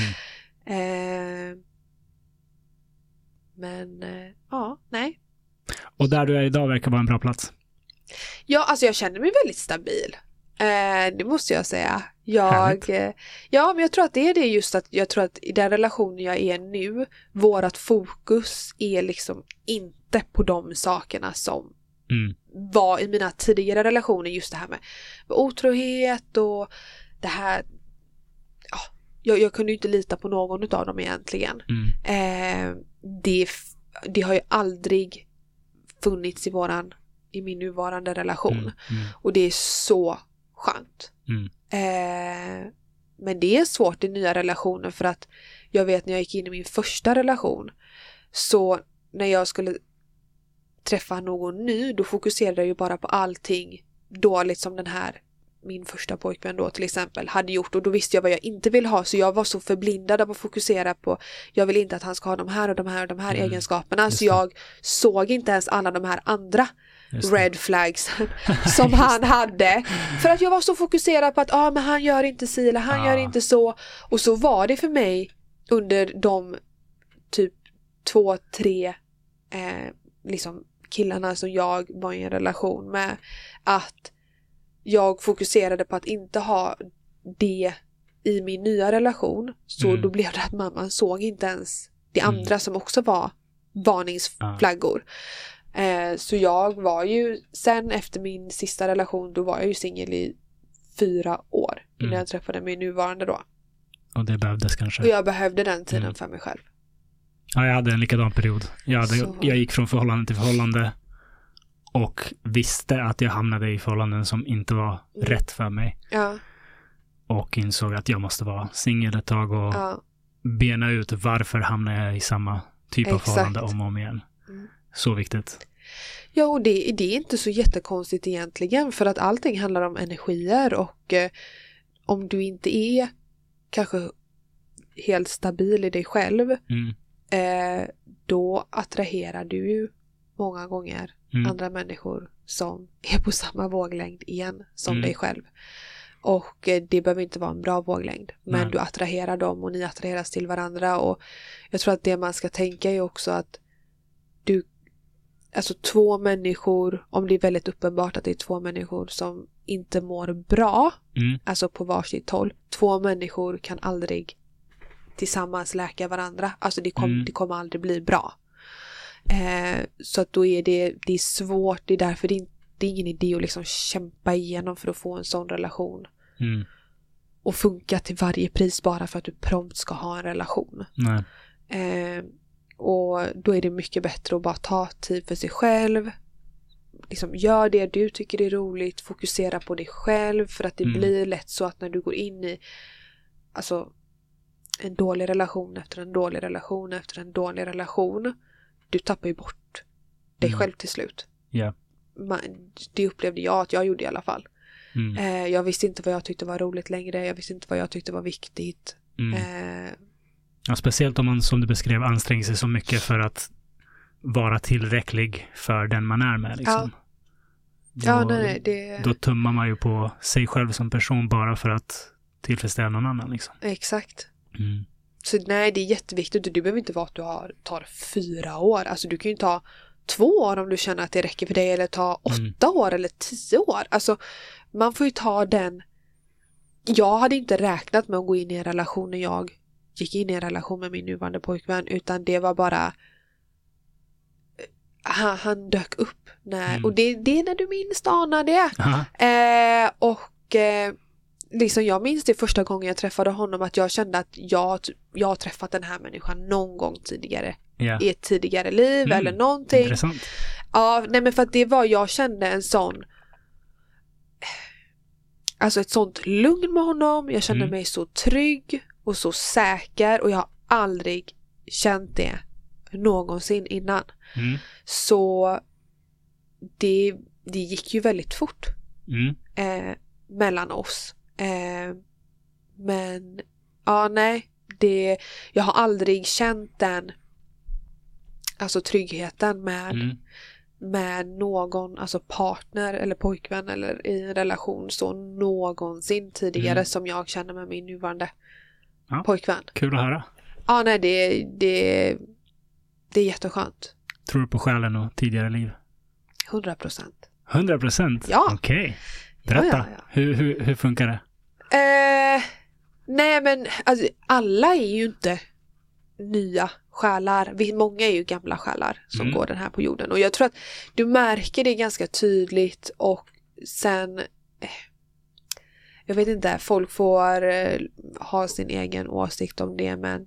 Nej. Och där du är idag verkar vara en bra plats. Ja, alltså jag känner mig väldigt stabil. Det måste jag säga. Men jag tror att det är det, just att jag tror att i den relationen jag är nu, vårat fokus är liksom inte på de sakerna som var i mina tidigare relationer, just det här med otrohet och det här. Jag kunde ju inte lita på någon av dem egentligen. Det har ju aldrig funnits i min nuvarande relation. Och det är så skönt. Men det är svårt i nya relationer, för att jag vet när jag gick in i min första relation, så när jag skulle träffa någon ny, då fokuserade jag ju bara på allting dåligt som den här min första pojkvän då till exempel hade gjort, och då visste jag vad jag inte vill ha, så jag var så förblindad av att fokusera på, jag vill inte att han ska ha de här och de här och de här egenskaperna, så jag såg inte ens alla de här andra red flags som han hade, för att jag var så fokuserad på att men han gör inte si eller han gör inte så, och så var det för mig under de typ 2-3 liksom killarna som jag var i en relation med, att jag fokuserade på att inte ha det i min nya relation, så då blev det att mamman såg inte ens det andra som också var varningsflaggor. Så jag var ju, sen efter min sista relation, då var jag ju singel i 4 år innan jag träffade min nuvarande då. Och det behövdes kanske. Och jag behövde den tiden för mig själv. Ja, jag hade en likadan period. Jag gick från förhållande till förhållande och visste att jag hamnade i förhållanden som inte var rätt för mig. Och insåg att jag måste vara singel ett tag och bena ut varför hamnar jag i samma typ av förhållande om och om igen. Så viktigt. Ja, och det är inte så jättekonstigt egentligen, för att allting handlar om energier, och om du inte är kanske helt stabil i dig själv, då attraherar du ju många gånger andra människor som är på samma våglängd igen som dig själv. Och det behöver inte vara en bra våglängd, men du attraherar dem och ni attraheras till varandra. Och jag tror att det man ska tänka är också att alltså 2 människor, om det är väldigt uppenbart att det är 2 människor som inte mår bra, alltså på varsitt håll, 2 människor kan aldrig tillsammans läka varandra. Alltså det kommer aldrig bli bra. Så att då är det är svårt, det är därför det är ingen idé att liksom kämpa igenom för att få en sån relation. och funka till varje pris bara för att du prompt ska ha en relation. Nej. Och då är det mycket bättre att bara ta tid för sig själv. Liksom, gör det du tycker är roligt, fokusera på dig själv, för att det blir lätt så att när du går in i alltså en dålig relation efter en dålig relation efter en dålig relation, du tappar ju bort dig själv till slut. Yeah. Det upplevde jag att jag gjorde i alla fall. Jag visste inte vad jag tyckte var roligt längre, jag visste inte vad jag tyckte var viktigt. Ja, speciellt om man, som du beskrev, anstränger sig så mycket för att vara tillräcklig för den man är med. Liksom. Då tummar man ju på sig själv som person bara för att tillfredsställa någon annan. Liksom. Exakt. Så nej, det är jätteviktigt. Du behöver inte vara att du tar 4 år. Alltså du kan ju ta 2 år om du känner att det räcker för dig, eller ta 8 år eller 10 år. Alltså man får ju ta den. Jag hade inte räknat med att gå in i en relation när jag gick in i en relation med min nuvarande pojkvän, utan det var bara han dök upp och det är när du minst anar det. Liksom jag minns det första gången jag träffade honom, att jag kände att jag har träffat den här människan någon gång tidigare i ett tidigare liv eller någonting. Intressant. Ja, nej, men för att jag kände en sån, alltså ett sånt lugn med honom. Jag kände mig så trygg och så säker, och jag har aldrig känt det någonsin innan. Så det gick ju väldigt fort mellan oss. Men jag har aldrig känt den, alltså tryggheten med någon, alltså partner eller pojkvän eller i en relation så någonsin tidigare som jag känner med min nuvarande pojkvän. Kul att höra. Ja, nej, det är jätteskönt. Tror du på själen och tidigare liv? 100%. 100%? Ja. Okej. Berätta. Ja. Hur funkar det? Nej, men alltså, alla är ju inte nya själar. Många är ju gamla själar som går den här på jorden. Och jag tror att du märker det ganska tydligt, och sen jag vet inte, folk får ha sin egen åsikt om det, men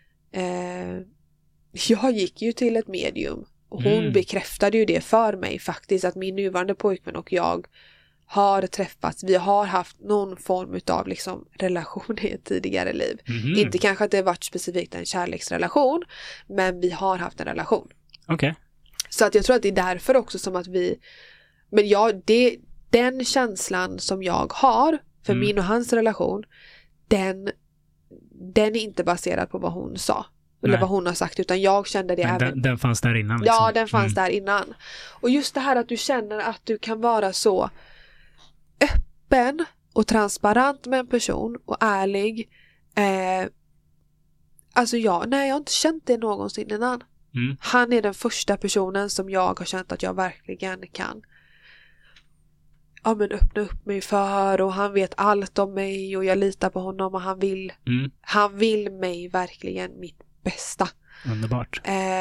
jag gick ju till ett medium och hon bekräftade ju det för mig faktiskt, att min nuvarande pojkvän och jag har träffats. Vi har haft någon form av liksom relation i ett tidigare liv. Inte kanske att det har varit specifikt en kärleksrelation, men vi har haft en relation. Okej. Så att jag tror att det är därför också som att den känslan som jag har för min och hans relation, den är inte baserad på vad hon sa. Eller vad hon har sagt, utan jag kände det även. Den fanns där innan. Liksom. Ja, den fanns där innan. Och just det här att du känner att du kan vara så öppen och transparent med en person och ärlig. Alltså jag har inte känt det någonsin innan. Han är den första personen som jag har känt att jag verkligen kan öppna upp mig för, och han vet allt om mig och jag litar på honom, och han vill mig verkligen mitt bästa. Underbart.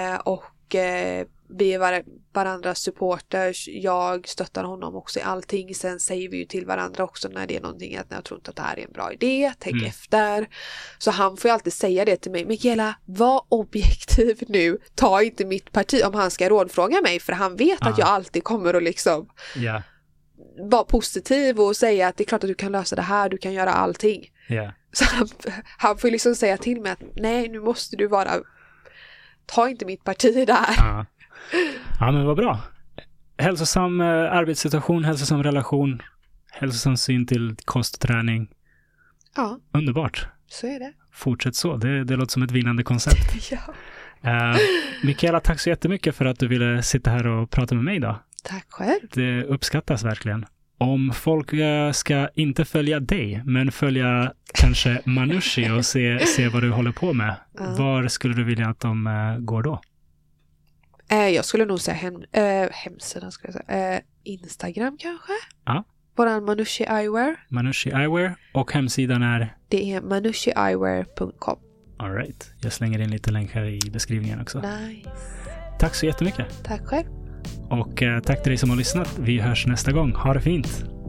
Vi är varandras supporters. Jag stöttar honom också i allting. Sen säger vi ju till varandra också när det är någonting, att jag tror inte att det här är en bra idé, tänk efter. Så han får ju alltid säga det till mig: Mikaela, var objektiv nu, ta inte mitt parti om han ska rådfråga mig, för han vet att jag alltid kommer att liksom vara positiv och säga att det är klart att du kan lösa det här, du kan göra allting. Så han får liksom säga till mig att nej, nu måste du ta inte mitt parti där. Ja, men vad bra. Hälsosam arbetssituation, hälsosam relation, hälsosam syn till kost och träning. Ja. Underbart. Så är det. Fortsätt så, det låter som ett vinnande koncept. Mikaela, tack så jättemycket för att du ville sitta här och prata med mig idag. Tack själv. Det uppskattas verkligen. Om folk ska inte följa dig, men följa kanske Manushi och se vad du håller på med, var skulle du vilja att de går då? Jag skulle nog säga hemsidan, skulle jag säga. Instagram kanske? Ja. Våran Manushi Eyewear. Manushi Eyewear, och hemsidan är? Det är manushiEyewear.com. All right. Jag slänger in lite länkar i beskrivningen också. Nice. Tack så jättemycket. Tack själv. Och tack till dig som har lyssnat. Vi hörs nästa gång. Ha det fint.